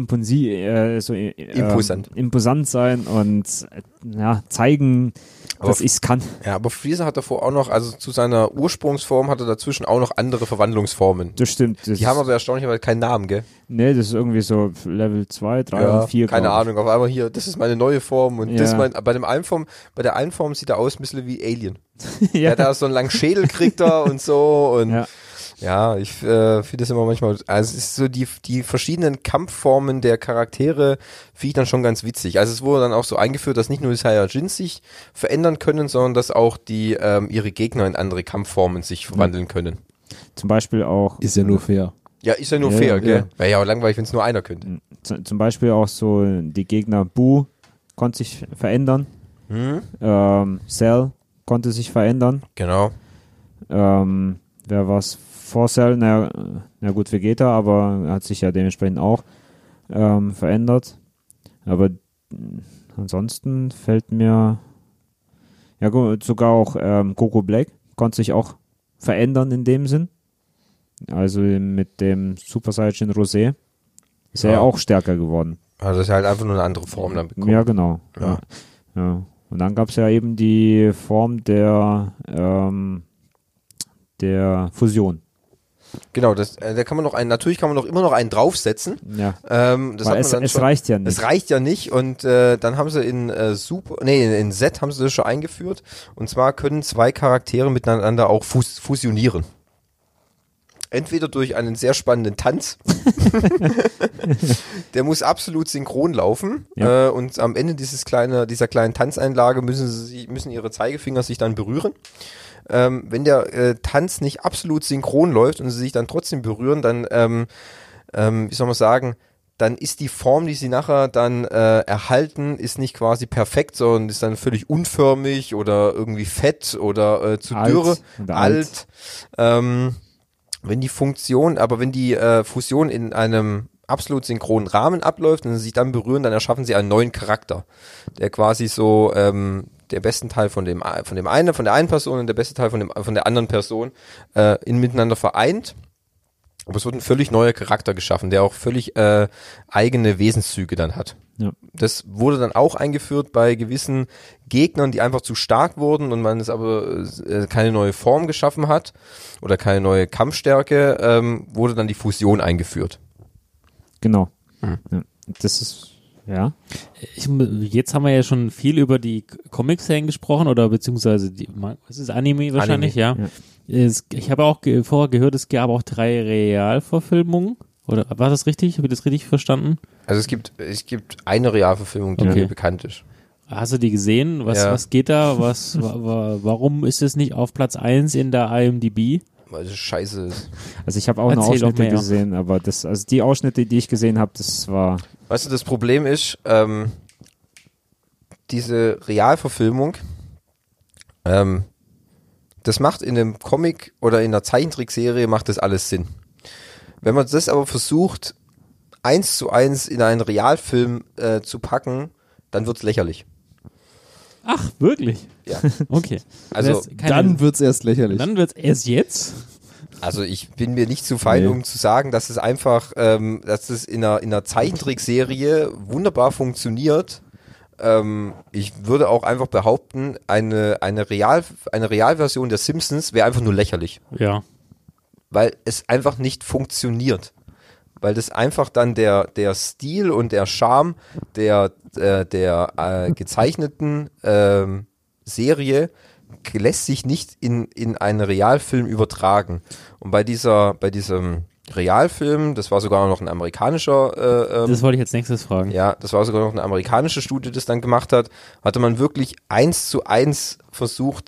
S3: imposant sein und zeigen,
S1: Aber
S3: dass ich es kann.
S1: Ja, aber Freezer hat davor auch noch, also zu seiner Ursprungsform hat er dazwischen auch noch andere Verwandlungsformen.
S3: Das stimmt. Das
S1: Die haben aber erstaunlicherweise keinen Namen, gell?
S3: nee, das ist irgendwie so Level 2, 3 und 4.
S1: keine
S3: glaub ich.
S1: Ahnung. Auf einmal hier, das ist meine neue Form und das
S3: Ja.
S1: bei der einen Form sieht er aus ein bisschen wie Alien.
S3: Ja.
S1: Der hat da so einen langen Schädel kriegt er und so und
S3: Ja.
S1: ja, ich finde das immer manchmal, also es ist so die verschiedenen Kampfformen der Charaktere finde ich dann schon ganz witzig. Also es wurde dann auch so eingeführt, dass nicht nur die Saiyajins sich verändern können, sondern dass auch die ihre Gegner in andere Kampfformen sich verwandeln können.
S3: Zum Beispiel auch
S2: Ist ja nur fair.
S1: Ja, ist ja nur
S3: Ja,
S1: fair,
S3: ja.
S1: gell? Wäre ja auch langweilig, wenn es nur einer könnte.
S3: zum Beispiel auch so die Gegner Boo konnte sich verändern. Cell konnte sich verändern.
S1: Genau.
S3: Wer war's vor Cell? Na gut, Vegeta, aber hat sich ja dementsprechend auch verändert. Aber ansonsten fällt mir ja gut, sogar auch Goku Black konnte sich auch verändern in dem Sinn. Also mit dem Super Saiyajin Rosé ist er
S1: Ja.
S3: ja auch stärker geworden.
S1: Also das ist halt einfach nur eine andere Form dann bekommen.
S3: Ja, genau.
S1: Ja.
S3: Ja. Und dann gab es ja eben die Form der Fusion.
S1: Genau, da kann man noch natürlich kann man noch immer noch einen draufsetzen.
S3: Ja.
S1: Das hat man dann
S3: Es
S1: schon.
S3: reicht ja nicht.
S1: Es reicht ja nicht und dann haben sie in Z haben sie das schon eingeführt und zwar können zwei Charaktere miteinander auch fusionieren. Entweder durch einen sehr spannenden Tanz, der muss absolut synchron laufen
S3: Ja.
S1: und am Ende dieser kleinen Tanzeinlage müssen ihre Zeigefinger sich dann berühren. Wenn der Tanz nicht absolut synchron läuft und sie sich dann trotzdem berühren, dann, wie soll man sagen, dann ist die Form, die sie nachher dann erhalten, ist nicht quasi perfekt, sondern ist dann völlig unförmig oder irgendwie fett oder zu
S3: Alt
S1: dürre,
S3: oder
S1: alt. Wenn die Fusion in einem absolut synchronen Rahmen abläuft und sie sich dann berühren, dann erschaffen sie einen neuen Charakter, der quasi so der besten Teil von der einen Person und der beste Teil von der anderen Person miteinander vereint. Aber es wird ein völlig neuer Charakter geschaffen, der auch völlig eigene Wesenszüge dann hat.
S3: Ja.
S1: Das wurde dann auch eingeführt bei gewissen Gegnern, die einfach zu stark wurden und man es aber keine neue Form geschaffen hat oder keine neue Kampfstärke, wurde dann die Fusion eingeführt.
S3: Genau. Ja. Das ist, ja.
S4: Jetzt haben wir ja schon viel über die Comic-Serien gesprochen oder beziehungsweise was ist Anime wahrscheinlich,
S1: Anime.
S4: Ja. Ich habe auch vorher gehört, es gab auch 3 Realverfilmungen. Oder war das richtig? Habe ich das richtig verstanden?
S1: Also es gibt eine Realverfilmung, die mir bekannt ist.
S4: Hast du die gesehen? Was geht da? Warum ist es nicht auf Platz 1 in der IMDb?
S1: Weil es scheiße ist.
S3: Also ich habe auch nur Ausschnitte gesehen, aber also die Ausschnitte, die ich gesehen habe, das war...
S1: Weißt du, das Problem ist, diese Realverfilmung, das macht in einem Comic oder in einer Zeichentrickserie macht das alles Sinn. Wenn man das aber versucht, 1:1 in einen Realfilm zu packen, dann wird's lächerlich.
S4: Ach, wirklich?
S1: Ja.
S4: Okay.
S1: Also
S2: dann wird's erst lächerlich.
S4: Dann wird's erst jetzt?
S1: Also ich bin mir nicht zu fein, um zu sagen, dass es einfach, dass es in einer Zeichentrickserie wunderbar funktioniert. Ich würde auch einfach behaupten, eine Realversion der Simpsons wäre einfach nur lächerlich.
S4: Ja.
S1: Weil es einfach nicht funktioniert. Weil das einfach dann der Stil und der Charme der gezeichneten Serie lässt sich nicht in einen Realfilm übertragen. Und bei diesem Realfilm, das war sogar noch ein amerikanischer
S4: das wollte ich jetzt nächstes fragen.
S1: Ja, das war sogar noch eine amerikanische Studie, die das dann gemacht hat, hatte man wirklich 1:1 versucht,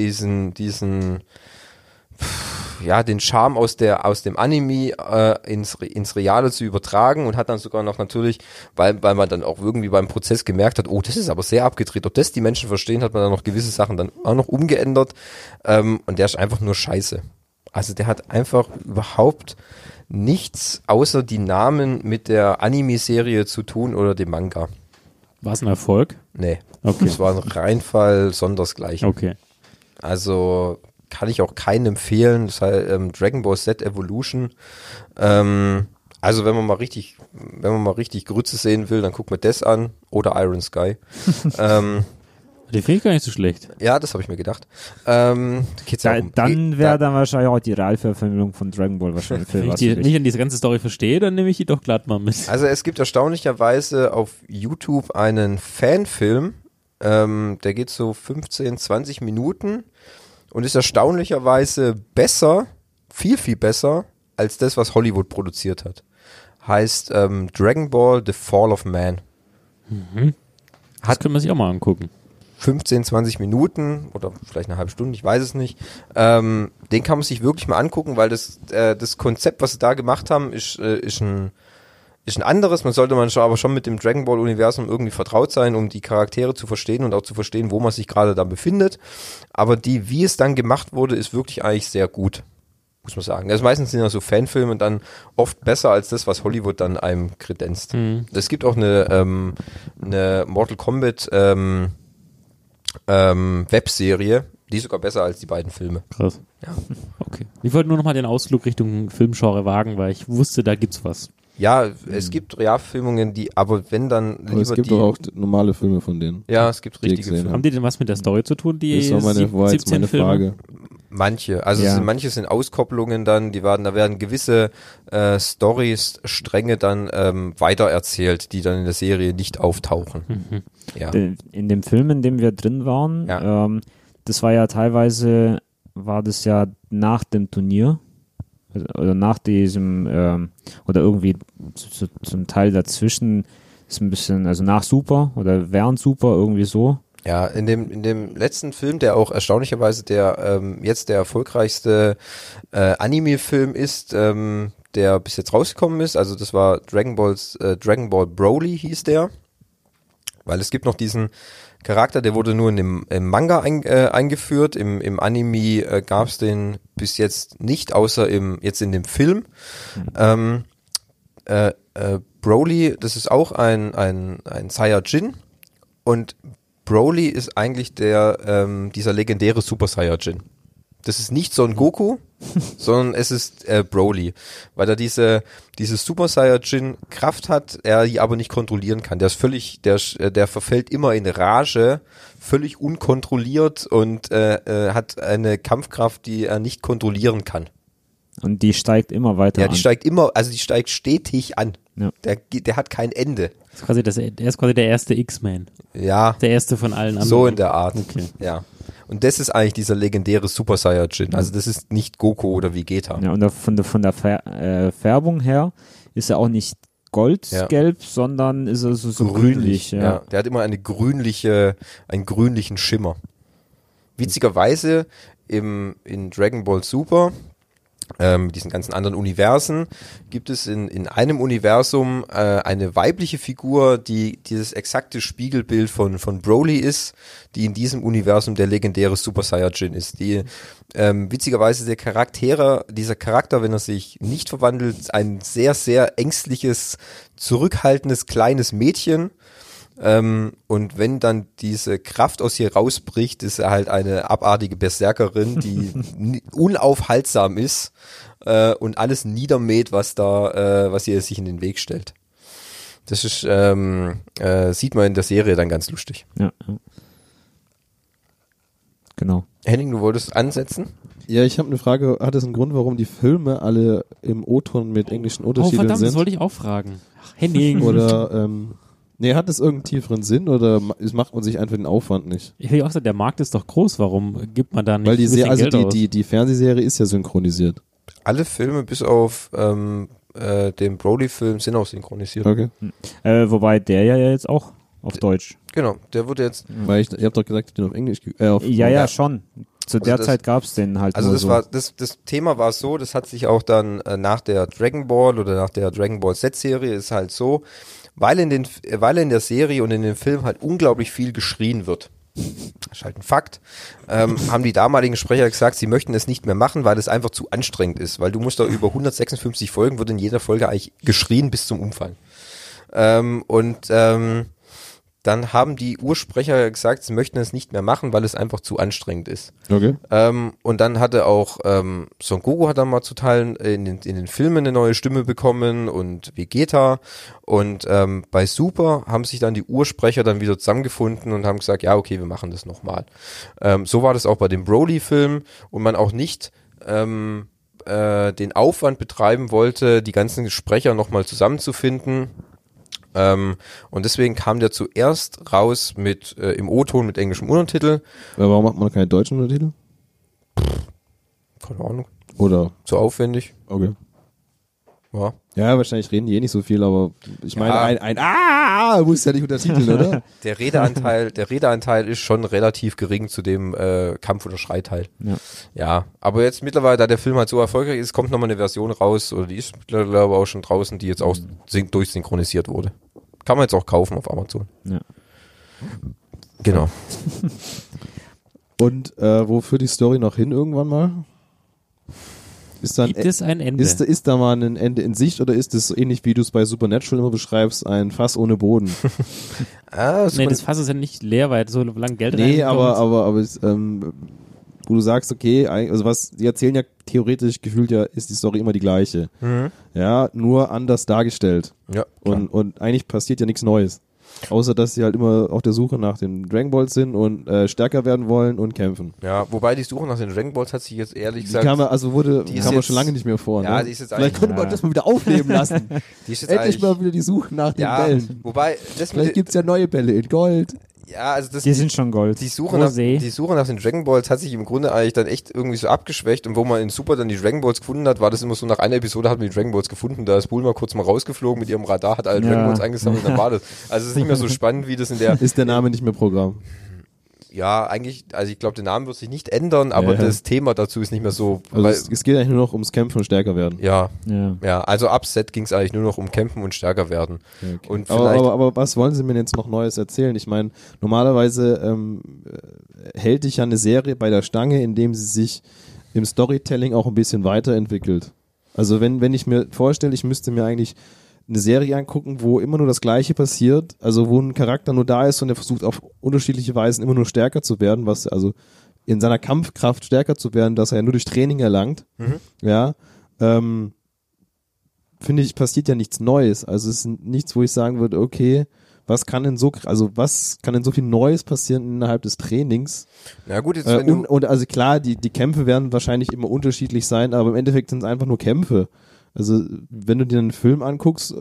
S1: den Charme aus dem Anime ins Reale zu übertragen und hat dann sogar noch natürlich, weil man dann auch irgendwie beim Prozess gemerkt hat, oh, das ist aber sehr abgedreht, ob das die Menschen verstehen, hat man dann noch gewisse Sachen dann auch noch umgeändert und der ist einfach nur scheiße. Also der hat einfach überhaupt nichts außer die Namen mit der Anime-Serie zu tun oder dem Manga.
S4: War es ein Erfolg?
S1: Nee,
S4: okay.
S1: Das war ein Reinfall sondersgleichen.
S4: Okay.
S1: Also kann ich auch keinen empfehlen. Das heißt Dragon Ball Z Evolution. Also wenn man mal richtig Grütze sehen will, dann guckt man das an oder Iron Sky.
S4: Den finde ich gar nicht so schlecht.
S1: Ja, das habe ich mir gedacht.
S3: Dann wäre dann wahrscheinlich auch die Realverfilmung von Dragon Ball wahrscheinlich für
S4: Wenn
S3: was.
S4: ich nicht an diese ganze Story verstehe, dann nehme ich die doch glatt mal mit.
S1: Also es gibt erstaunlicherweise auf YouTube einen Fanfilm, der geht so 15, 20 Minuten und ist erstaunlicherweise besser, viel, viel besser als das, was Hollywood produziert hat. Heißt Dragon Ball The Fall of Man.
S4: Das können wir sich auch mal angucken.
S1: 15, 20 Minuten oder vielleicht eine halbe Stunde, ich weiß es nicht. Den kann man sich wirklich mal angucken, weil das Konzept, was sie da gemacht haben, ist ein anderes. Man sollte aber schon mit dem Dragon Ball Universum irgendwie vertraut sein, um die Charaktere zu verstehen und auch zu verstehen, wo man sich gerade da befindet. Aber wie es dann gemacht wurde, ist wirklich eigentlich sehr gut, muss man sagen. Also meistens sind ja so Fanfilme dann oft besser als das, was Hollywood dann einem kredenzt. Es gibt auch eine Mortal Kombat Webserie, die ist sogar besser als die beiden Filme.
S4: Krass.
S1: Ja.
S4: Okay. Ich wollte nur noch mal den Ausflug Richtung Filmgenre wagen, weil ich wusste, da gibt's was.
S1: Ja, es gibt Realverfilmungen, aber wenn dann lieber
S2: aber es gibt doch auch normale Filme von denen.
S1: Ja, es gibt richtige
S2: gesehen
S1: Filme.
S4: Haben die denn was mit der Story zu tun, die
S2: Das war jetzt
S4: 17
S2: meine
S4: Filme?
S2: Frage.
S1: Manche, also
S3: Ja.
S1: manche sind Auskopplungen dann, da werden gewisse Storys-Stränge dann weitererzählt, die dann in der Serie nicht auftauchen. Ja.
S3: In dem Film, in dem wir drin waren,
S1: Ja.
S3: das war ja teilweise, war das ja nach dem Turnier oder nach diesem oder irgendwie zum Teil dazwischen ist ein bisschen, also nach Super oder während Super, irgendwie so.
S1: Ja, in dem letzten Film, der auch erstaunlicherweise jetzt der erfolgreichste Anime-Film ist, der bis jetzt rausgekommen ist, also das war Dragon Ball Broly hieß der, weil es gibt noch diesen Charakter, der wurde nur im Manga eingeführt, im Anime gab's den bis jetzt nicht, außer jetzt in dem Film. Broly, das ist auch ein Saiyajin und Broly ist eigentlich dieser legendäre Super Saiyajin. Das ist nicht Son Goku, sondern es ist Broly, weil er diese Super Saiyajin Kraft hat, er die aber nicht kontrollieren kann. Der verfällt immer in Rage, völlig unkontrolliert und hat eine Kampfkraft, die er nicht kontrollieren kann.
S3: Und die steigt immer weiter an.
S1: Ja, die steigt stetig an. Ja. Der hat kein Ende.
S4: Er ist quasi der erste X-Man.
S1: Ja.
S4: Der erste von allen anderen.
S1: So in der Art.
S4: Okay.
S1: Ja. Und das ist eigentlich dieser legendäre Super Saiyajin. Also das ist nicht Goku oder Vegeta.
S3: Ja, und von der Färbung her ist er auch nicht goldgelb, sondern ist er so grünlich. Ja.
S1: Der hat immer einen grünlichen Schimmer. Witzigerweise in Dragon Ball Super, mit diesen ganzen anderen Universen, gibt es in einem Universum eine weibliche Figur, die dieses exakte Spiegelbild von Broly ist, die in diesem Universum der legendäre Super Saiyajin ist. Die witzigerweise dieser Charakter, wenn er sich nicht verwandelt, ein sehr, sehr ängstliches, zurückhaltendes, kleines Mädchen. Und wenn dann diese Kraft aus ihr rausbricht, ist er halt eine abartige Berserkerin, die unaufhaltsam ist und alles niedermäht, was ihr sich in den Weg stellt. Das ist sieht man in der Serie dann ganz lustig.
S3: Ja. Genau.
S1: Henning, du wolltest ansetzen?
S2: Ja, ich habe eine Frage. Hat es einen Grund, warum die Filme alle im O-Ton mit englischen Untertiteln
S4: verdammt,
S2: sind?
S4: Das wollte ich auch fragen. Ach, Henning.
S2: Oder hat es irgendeinen tieferen Sinn oder macht man sich einfach den Aufwand nicht?
S4: Ich hätte auch gesagt, der Markt ist doch groß, warum gibt man da nicht
S2: Weil
S4: ein bisschen Geld aus?
S2: die Fernsehserie ist ja synchronisiert.
S1: Alle Filme bis auf den Broly-Film sind auch synchronisiert.
S2: Okay.
S3: Wobei der ja jetzt auch auf Deutsch.
S1: Genau, der wurde jetzt...
S2: Weil ihr habt doch gesagt, den auf Englisch...
S3: Ja, schon. Zu der Zeit gab es den halt nur so.
S1: Das Thema war so, das hat sich auch dann nach der Dragon Ball oder nach der Dragon Ball Z-Serie ist halt so, weil in der Serie und in dem Film halt unglaublich viel geschrien wird. Das ist halt ein Fakt. Haben die damaligen Sprecher gesagt, sie möchten es nicht mehr machen, weil es einfach zu anstrengend ist. Weil du musst da über 156 Folgen, wird in jeder Folge eigentlich geschrien bis zum Umfallen. Dann haben die Ursprecher gesagt, sie möchten es nicht mehr machen, weil es einfach zu anstrengend ist.
S2: Okay.
S1: Und dann hatte auch Son Goku hat dann mal zu Teilen in den Filmen eine neue Stimme bekommen und Vegeta. Und bei Super haben sich dann die Ursprecher dann wieder zusammengefunden und haben gesagt, ja okay, wir machen das nochmal. So war das auch bei dem Broly-Film und man auch nicht den Aufwand betreiben wollte, die ganzen Sprecher nochmal zusammenzufinden. Und deswegen kam der zuerst raus mit im O-Ton mit englischem Untertitel.
S2: Warum macht man keine deutschen Untertitel?
S1: Keine Ahnung.
S2: Oder?
S1: Zu aufwendig.
S2: Okay.
S1: Ja.
S2: Ja, wahrscheinlich reden die eh nicht so viel, aber ich meine, muss ja nicht untertiteln, oder?
S1: Der Redeanteil ist schon relativ gering zu dem Kampf- oder Schreiteil. Ja, aber jetzt mittlerweile, da der Film halt so erfolgreich ist, kommt nochmal eine Version raus, oder die ist mittlerweile auch schon draußen, die jetzt auch durchsynchronisiert wurde. Kann man jetzt auch kaufen auf Amazon.
S3: Ja.
S1: Genau.
S2: Und wo führt die Story noch hin irgendwann mal?
S4: Gibt es ein Ende?
S2: Ist da mal ein Ende in Sicht oder ist es so ähnlich, wie du es bei Supernatural immer beschreibst, ein Fass ohne Boden?
S4: Nee, das Fass ist ja nicht leer, weil so lange Geld
S2: Nee,
S4: reinkommt.
S2: aber wo du sagst, okay, also die erzählen ja theoretisch gefühlt ja, ist die Story immer die gleiche.
S1: Mhm.
S2: Ja, nur anders dargestellt.
S1: Ja,
S2: und eigentlich passiert ja nichts Neues. Außer, dass sie halt immer auf der Suche nach den Dragon Balls sind und stärker werden wollen und kämpfen.
S1: Ja, wobei die Suche nach den Dragon Balls hat sich jetzt ehrlich
S2: Die
S1: gesagt...
S2: kam man schon lange nicht mehr vor.
S1: Ja,
S2: ne?
S1: die ist jetzt
S2: Vielleicht könnte man das mal wieder aufleben lassen.
S1: Die ist jetzt
S2: Endlich
S1: eigentlich-
S2: mal wieder die Suche nach den
S1: Ja,
S2: Bällen.
S1: wobei...
S2: Vielleicht gibt's ja neue Bälle in Gold.
S1: Ja, also
S3: Die sind schon Gold.
S1: Die Suche nach
S4: Rosé.
S1: den Dragon Balls hat sich im Grunde eigentlich dann echt irgendwie so abgeschwächt und wo man in Super dann die Dragon Balls gefunden hat, war das immer so, nach einer Episode hat man die Dragon Balls gefunden, da ist Bulma kurz mal rausgeflogen mit ihrem Radar, hat alle Dragon Balls eingesammelt und dann war das. Also es ist nicht mehr so spannend, wie das in der...
S2: Ist der Name nicht mehr Programm?
S1: Ja, eigentlich, also ich glaube, der Name wird sich nicht ändern, aber das Thema dazu ist nicht mehr so...
S2: Also
S1: weil,
S2: es geht eigentlich nur noch ums Kämpfen und stärker werden.
S1: ja,
S3: Ja.
S1: also ab Set ging es eigentlich nur noch um Kämpfen und stärker werden.
S2: Okay.
S1: Und vielleicht...
S2: Aber was wollen Sie mir jetzt noch Neues erzählen? Ich meine, normalerweise hält dich ja eine Serie bei der Stange, indem sie sich im Storytelling auch ein bisschen weiterentwickelt. Also wenn ich mir vorstelle, ich müsste mir eigentlich eine Serie angucken, wo immer nur das Gleiche passiert, also wo ein Charakter nur da ist und er versucht auf unterschiedliche Weisen immer nur stärker zu werden, was also in seiner Kampfkraft stärker zu werden, dass er ja nur durch Training erlangt, ja, finde ich, passiert ja nichts Neues. Also es ist nichts, wo ich sagen würde, okay, was kann denn so viel Neues passieren innerhalb des Trainings?
S1: Ja gut, jetzt
S2: und also klar, die Kämpfe werden wahrscheinlich immer unterschiedlich sein, aber im Endeffekt sind es einfach nur Kämpfe. Also wenn du dir einen Film anguckst,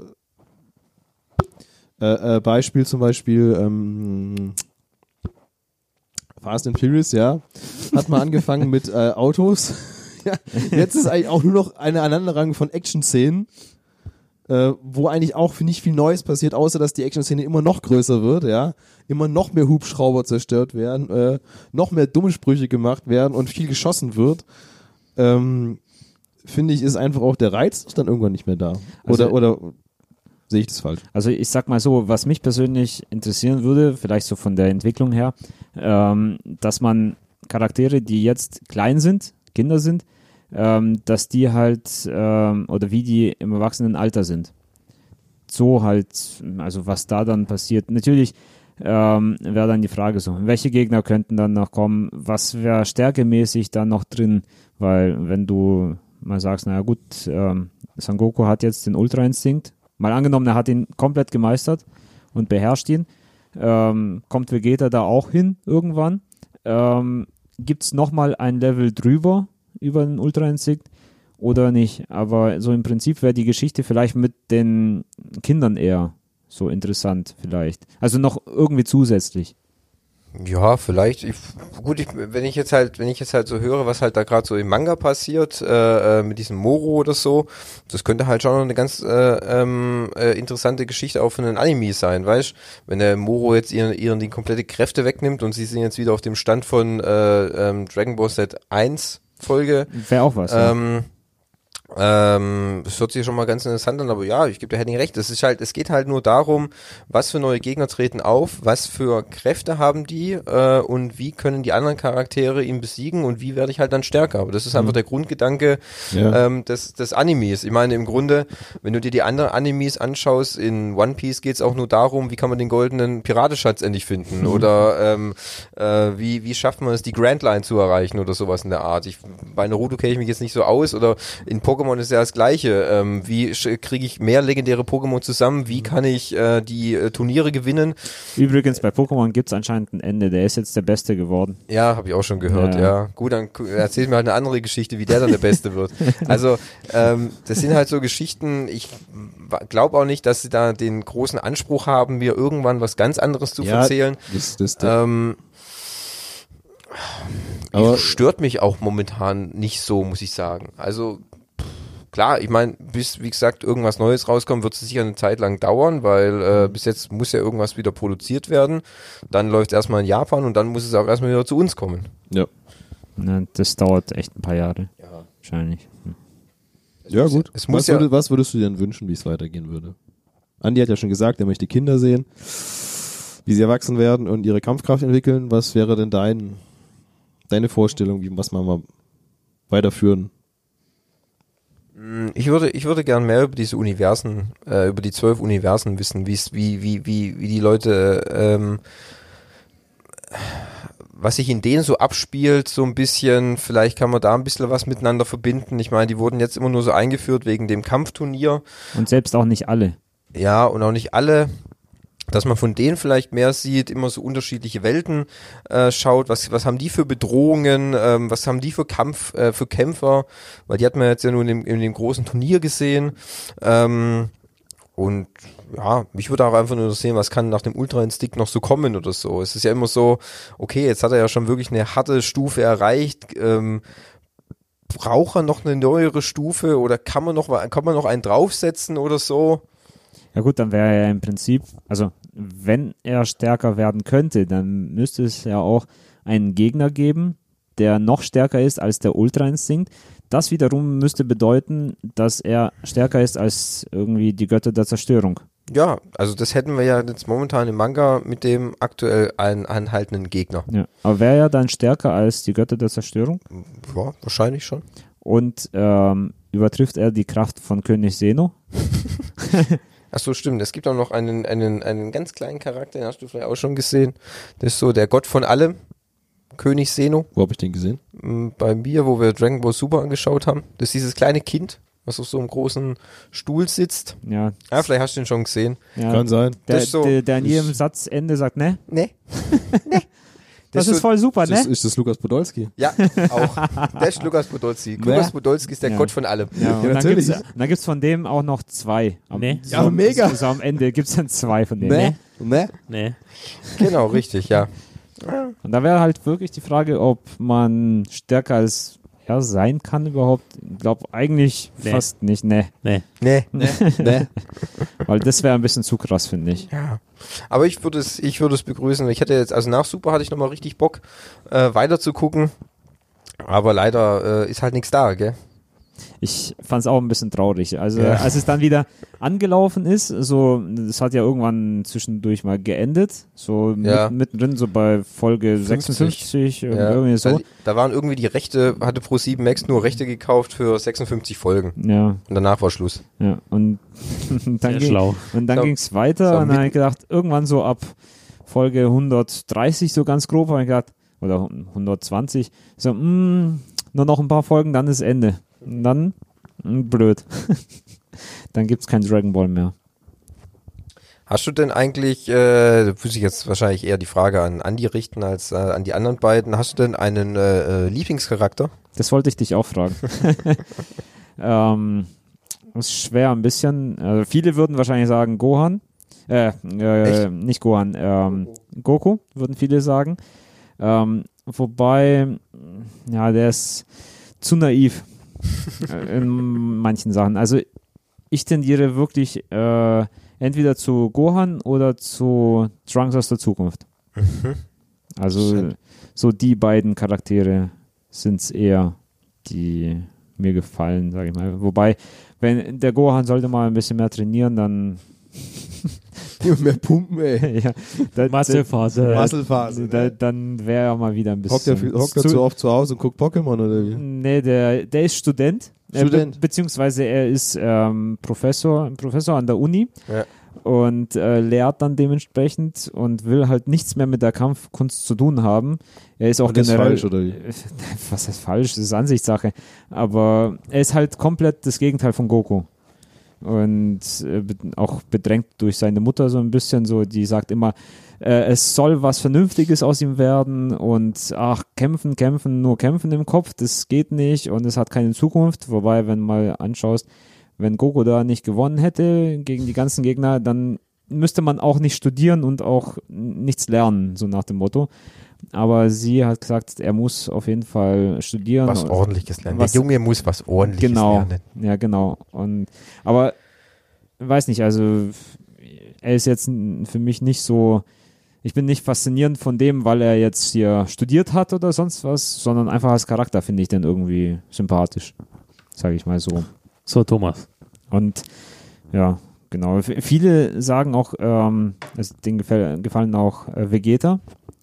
S2: Beispiel zum Beispiel Fast and Furious, ja, hat mal angefangen mit Autos. Ja, jetzt ist eigentlich auch nur noch eine Aneinanderreihung von Action-Szenen, wo eigentlich auch nicht viel Neues passiert, außer dass die Action-Szene immer noch größer wird, ja, immer noch mehr Hubschrauber zerstört werden, noch mehr dumme Sprüche gemacht werden und viel geschossen wird. Finde ich, ist einfach auch der Reiz dann irgendwann nicht mehr da. Oder sehe ich das falsch?
S3: Also ich sag mal so, was mich persönlich interessieren würde, vielleicht so von der Entwicklung her, dass man Charaktere, die jetzt klein sind, Kinder sind, dass die halt, oder wie die im Erwachsenenalter sind. So halt, also was da dann passiert. Natürlich wäre dann die Frage so, welche Gegner könnten dann noch kommen, was wäre stärkemäßig dann noch drin, weil wenn du mal sagst, naja gut, Son Goku hat jetzt den Ultra-Instinkt, mal angenommen, er hat ihn komplett gemeistert und beherrscht ihn, kommt Vegeta da auch hin irgendwann, gibt es nochmal ein Level drüber über den Ultra-Instinkt oder nicht, aber so im Prinzip wäre die Geschichte vielleicht mit den Kindern eher so interessant vielleicht, also noch irgendwie zusätzlich.
S1: Ja, vielleicht. Wenn ich jetzt halt so höre, was halt da gerade so im Manga passiert, mit diesem Moro oder so, das könnte halt schon noch eine ganz interessante Geschichte auch für einen Anime sein, weißt? Wenn der Moro jetzt ihren die komplette Kräfte wegnimmt und sie sind jetzt wieder auf dem Stand von Dragon Ball Z 1 Folge.
S3: Wäre auch was.
S1: Das hört sich schon mal ganz interessant an, aber ja, ich gebe der Henning recht. Es geht halt nur darum, was für neue Gegner treten auf, was für Kräfte haben die und wie können die anderen Charaktere ihn besiegen und wie werde ich halt dann stärker. Aber das ist einfach der Grundgedanke des Animes. Ich meine, im Grunde, wenn du dir die anderen Animes anschaust, in One Piece geht es auch nur darum, wie kann man den goldenen Piratenschatz endlich finden oder wie schafft man es, die Grand Line zu erreichen oder sowas in der Art. Bei Naruto kenne ich mich jetzt nicht so aus oder in Pokémon ist ja das Gleiche. Wie kriege ich mehr legendäre Pokémon zusammen? Wie kann ich die Turniere gewinnen?
S3: Übrigens, bei Pokémon gibt es anscheinend ein Ende. Der ist jetzt der Beste geworden.
S1: Ja, habe ich auch schon gehört, ja. Gut, dann erzähl mir halt eine andere Geschichte, wie der dann der Beste wird. Also, das sind halt so Geschichten, ich glaube auch nicht, dass sie da den großen Anspruch haben, mir irgendwann was ganz anderes zu erzählen. Aber stört mich auch momentan nicht so, muss ich sagen. Also, klar, ich meine, bis, wie gesagt, irgendwas Neues rauskommt, wird es sicher eine Zeit lang dauern, weil bis jetzt muss ja irgendwas wieder produziert werden. Dann läuft es erstmal in Japan und dann muss es auch erstmal wieder zu uns kommen.
S2: Ja.
S3: Na, das dauert echt ein paar Jahre.
S1: Ja.
S3: Wahrscheinlich.
S2: Ja, gut. Was würdest du dir denn wünschen, wie es weitergehen würde? Andi hat ja schon gesagt, er möchte Kinder sehen, wie sie erwachsen werden und ihre Kampfkraft entwickeln. Was wäre denn deine Vorstellung, was man mal weiterführen?
S1: Ich würde gern mehr über diese Universen, über die 12 Universen wissen, wie die Leute, was sich in denen so abspielt, so ein bisschen, vielleicht kann man da ein bisschen was miteinander verbinden. Ich meine, die wurden jetzt immer nur so eingeführt wegen dem Kampfturnier.
S3: Und selbst auch nicht alle.
S1: Ja, und auch nicht alle. Dass man von denen vielleicht mehr sieht, immer so unterschiedliche Welten schaut, was haben die für Bedrohungen, was haben die für Kämpfer, weil die hat man jetzt ja nur in dem großen Turnier gesehen. Und ja, mich würde auch einfach nur interessieren, was kann nach dem Ultra-Instinkt noch so kommen oder so. Es ist ja immer so, okay, jetzt hat er ja schon wirklich eine harte Stufe erreicht, braucht er noch eine neuere Stufe oder kann man noch einen draufsetzen oder so?
S3: Ja gut, dann wäre er ja im Prinzip, also wenn er stärker werden könnte, dann müsste es ja auch einen Gegner geben, der noch stärker ist als der Ultra-Instinkt. Das wiederum müsste bedeuten, dass er stärker ist als irgendwie die Götter der Zerstörung.
S1: Ja, also das hätten wir ja jetzt momentan im Manga mit dem aktuell anhaltenden Gegner.
S3: Ja, aber wäre er dann stärker als die Götter der Zerstörung?
S1: Ja, wahrscheinlich schon.
S3: Und übertrifft er die Kraft von König Zeno?
S1: Ach so, stimmt. Es gibt auch noch einen ganz kleinen Charakter, den hast du vielleicht auch schon gesehen. Das ist so der Gott von allem, König Zeno.
S2: Wo habe ich den gesehen?
S1: Bei mir, wo wir Dragon Ball Super angeschaut haben. Das ist dieses kleine Kind, was auf so einem großen Stuhl sitzt.
S3: Ja.
S1: Ah, vielleicht hast du den schon gesehen.
S3: Ja.
S2: Kann sein.
S3: Der,
S1: Das ist so-
S3: der in jedem Satzende sagt, ne?
S1: Nee.
S3: Das
S1: ist
S3: ist voll super,
S2: Das
S3: ne?
S2: ist das Lukas Podolski.
S1: Ja, auch. Der ist Lukas Podolski. Lukas Podolski ist der
S3: Ja.
S1: Gott von allem.
S3: Ja, und
S2: natürlich.
S3: dann gibt's von dem auch noch 2.
S4: Nee.
S2: Ja, mega.
S3: So am Ende gibt's dann 2 von denen.
S2: Ne?
S4: Nee.
S1: Genau, richtig, ja.
S3: Und da wäre halt wirklich die Frage, ob man stärker als er sein kann überhaupt. Ich glaube eigentlich
S4: Nee.
S3: fast nicht, ne.
S4: Nee.
S1: Nee.
S2: Ne?
S3: Weil das wäre ein bisschen zu krass, finde ich.
S1: Ja. Aber ich würde es begrüßen. Ich hatte jetzt, also nach Super hatte ich nochmal richtig Bock, weiter zu gucken. Aber leider ist halt nichts da, gell?
S3: Ich fand es auch ein bisschen traurig. Also
S1: Ja.
S3: als es dann wieder angelaufen ist, so, das hat ja irgendwann zwischendurch mal geendet, so
S1: Ja.
S3: mittendrin, so bei Folge
S1: 50.
S3: 56, irgendwie so.
S1: Da waren irgendwie die Rechte, hatte Pro7 Max nur Rechte gekauft für 56 Folgen.
S3: Ja,
S1: Und danach war Schluss.
S3: ja. Und dann
S4: Sehr
S3: ging
S4: schlau.
S3: und dann
S1: So-
S3: ging's weiter
S1: so
S3: und dann habe ich gedacht, irgendwann so ab Folge 130 so ganz grob, habe ich gedacht, oder 120, so, nur noch ein paar Folgen, dann ist Ende. Und dann, blöd. Dann gibt's kein Dragon Ball mehr.
S1: Hast du denn eigentlich, da muss ich jetzt wahrscheinlich eher die Frage an Andi richten als an die anderen beiden, hast du denn einen Lieblingscharakter?
S3: Das wollte ich dich auch fragen. Das ist schwer ein bisschen. Also viele würden wahrscheinlich sagen Gohan. Nicht Gohan, Goku würden viele sagen. Wobei, ja, der ist zu naiv in manchen Sachen. Also ich tendiere wirklich entweder zu Gohan oder zu Trunks aus der Zukunft. Also
S1: Interessant.
S3: so die beiden Charaktere sind es eher, die mir gefallen, sage ich mal. Wobei, wenn der Gohan sollte mal ein bisschen mehr trainieren, dann
S2: Mehr Pumpen, ey.
S3: ja,
S4: Muskelphase.
S2: Muskelphase.
S3: dann wäre er mal wieder ein bisschen.
S2: Hockt er zu oft zu Hause und guckt Pokémon oder wie?
S3: Nee, der ist Student.
S2: Student.
S3: Beziehungsweise er ist Professor an der Uni
S1: Ja.
S3: und lehrt dann dementsprechend und will halt nichts mehr mit der Kampfkunst zu tun haben. Er ist auch
S2: Und das ist
S3: generell
S2: falsch, oder wie?
S3: Was heißt falsch? Das ist Ansichtssache. Aber er ist halt komplett das Gegenteil von Goku. Und auch bedrängt durch seine Mutter so ein bisschen, so, die sagt immer, es soll was Vernünftiges aus ihm werden und ach, kämpfen, nur kämpfen im Kopf, das geht nicht und es hat keine Zukunft. Wobei, wenn du mal anschaust, wenn Goku da nicht gewonnen hätte gegen die ganzen Gegner, dann müsste man auch nicht studieren und auch nichts lernen, so nach dem Motto. Aber sie hat gesagt, er muss auf jeden Fall studieren.
S1: Was Ordentliches lernen.
S3: Was-
S1: Der Junge muss was Ordentliches
S3: Genau,
S1: lernen.
S3: ja genau. Aber weiß nicht, also er ist jetzt für mich nicht so, ich bin nicht faszinierend von dem, weil er jetzt hier studiert hat oder sonst was, sondern einfach als Charakter finde ich den irgendwie sympathisch, sage ich mal so.
S4: So, Thomas.
S3: Und ja, genau. Viele sagen auch, also denen gefallen auch Vegeta.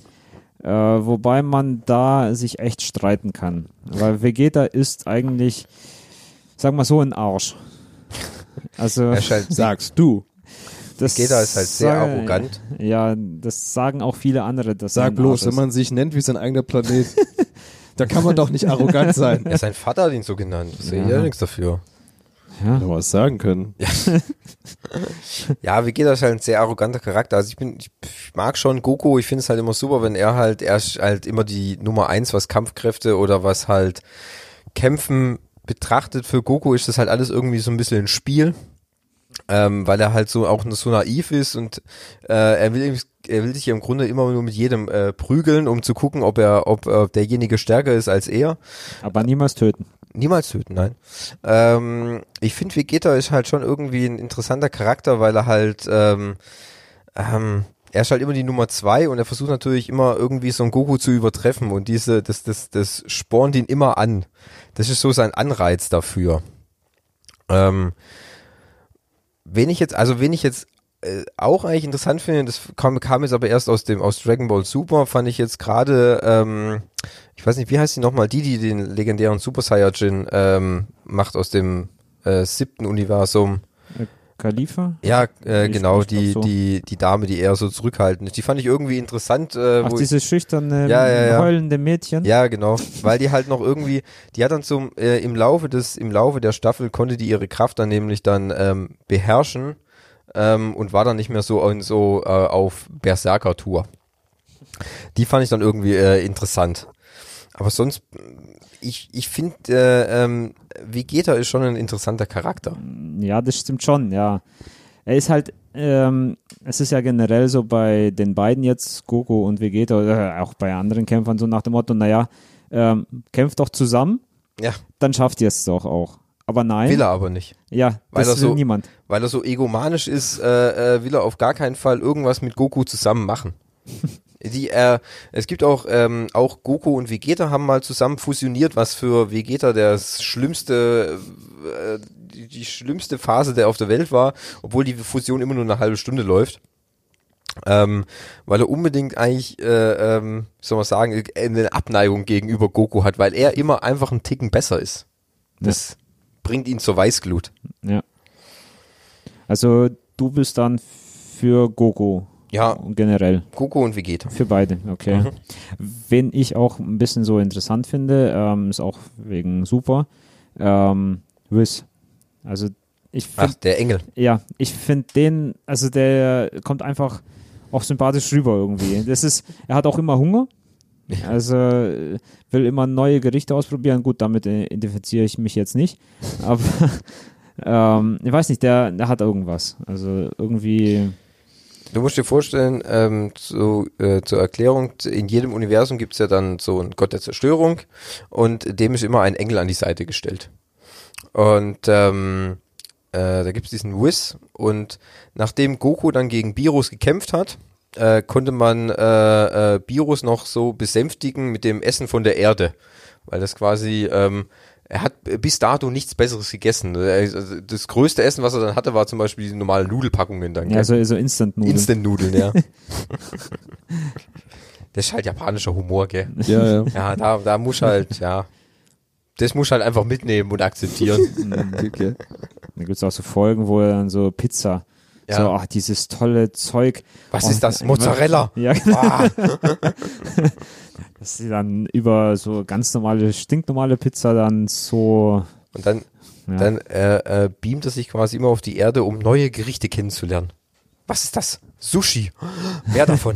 S3: Wobei man da sich echt streiten kann. Weil Vegeta ist eigentlich, sag mal so, ein Arsch. Also,
S1: Er ist halt,
S2: Sagst du.
S3: das
S1: Vegeta ist halt sehr
S3: sagen-
S1: arrogant.
S3: Ja, das sagen auch viele andere. Dass er
S2: Sag
S3: ein
S2: bloß,
S3: Arsch
S2: wenn
S3: ist.
S2: man sich nennt wie sein eigener Planet, da kann man doch nicht arrogant sein.
S1: Ja, sein Vater hat ihn so genannt. Ich sehe
S3: Ja.
S1: ja nichts dafür.
S3: Ja,
S2: Hätte was sagen können.
S1: Ja, Vegeta ist halt ein sehr arroganter Charakter. Also ich mag schon Goku. Ich finde es halt immer super, wenn er ist halt immer die Nummer 1, was Kampfkräfte oder was halt Kämpfen betrachtet. Für Goku ist das halt alles irgendwie so ein bisschen ein Spiel. Weil er halt so auch so naiv ist und er will sich im Grunde immer nur mit jedem prügeln, um zu gucken, ob derjenige stärker ist als er.
S3: aber niemals töten.
S1: Niemals töten, nein. Ich finde, Vegeta ist halt schon irgendwie ein interessanter Charakter, weil er halt, er ist halt immer die Nummer 2 und er versucht natürlich immer irgendwie so einen Goku zu übertreffen und das spornt ihn immer an. Das ist so sein Anreiz dafür. Wen ich jetzt auch eigentlich interessant finde, das kam jetzt aber erst aus Dragon Ball Super, fand ich jetzt gerade, ich weiß nicht, wie heißt die nochmal, die den legendären Super Saiyajin macht aus dem 7. Universum.
S3: Khalifa?
S1: Ja,
S3: Ich
S1: genau,
S3: glaub so.
S1: die Dame, die eher so zurückhaltend ist. Die fand ich irgendwie interessant.
S3: Ach,
S1: wo
S3: dieses schüchterne,
S1: Ja.
S3: heulende Mädchen?
S1: Ja, genau, weil die halt noch irgendwie, die hat dann im Laufe der Staffel konnte die ihre Kraft dann nämlich dann beherrschen und war dann nicht mehr so auf Berserker-Tour. Die fand ich dann irgendwie interessant. Aber sonst, ich finde, Vegeta ist schon ein interessanter Charakter.
S3: Ja, das stimmt schon, ja. Er ist halt, es ist ja generell so bei den beiden jetzt, Goku und Vegeta, oder auch bei anderen Kämpfern so nach dem Motto, naja, kämpft doch zusammen,
S1: Ja,
S3: dann schafft ihr es doch auch. Aber nein.
S1: will er aber nicht.
S3: Ja,
S1: Weil
S3: das
S1: er
S3: will
S1: so-
S3: niemand.
S1: Weil er so egomanisch ist, will er auf gar keinen Fall irgendwas mit Goku zusammen machen. Es gibt auch Goku und Vegeta haben mal zusammen fusioniert, was für Vegeta das schlimmste, die schlimmste Phase der auf der Welt war, obwohl die Fusion immer nur eine halbe Stunde läuft. Weil er unbedingt eigentlich, soll man sagen, eine Abneigung gegenüber Goku hat, weil er immer einfach einen Ticken besser ist. Das bringt ihn zur Weißglut.
S3: Ja. Also du bist dann für Goku.
S1: Ja,
S3: Generell.
S1: Goku und Vegeta.
S3: Für beide, okay. Wen ich auch ein bisschen so interessant finde, ist auch wegen Super, Whis. Also ich
S1: Ach,
S3: finde,
S1: der Engel.
S3: ja, ich finde den, also der kommt einfach auch sympathisch rüber irgendwie. Er hat auch immer Hunger. Also will immer neue Gerichte ausprobieren. Gut, damit identifiziere ich mich jetzt nicht. Aber ich weiß nicht, der hat irgendwas. Also irgendwie.
S1: Du musst dir vorstellen, zur Erklärung, in jedem Universum gibt es ja dann so einen Gott der Zerstörung und dem ist immer ein Engel an die Seite gestellt. Und da gibt es diesen Whis und nachdem Goku dann gegen Beerus gekämpft hat, konnte man Beerus noch so besänftigen mit dem Essen von der Erde. Weil das quasi, er hat bis dato nichts Besseres gegessen. Also das größte Essen, was er dann hatte, war zum Beispiel diese normalen Nudelpackungen dann.
S3: Ja, so Instant-Nudeln.
S1: Instant-Nudeln, ja. Das ist halt japanischer Humor, gell?
S2: Ja.
S1: Ja, da muss halt, ja. Das muss halt einfach mitnehmen und akzeptieren.
S2: Okay.
S3: Da gibt es auch so Folgen, wo er dann so Pizza,
S1: Ja.
S3: so, ach, dieses tolle Zeug.
S1: Was
S3: Oh,
S1: ist das? Mozzarella?
S3: Ja,
S1: Ah,
S3: dass sie dann über so ganz normale, stinknormale Pizza dann so.
S1: und dann
S3: Ja.
S1: beamt er sich quasi immer auf die Erde, um neue Gerichte kennenzulernen. Was ist das? Sushi. Mehr davon.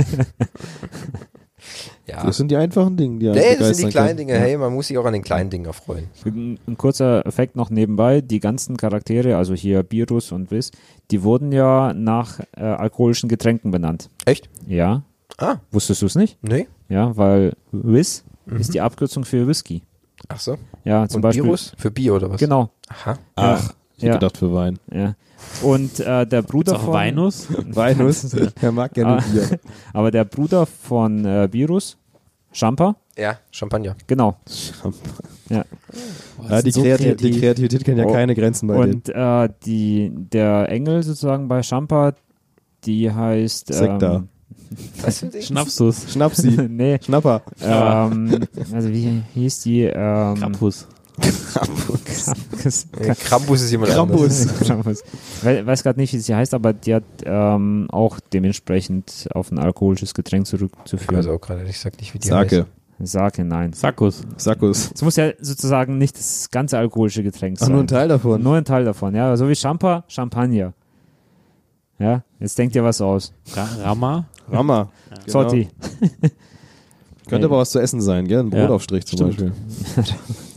S1: Ja.
S2: Das sind die einfachen Dinge, die einen
S1: Nee, das sind die
S2: begeistern
S1: kleinen
S2: können.
S1: Dinge. Hey, man muss sich auch an den kleinen Dingen erfreuen.
S3: Ein kurzer Effekt noch nebenbei, die ganzen Charaktere, also hier Beerus und Whis, die wurden ja nach alkoholischen Getränken benannt.
S1: Echt?
S3: Ja.
S1: Ah,
S3: Wusstest du es nicht?
S1: nee.
S3: Ja, weil Whis ist die Abkürzung für Whisky.
S1: Ach so.
S3: Ja, zum
S1: Und
S3: Beispiel.
S1: Virus? Für Bier oder was?
S3: Genau.
S1: Aha.
S2: Ach, ich
S3: Ja.
S2: hab gedacht für Wein.
S3: Ja. Und der Bruder
S4: Auch
S3: von
S4: Weinus?
S2: Weinus, er mag gerne Bier.
S3: aber der Bruder von Beerus, Champa,
S1: Ja, Champagner.
S3: genau. Ja.
S2: Ja, die,
S3: so
S2: die
S3: kreativ.
S2: Kreativität kennt ja
S3: Oh.
S2: keine Grenzen bei denen.
S3: Und der Engel sozusagen bei Champa, die heißt
S2: Sekta.
S1: Was für ein Ding?
S4: Schnapsus.
S2: Schnapsi,
S3: nee,
S2: Schnapper.
S3: also wie hieß die?
S4: Krampus.
S1: Krampus ist jemand
S2: Krampus.
S1: anderes.
S3: Krampus. Weiß gerade nicht, wie sie heißt, aber die hat auch dementsprechend auf ein alkoholisches Getränk
S1: Ich
S3: zurückzuführen.
S1: weiß auch gerade, ich sag nicht, wie die
S2: Sake,
S3: Sake, nein.
S4: Sakkus.
S2: Sakkus.
S3: Es muss ja sozusagen nicht das ganze alkoholische Getränk
S2: Ach,
S3: sein.
S2: nur ein Teil davon.
S3: Nur ein Teil davon, ja. So wie Champa, Champagner. Ja, jetzt denkt ihr was aus.
S4: Rama.
S2: Rammer.
S3: Zotti.
S2: Könnte aber was zu essen sein, gell? Ein
S4: Ja,
S2: Brotaufstrich zum
S4: stimmt.
S2: Beispiel.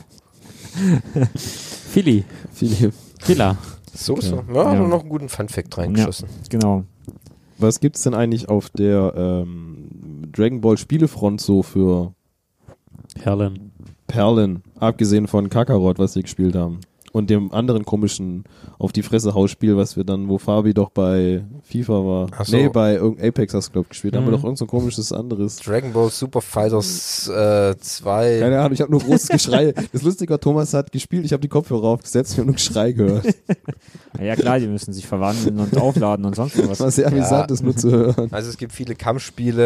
S4: Philly.
S2: Viele.
S4: Villa.
S1: So. Ja,
S3: Ja.
S1: noch einen guten Funfact reingeschossen.
S3: Genau.
S2: Was gibt's denn eigentlich auf der Dragon Ball Spielefront so für
S4: Perlen.
S2: Perlen, abgesehen von Kakarot, was wir gespielt haben? Und dem anderen komischen auf die Fresse Hausspiel, was wir dann, wo Fabi doch bei FIFA war.
S1: Ach so.
S2: Nee, bei Apex hast du, glaub ich, gespielt. Da haben wir
S4: Mhm.
S2: doch irgend so ein komisches anderes.
S1: Dragon Ball Super Fighters 2.
S2: Keine Ahnung, ich habe nur großes Geschrei. Das Lustige war, Thomas hat gespielt, ich habe die Kopfhörer aufgesetzt, ich habe nur Geschrei gehört.
S3: Ja klar, die müssen sich verwandeln und aufladen und sonst
S2: Das
S3: was.
S2: war sehr amüsant, das nur zu hören.
S1: Also es gibt viele Kampfspiele,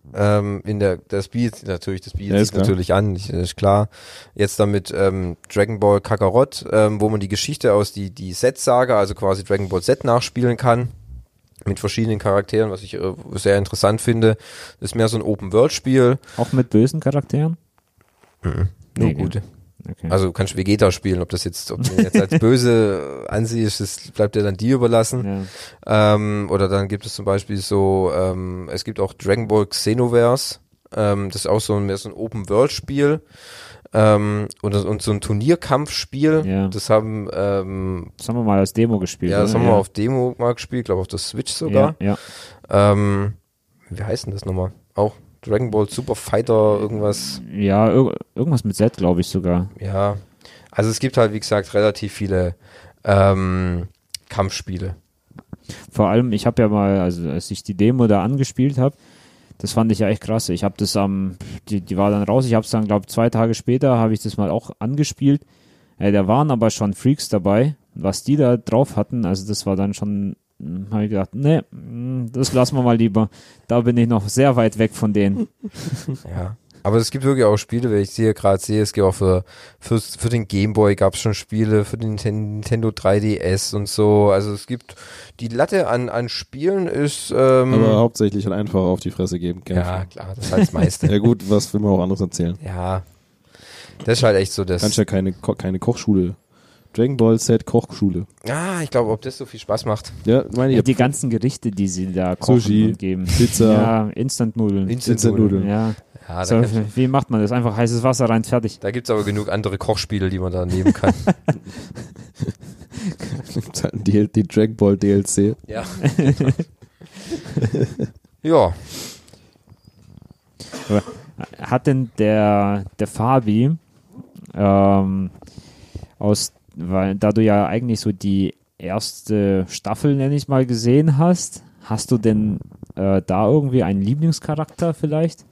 S1: Das bietet
S2: Ja, ist
S1: sich natürlich an, ist klar. Jetzt damit Dragon Ball Kakarot, wo man die Geschichte aus die Set-Saga, also quasi Dragon Ball Z nachspielen kann, mit verschiedenen Charakteren, was ich sehr interessant finde. Das ist mehr so ein Open-World-Spiel.
S3: Auch mit bösen Charakteren?
S1: Nur
S3: Nee,
S1: gute.
S3: Okay.
S1: Also du kannst Vegeta spielen, ob du den jetzt als böse ansiehst, das bleibt dir dann dir überlassen.
S3: Ja.
S1: Oder dann gibt es zum Beispiel so, es gibt auch Dragon Ball Xenoverse, das ist auch mehr so ein Open-World-Spiel und so ein Turnierkampfspiel.
S3: Ja.
S1: Das haben
S3: Das haben wir mal als Demo gespielt.
S1: ja, das
S3: oder?
S1: haben wir auf Demo mal gespielt, glaube auf der Switch sogar.
S3: Ja.
S1: Wie heißt denn das nochmal? Auch Dragon Ball Super Fighter irgendwas.
S3: Ja, irgendwas mit Z, glaube ich sogar.
S1: Ja, also es gibt halt, wie gesagt, relativ viele Kampfspiele.
S3: Vor allem, ich habe ja mal, also als ich die Demo da angespielt habe, das fand ich ja echt krass. Ich habe das die war dann raus, ich habe es dann, glaube ich, 2 Tage später habe ich das mal auch angespielt. Da waren aber schon Freaks dabei, was die da drauf hatten, also das war dann schon, habe ich gedacht, nee, das lassen wir mal lieber. Da bin ich noch sehr weit weg von denen.
S1: Ja. Aber es gibt wirklich auch Spiele, wenn ich gerade sehe, es gibt auch für den Gameboy gab es schon Spiele, für den Nintendo 3DS und so. Also es gibt, die Latte an Spielen ist
S2: Aber hauptsächlich halt einfach auf die Fresse geben.
S1: ja, klar, das ist halt das meiste.
S2: Ja gut, was will man auch anderes erzählen?
S1: Ja, das ist halt echt so das.
S2: Kannst ja keine Kochschule. Dragon Ball Z Kochschule.
S1: Ich glaube, ob das so viel Spaß macht.
S2: Ja, meine ich.
S3: Ja, die ganzen Gerichte, die sie da kochen
S2: Sushi,
S3: und geben.
S2: Pizza.
S3: Ja, Instant-Nudeln.
S2: Instant-Nudeln.
S3: Ja.
S1: Ja,
S3: So,
S1: da,
S3: wie macht man das? Einfach heißes Wasser rein, fertig.
S1: da gibt es aber genug andere Kochspiele, die man da nehmen kann.
S2: Die Dragon Ball DLC.
S1: Ja. Ja.
S3: Hat denn der Fabi weil da du ja eigentlich so die erste Staffel, nenne ich mal, gesehen hast, hast du denn da irgendwie einen Lieblingscharakter vielleicht?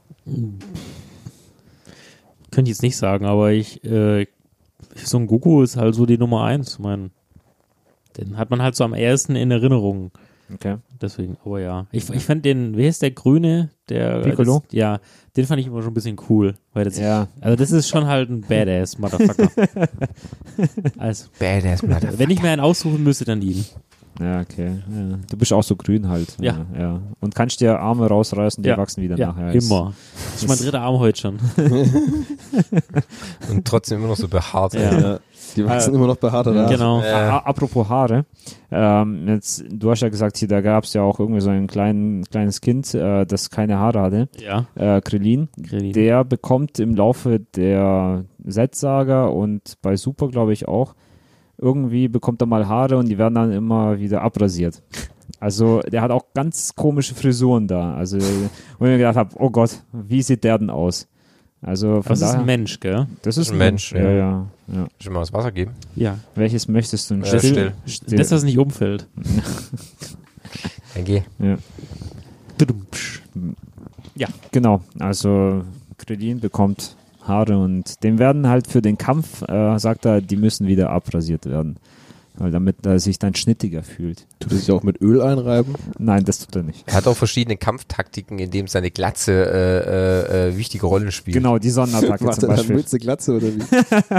S4: Könnte ich jetzt nicht sagen, aber Son Goku ist halt so die Nummer 1. Ich meine, den hat man halt so am ersten in Erinnerung.
S3: Okay.
S4: Deswegen, aber ja. Ich fand wie heißt der Grüne?
S3: Piccolo?
S4: Ja, den fand ich immer schon ein bisschen cool. Weil
S3: Ja.
S4: Also das ist schon halt ein Badass Motherfucker. Also,
S1: Badass, Motherfucker.
S4: wenn ich mir einen aussuchen müsste, dann ihn.
S3: Ja, okay. Ja. Du bist auch so grün halt.
S4: Ja.
S3: Ja. Und kannst dir Arme rausreißen, die
S4: Ja.
S3: wachsen wieder
S4: Ja,
S3: nachher.
S4: immer. Das ist mein dritter Arm heute schon.
S1: Und trotzdem immer noch so behaart.
S4: Ja.
S2: Ja. Die wachsen immer noch bei harter Nase.
S4: Genau.
S3: Apropos Haare, du hast ja gesagt, hier, da gab es ja auch irgendwie so ein kleines Kind, das keine Haare hatte,
S4: Ja.
S3: Krillin.
S4: Krillin.
S3: Der bekommt im Laufe der Z-Saga und bei Super, glaube ich, auch, irgendwie bekommt er mal Haare und die werden dann immer wieder abrasiert. Also der hat auch ganz komische Frisuren da. Also wo ich mir gedacht habe, oh Gott, wie sieht der denn aus? Also von
S4: Das ist
S3: daher,
S4: ein Mensch, gell?
S3: das ist
S1: ein Mensch,
S3: Ja,
S1: ja.
S3: ja.
S1: Schon mal was Wasser geben?
S4: Ja.
S3: Welches möchtest du? Ein
S1: Still.
S4: Das, was nicht umfällt.
S1: Dann geh.
S3: Ja.
S4: Ja.
S3: Genau, also Krillin bekommt Haare und dem werden halt für den Kampf, sagt er, die müssen wieder abrasiert werden. Weil damit er sich dann schnittiger fühlt.
S2: Tut er sich auch mit Öl einreiben?
S3: Nein, das tut er nicht.
S1: Er hat auch verschiedene Kampftaktiken, in denen seine Glatze wichtige Rollen spielt.
S3: Genau, die Sonnenattacke
S2: Macht
S3: zum
S2: er dann
S3: Beispiel.
S2: Mütze Glatze oder wie?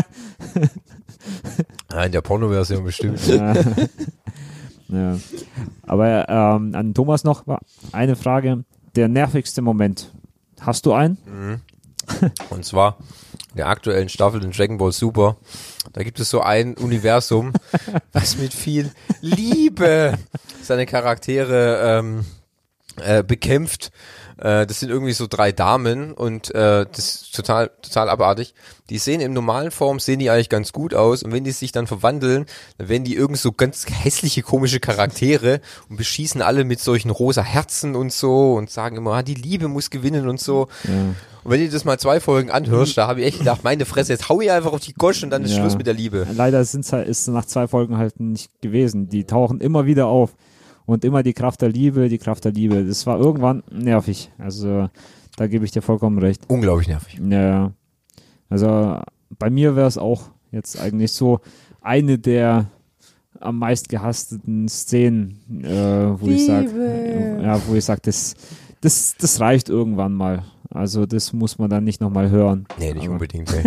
S1: In der Porno-Version bestimmt.
S3: Ja. Ja. Aber an Thomas noch eine Frage. Der nervigste Moment. Hast du einen?
S1: Und zwar in der aktuellen Staffel in Dragon Ball Super. Da gibt es so ein Universum, was mit viel Liebe seine Charaktere bekämpft. Das sind irgendwie so 3 Damen und das ist total abartig. Die sehen in normalen Form, sehen die eigentlich ganz gut aus und wenn die sich dann verwandeln, dann werden die irgend so ganz hässliche, komische Charaktere und beschießen alle mit solchen rosa Herzen und so und sagen immer, die Liebe muss gewinnen und so.
S3: Ja.
S1: Und wenn du das mal 2 Folgen anhörst, da habe ich echt gedacht, meine Fresse, jetzt hau ich einfach auf die Gosch und dann ist
S3: Ja.
S1: Schluss mit der Liebe.
S3: Leider ist es nach 2 Folgen halt nicht gewesen. Die tauchen immer wieder auf. Und immer die Kraft der Liebe, die Kraft der Liebe. Das war irgendwann nervig. Also da gebe ich dir vollkommen recht.
S1: Unglaublich nervig.
S3: Ja. Also bei mir wäre es auch jetzt eigentlich so eine der am meist gehassten Szenen, wo ich sage, das reicht irgendwann mal. Also das muss man dann nicht nochmal hören.
S1: Nee, nicht
S3: Aber-
S1: unbedingt. Ey.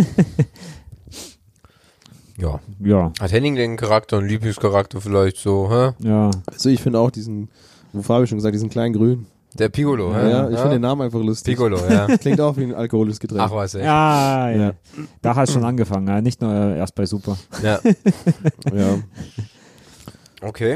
S1: Ja.
S3: Ja,
S1: Hat Henning den Charakter, einen Lieblingscharakter vielleicht so, hä?
S3: ja.
S2: Also ich finde auch diesen, wo Fabi schon gesagt, diesen kleinen Grün.
S1: Der Piccolo,
S2: Ja, ich finde den Namen einfach lustig.
S1: Piccolo, ja.
S2: Klingt auch wie ein alkoholisches Getränk.
S1: Ach was, ey.
S3: Ja, ja.
S2: Ja.
S3: Da hat es schon angefangen, ja. Nicht nur erst bei Super.
S1: Ja.
S2: Ja.
S1: Okay.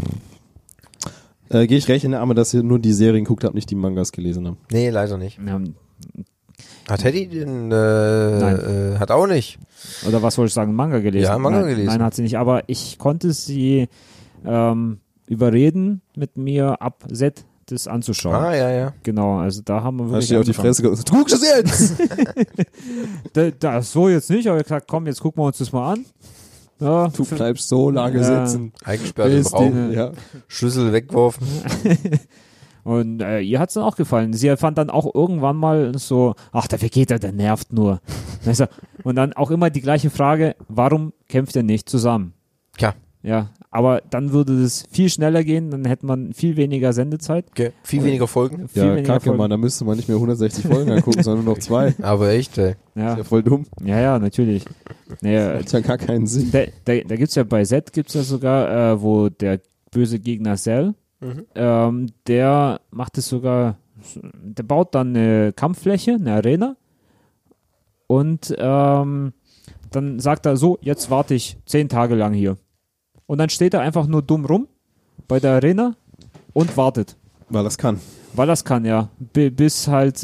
S2: Gehe ich recht in der Arme, dass ihr nur die Serien geguckt habt, nicht die Mangas gelesen habt.
S1: Nee, leider nicht.
S3: Ja,
S1: Hat Teddy den,
S3: Nein.
S1: hat auch nicht.
S3: oder was wollte ich sagen? Manga gelesen?
S1: Ja, Manga
S3: Nein,
S1: gelesen.
S3: Nein, hat sie nicht. Aber ich konnte sie überreden, mit mir ab Z das anzuschauen.
S1: Ah, ja.
S3: Genau, also da haben wir wirklich
S2: Hast du dir auf die
S3: angefangen.
S2: Fresse gesagt, du guckst es jetzt!
S3: Das so jetzt nicht, aber ich gesagt, komm, jetzt gucken wir uns das mal an. Ja,
S2: Du bleibst so lange
S3: Ja.
S2: sitzen.
S1: Eingesperrt im
S2: bis
S1: Raum,
S2: die- ja.
S1: Schlüssel weggeworfen.
S3: Und ihr hat es dann auch gefallen. Sie fand dann auch irgendwann mal so, ach, der Vegeta, der nervt nur. Weißt du? Und dann auch immer die gleiche Frage, warum kämpft ihr nicht zusammen?
S1: Tja,
S3: Ja, aber dann würde das viel schneller gehen, dann hätte man viel weniger Sendezeit.
S1: okay. Viel weniger Folgen.
S3: Viel
S2: Ja,
S3: weniger
S2: kacke,
S3: Folgen.
S2: Mann, da müsste man nicht mehr 160 Folgen angucken, sondern nur noch 2.
S1: Aber echt, ey.
S3: Ja,
S2: Ja, voll dumm.
S3: ja, natürlich. Naja,
S2: Hat ja gar keinen Sinn.
S3: da gibt's ja bei Z gibt's ja sogar, wo der böse Gegner Cell, der macht es sogar, der baut dann eine Kampffläche, eine Arena und dann sagt er so, jetzt warte ich 10 Tage lang hier. Und dann steht er einfach nur dumm rum bei der Arena und wartet.
S2: Weil das kann.
S3: Weil das kann, ja. Bis halt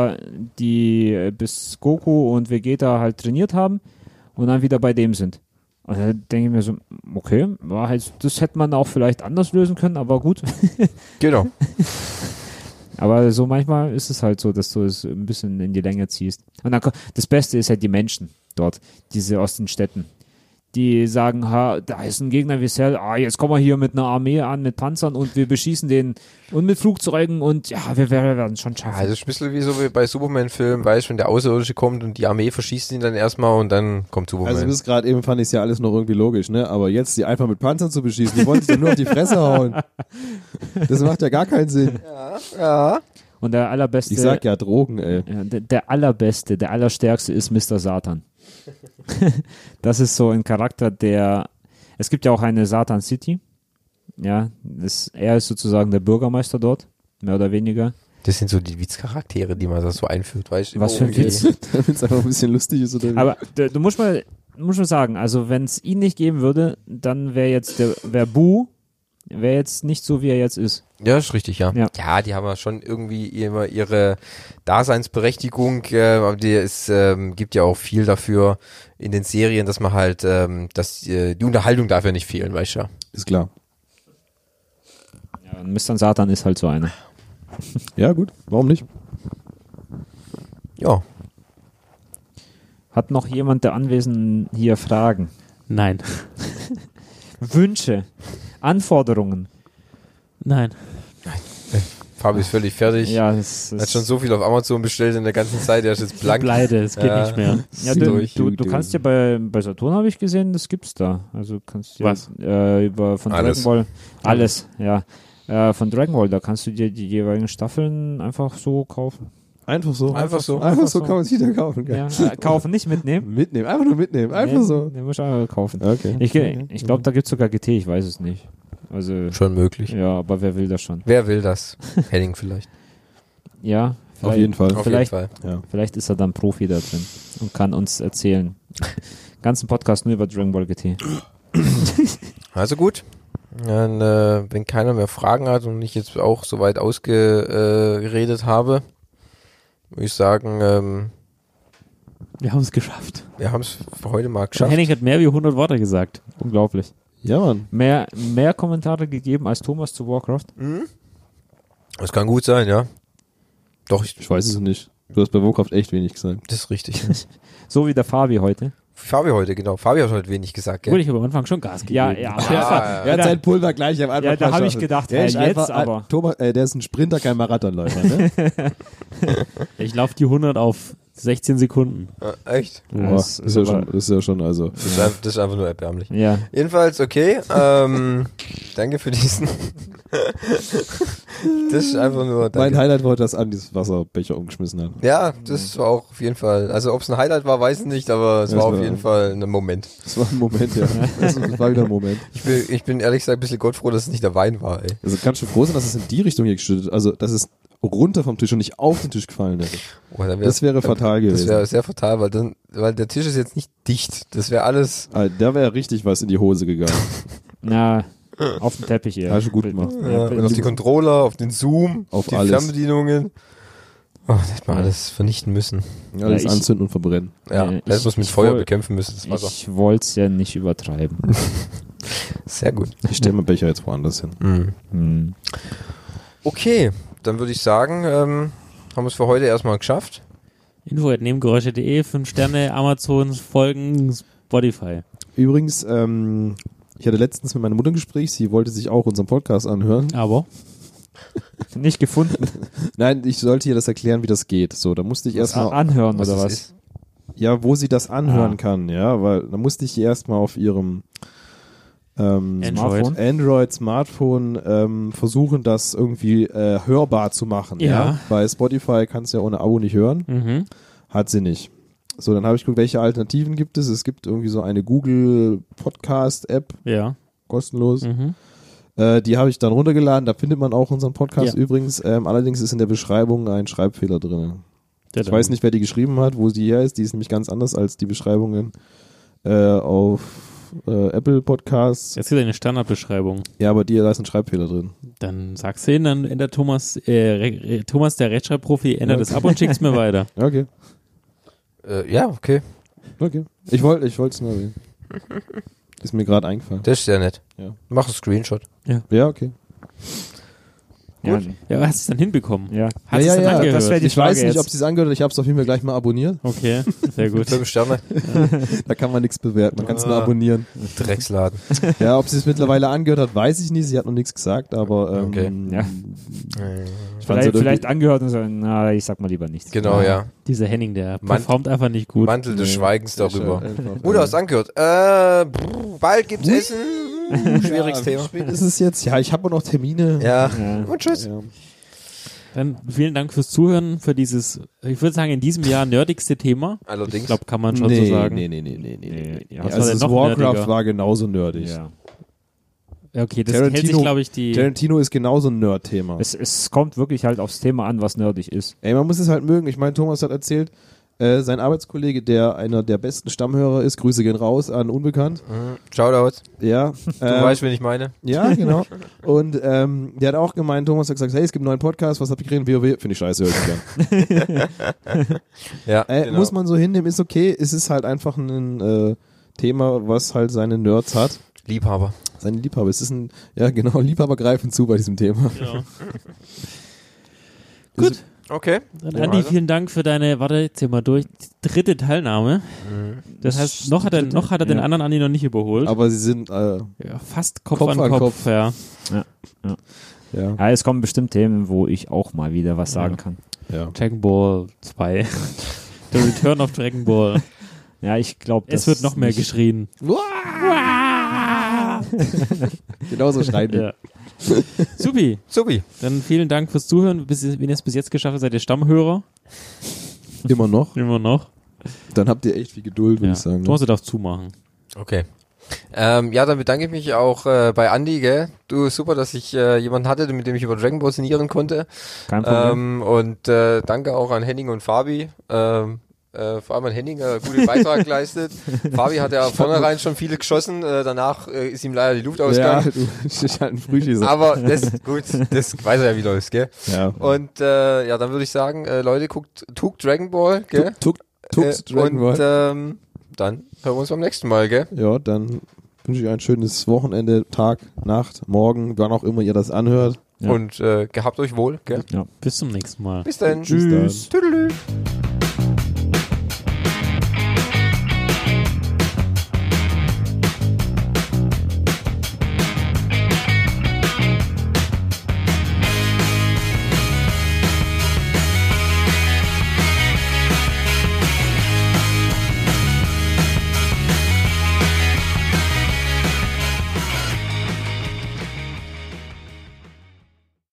S3: bis Goku und Vegeta halt trainiert haben und dann wieder bei dem sind. Und da denke ich mir so, okay, war halt, das hätte man auch vielleicht anders lösen können, aber gut.
S1: Genau.
S3: Aber so manchmal ist es halt so, dass du es ein bisschen in die Länge ziehst. Und dann, das Beste ist halt die Menschen dort, diese aus den Städten. Die sagen, ha, da ist ein Gegner wie Cell, jetzt kommen wir hier mit einer Armee an, mit Panzern und wir beschießen den und mit Flugzeugen und ja, wir werden es schon schaffen.
S1: Also ein bisschen wie so wie bei Superman-Filmen, weißt du, wenn der Außerirdische kommt und die Armee verschießt ihn dann erstmal und dann kommt Superman.
S2: Also bis gerade eben fand ich es ja alles noch irgendwie logisch, ne? Aber jetzt die einfach mit Panzern zu beschießen, die wollen sich doch nur auf die Fresse hauen. Das macht ja gar keinen Sinn.
S1: ja.
S3: Und der allerbeste,
S2: Ich sag ja Drogen, ey.
S3: ja, der allerbeste, der allerstärkste ist Mr. Satan. Das ist so ein Charakter, es gibt ja auch eine Satan City. Ja, er ist sozusagen der Bürgermeister dort, mehr oder weniger.
S1: Das sind so die Witzcharaktere, die man da so einführt, weißt du?
S3: Was für ein
S1: irgendwie.
S3: Witz.
S2: Damit es einfach ein bisschen lustig ist oder wie?
S3: Aber du musst mal sagen, also wenn es ihn nicht geben würde, dann wäre jetzt wär Boo, wäre jetzt nicht so, wie er jetzt ist.
S1: Ja, ist richtig, ja.
S3: Ja.
S1: Ja, die haben ja schon irgendwie immer ihre Daseinsberechtigung, aber es gibt ja auch viel dafür in den Serien, dass man halt, dass die Unterhaltung darf ja nicht fehlen, weißt du ja.
S2: Ist klar.
S3: Ja, und Mr. Satan ist halt so einer.
S2: Ja, gut. Warum nicht?
S1: Ja.
S3: Hat noch jemand der Anwesenden hier Fragen?
S4: Nein.
S3: Wünsche? Anforderungen?
S4: Nein.
S1: Fabi ist völlig fertig.
S3: Ja, das
S1: Er hat schon so viel auf Amazon bestellt in der ganzen Zeit, er ist jetzt blank.
S4: Pleite, es geht
S1: Ja.
S4: nicht mehr.
S3: Ja,
S1: Zieh durch.
S3: du kannst ja bei Saturn, habe ich gesehen, das gibt's da. Also kannst du
S4: Was?
S3: von
S1: Alles.
S3: Dragon Ball, alles, ja. Von Dragon Ball, da kannst du dir die jeweiligen Staffeln einfach so kaufen.
S2: Einfach so.
S1: Einfach so.
S2: Einfach so kann man es wieder kaufen.
S3: Ja,
S2: Geil.
S3: kaufen, nicht mitnehmen.
S2: Mitnehmen, einfach nur mitnehmen. Einfach so.
S3: Den musst du einfach kaufen.
S2: Okay.
S3: Ich glaube, da gibt's sogar GT, ich weiß es nicht. Also,
S1: Schon möglich.
S3: ja, aber wer will das schon?
S1: Wer will das? Henning vielleicht.
S3: Ja,
S2: Auf jeden Fall.
S1: Auf
S3: Vielleicht-
S1: jeden Fall.
S2: Ja.
S3: vielleicht ist er dann Profi da drin und kann uns erzählen. Ganzen Podcast nur über Dragon Ball GT.
S1: Also gut. Dann, wenn keiner mehr Fragen hat und ich jetzt auch soweit ausgeredet habe, würde ich sagen,
S4: Wir haben es geschafft.
S1: wir haben es für heute mal geschafft.
S4: Henning hat mehr wie 100 Worte gesagt.
S3: Unglaublich.
S2: Ja, Mann.
S3: Mehr Kommentare gegeben als Thomas zu Warcraft.
S1: Das kann gut sein, ja. Doch,
S2: Ich weiß es nicht. Du hast bei Warcraft echt wenig gesagt.
S1: das ist richtig.
S3: So wie der Fabi heute.
S1: Fabi heute, genau. Fabi hat heute wenig gesagt,
S4: Gut,
S1: gell?
S4: ich habe am Anfang schon Gas gegeben.
S3: Ja, ja.
S2: Er hat sein Pulver gleich am Anfang
S3: Ja, da habe ich
S2: verschossen.
S3: gedacht,
S2: Der ist
S3: jetzt
S2: einfach,
S3: aber.
S2: Thomas, der ist ein Sprinter, kein Marathonläufer, ne?
S4: Ich laufe die 100 auf 16 Sekunden.
S1: Echt?
S2: Boah,
S3: Das
S2: ist ja
S3: ist
S2: schon,
S3: aber-
S2: ist ja schon, also.
S1: Das ist einfach nur erbärmlich.
S3: Ja.
S1: Jedenfalls, okay. Danke für diesen Das ist einfach nur...
S2: Mein Highlight war, dass Andi das Wasserbecher umgeschmissen hat.
S1: Ja, das war auch auf jeden Fall... Also ob es ein Highlight war, weiß ich nicht, aber es
S2: Ja,
S1: war
S2: es
S1: auf
S2: war-
S1: jeden Fall ein Moment.
S2: Das war ein Moment, ja. Das war wieder ein Moment.
S1: Ich bin ehrlich gesagt ein bisschen gottfroh, dass es nicht der Wein war, ey.
S2: Also kannst du froh sein, dass es in die Richtung hier geschüttet, also dass es runter vom Tisch und nicht auf den Tisch gefallen ist.
S1: Oh, dann
S2: Das wäre fatal
S1: Das
S2: gewesen.
S1: wäre sehr fatal, weil der Tisch ist jetzt nicht dicht. Das wäre alles...
S2: Da wäre richtig was in die Hose gegangen.
S3: Na, auf dem Teppich eher.
S2: Hast du gut gemacht.
S1: Ja, und auf die Controller, auf den Zoom,
S2: Auf
S1: die
S2: alles.
S1: Fernbedienungen. Oh, das hätte man alles vernichten müssen.
S2: Alles
S3: Ja, ich-
S2: anzünden und verbrennen.
S1: Ja,
S3: Ja,
S1: das muss mit
S3: ich
S1: Feuer
S3: woll-
S1: bekämpfen müssen, das Wasser.
S3: Ich wollte es ja nicht übertreiben.
S1: Sehr gut.
S2: Ich stelle meinen Becher jetzt woanders hin.
S3: Hm.
S1: Okay, dann würde ich sagen, haben wir es für heute erstmal geschafft.
S4: Info@nebengeräusche.de, 5 Sterne, Amazon, Folgen, Spotify.
S2: Übrigens, ich hatte letztens mit meiner Mutter ein Gespräch, sie wollte sich auch unseren Podcast anhören.
S4: Aber
S3: Nicht gefunden.
S2: Nein, ich sollte ihr das erklären, wie das geht. So, da musste ich erstmal,
S3: Anhören oder
S1: das
S3: was?
S1: ist.
S2: ja, wo sie das anhören
S3: Ah.
S2: kann, ja, weil da musste ich erstmal auf ihrem
S4: Android.
S2: Android-Smartphone versuchen, das irgendwie hörbar zu machen.
S4: Ja.
S2: Bei Spotify kannst du ja ohne Abo nicht hören.
S4: Mhm.
S2: Hat sie nicht. So, dann habe ich geguckt, welche Alternativen gibt es. Es gibt irgendwie so eine Google Podcast-App,
S4: Ja.
S2: kostenlos.
S4: Mhm.
S2: Die habe ich dann runtergeladen. Da findet man auch unseren Podcast
S4: Ja.
S2: übrigens. Allerdings ist in der Beschreibung ein Schreibfehler drin. Ich weiß nicht, wer die geschrieben hat, wo sie her ist. Die ist nämlich ganz anders als die Beschreibungen auf Apple Podcasts.
S4: Jetzt gibt eine Standardbeschreibung.
S2: Ja, aber da ist ein Schreibfehler drin.
S4: Dann sagst du ihn, dann ändert Thomas, Thomas der Rechtschreibprofi, ändert es ab und schickt es mir weiter.
S2: Okay,
S1: Ja, okay.
S2: okay. Ich wollte es nur erwähnen. Ist mir gerade eingefallen.
S1: Das ist sehr nett.
S2: Ja.
S1: Mach einen Screenshot.
S2: Ja, okay.
S3: Ja,
S4: Ja, aber hast du es dann hinbekommen?
S3: ja.
S4: Hast du
S2: ja,
S4: es dann
S2: ja,
S4: angehört?
S3: das wär die
S2: Ich weiß
S3: Frage
S2: nicht,
S3: jetzt.
S2: ob sie es angehört hat. Ich habe es auf jeden Fall gleich mal abonniert.
S4: Okay, sehr gut.
S1: 5 Sterne.
S2: Da kann man nichts bewerten. Man kann es nur abonnieren.
S1: Drecksladen.
S2: Ja, ob sie es mittlerweile angehört hat, weiß ich nicht. Sie hat noch nichts gesagt, aber
S1: Okay.
S3: Ja.
S2: ich fand's halt
S3: Vielleicht angehört und sagen, na, ich sag mal lieber nichts.
S1: Genau, ja.
S4: Dieser Henning, der
S1: Man-
S4: performt einfach nicht gut.
S1: Mantel des Schweigens darüber.
S2: einfach,
S1: Mutter, hast du angehört? Bald gibt's Essen. Schwieriges Thema.
S2: Spät ist es jetzt? Ja, ich habe noch Termine.
S1: Ja.
S3: Ja.
S1: Und tschüss.
S2: Ja.
S4: Dann vielen Dank fürs Zuhören, für dieses, ich würde sagen, in diesem Jahr nerdigste Thema.
S1: Allerdings.
S4: Ich glaube, kann man schon so sagen.
S2: Nee.
S3: Ja,
S4: was war
S2: Also
S4: denn
S2: das
S4: noch
S2: Warcraft
S4: nerdiger?
S2: war genauso nerdig.
S3: Ja.
S4: Ja, okay, das hält sich, glaube ich, die.
S2: Tarantino ist genauso ein Nerd-Thema.
S3: Es kommt wirklich halt aufs Thema an, was nerdig ist.
S2: Ey, man muss es halt mögen. Ich meine, Thomas hat erzählt, sein Arbeitskollege, der einer der besten Stammhörer ist, Grüße gehen raus an Unbekannt.
S1: Shoutout.
S2: Ja.
S1: Du weißt, wen ich meine.
S2: Ja, genau. Und der hat auch gemeint, Thomas hat gesagt, hey, es gibt einen neuen Podcast, was habt ihr geredet? WoW? Finde ich scheiße, hör ich nicht gern.
S1: Ja, genau.
S2: Muss man so hinnehmen, ist okay. Es ist halt einfach ein Thema, was halt seine Nerds hat.
S1: Liebhaber.
S2: Seine Liebhaber. Es ist genau, Liebhaber greifen zu bei diesem Thema.
S4: Ja. Gut.
S1: Okay.
S4: Dann Andi, vielen Dank für deine, warte, jetzt hier mal durch, dritte Teilnahme. Das heißt, noch hat er den anderen Andi noch nicht überholt.
S2: Aber sie sind,
S4: Ja, fast Kopf,
S2: Kopf
S4: an
S2: an
S4: Kopf.
S2: Kopf.
S4: Ja.
S2: ja.
S3: Ja, es kommen bestimmt Themen, wo ich auch mal wieder was sagen kann.
S2: ja.
S4: Dragon Ball 2. The Return of Dragon Ball.
S3: Ja, ich glaube,
S4: Es wird noch mehr geschrien.
S2: Genauso schreien die.
S4: Ja. Supi,
S1: Supi.
S4: dann vielen Dank fürs Zuhören. Wenn ihr es bis jetzt geschafft habt, seid ihr Stammhörer.
S2: Immer noch.
S4: Immer noch.
S2: Dann habt ihr echt viel Geduld, würde
S4: Ja.
S2: ich sagen.
S4: Thomas, du darfst zumachen.
S1: Okay. Ja, dann bedanke ich mich auch bei Andi, gell? Du, super, dass ich jemanden hatte, mit dem ich über Dragon Ball sinnieren konnte.
S3: Kein Problem.
S1: Und danke auch an Henning und Fabi. Vor allem an Henning, guten Beitrag geleistet. Fabi hat ja vornherein schon viele geschossen, danach ist ihm leider die Luft
S2: Ja,
S1: ausgegangen.
S2: du bist halt ein Frühschießer.
S1: Aber das gut, das weiß er ja, wie läuft, gell?
S2: Ja.
S1: Und ja, dann würde ich sagen, Leute, guckt Dragon Ball, gell?
S2: Tuckt Dragon
S1: und
S2: Ball.
S1: dann hören wir uns beim nächsten Mal, gell?
S2: Ja, dann wünsche ich ein schönes Wochenende, Tag, Nacht, Morgen, wann auch immer ihr das anhört.
S3: Ja.
S1: Und gehabt euch wohl, gell?
S3: Ja.
S4: Bis zum nächsten Mal.
S1: Bis dann.
S2: Tschüss.
S1: Tschüss.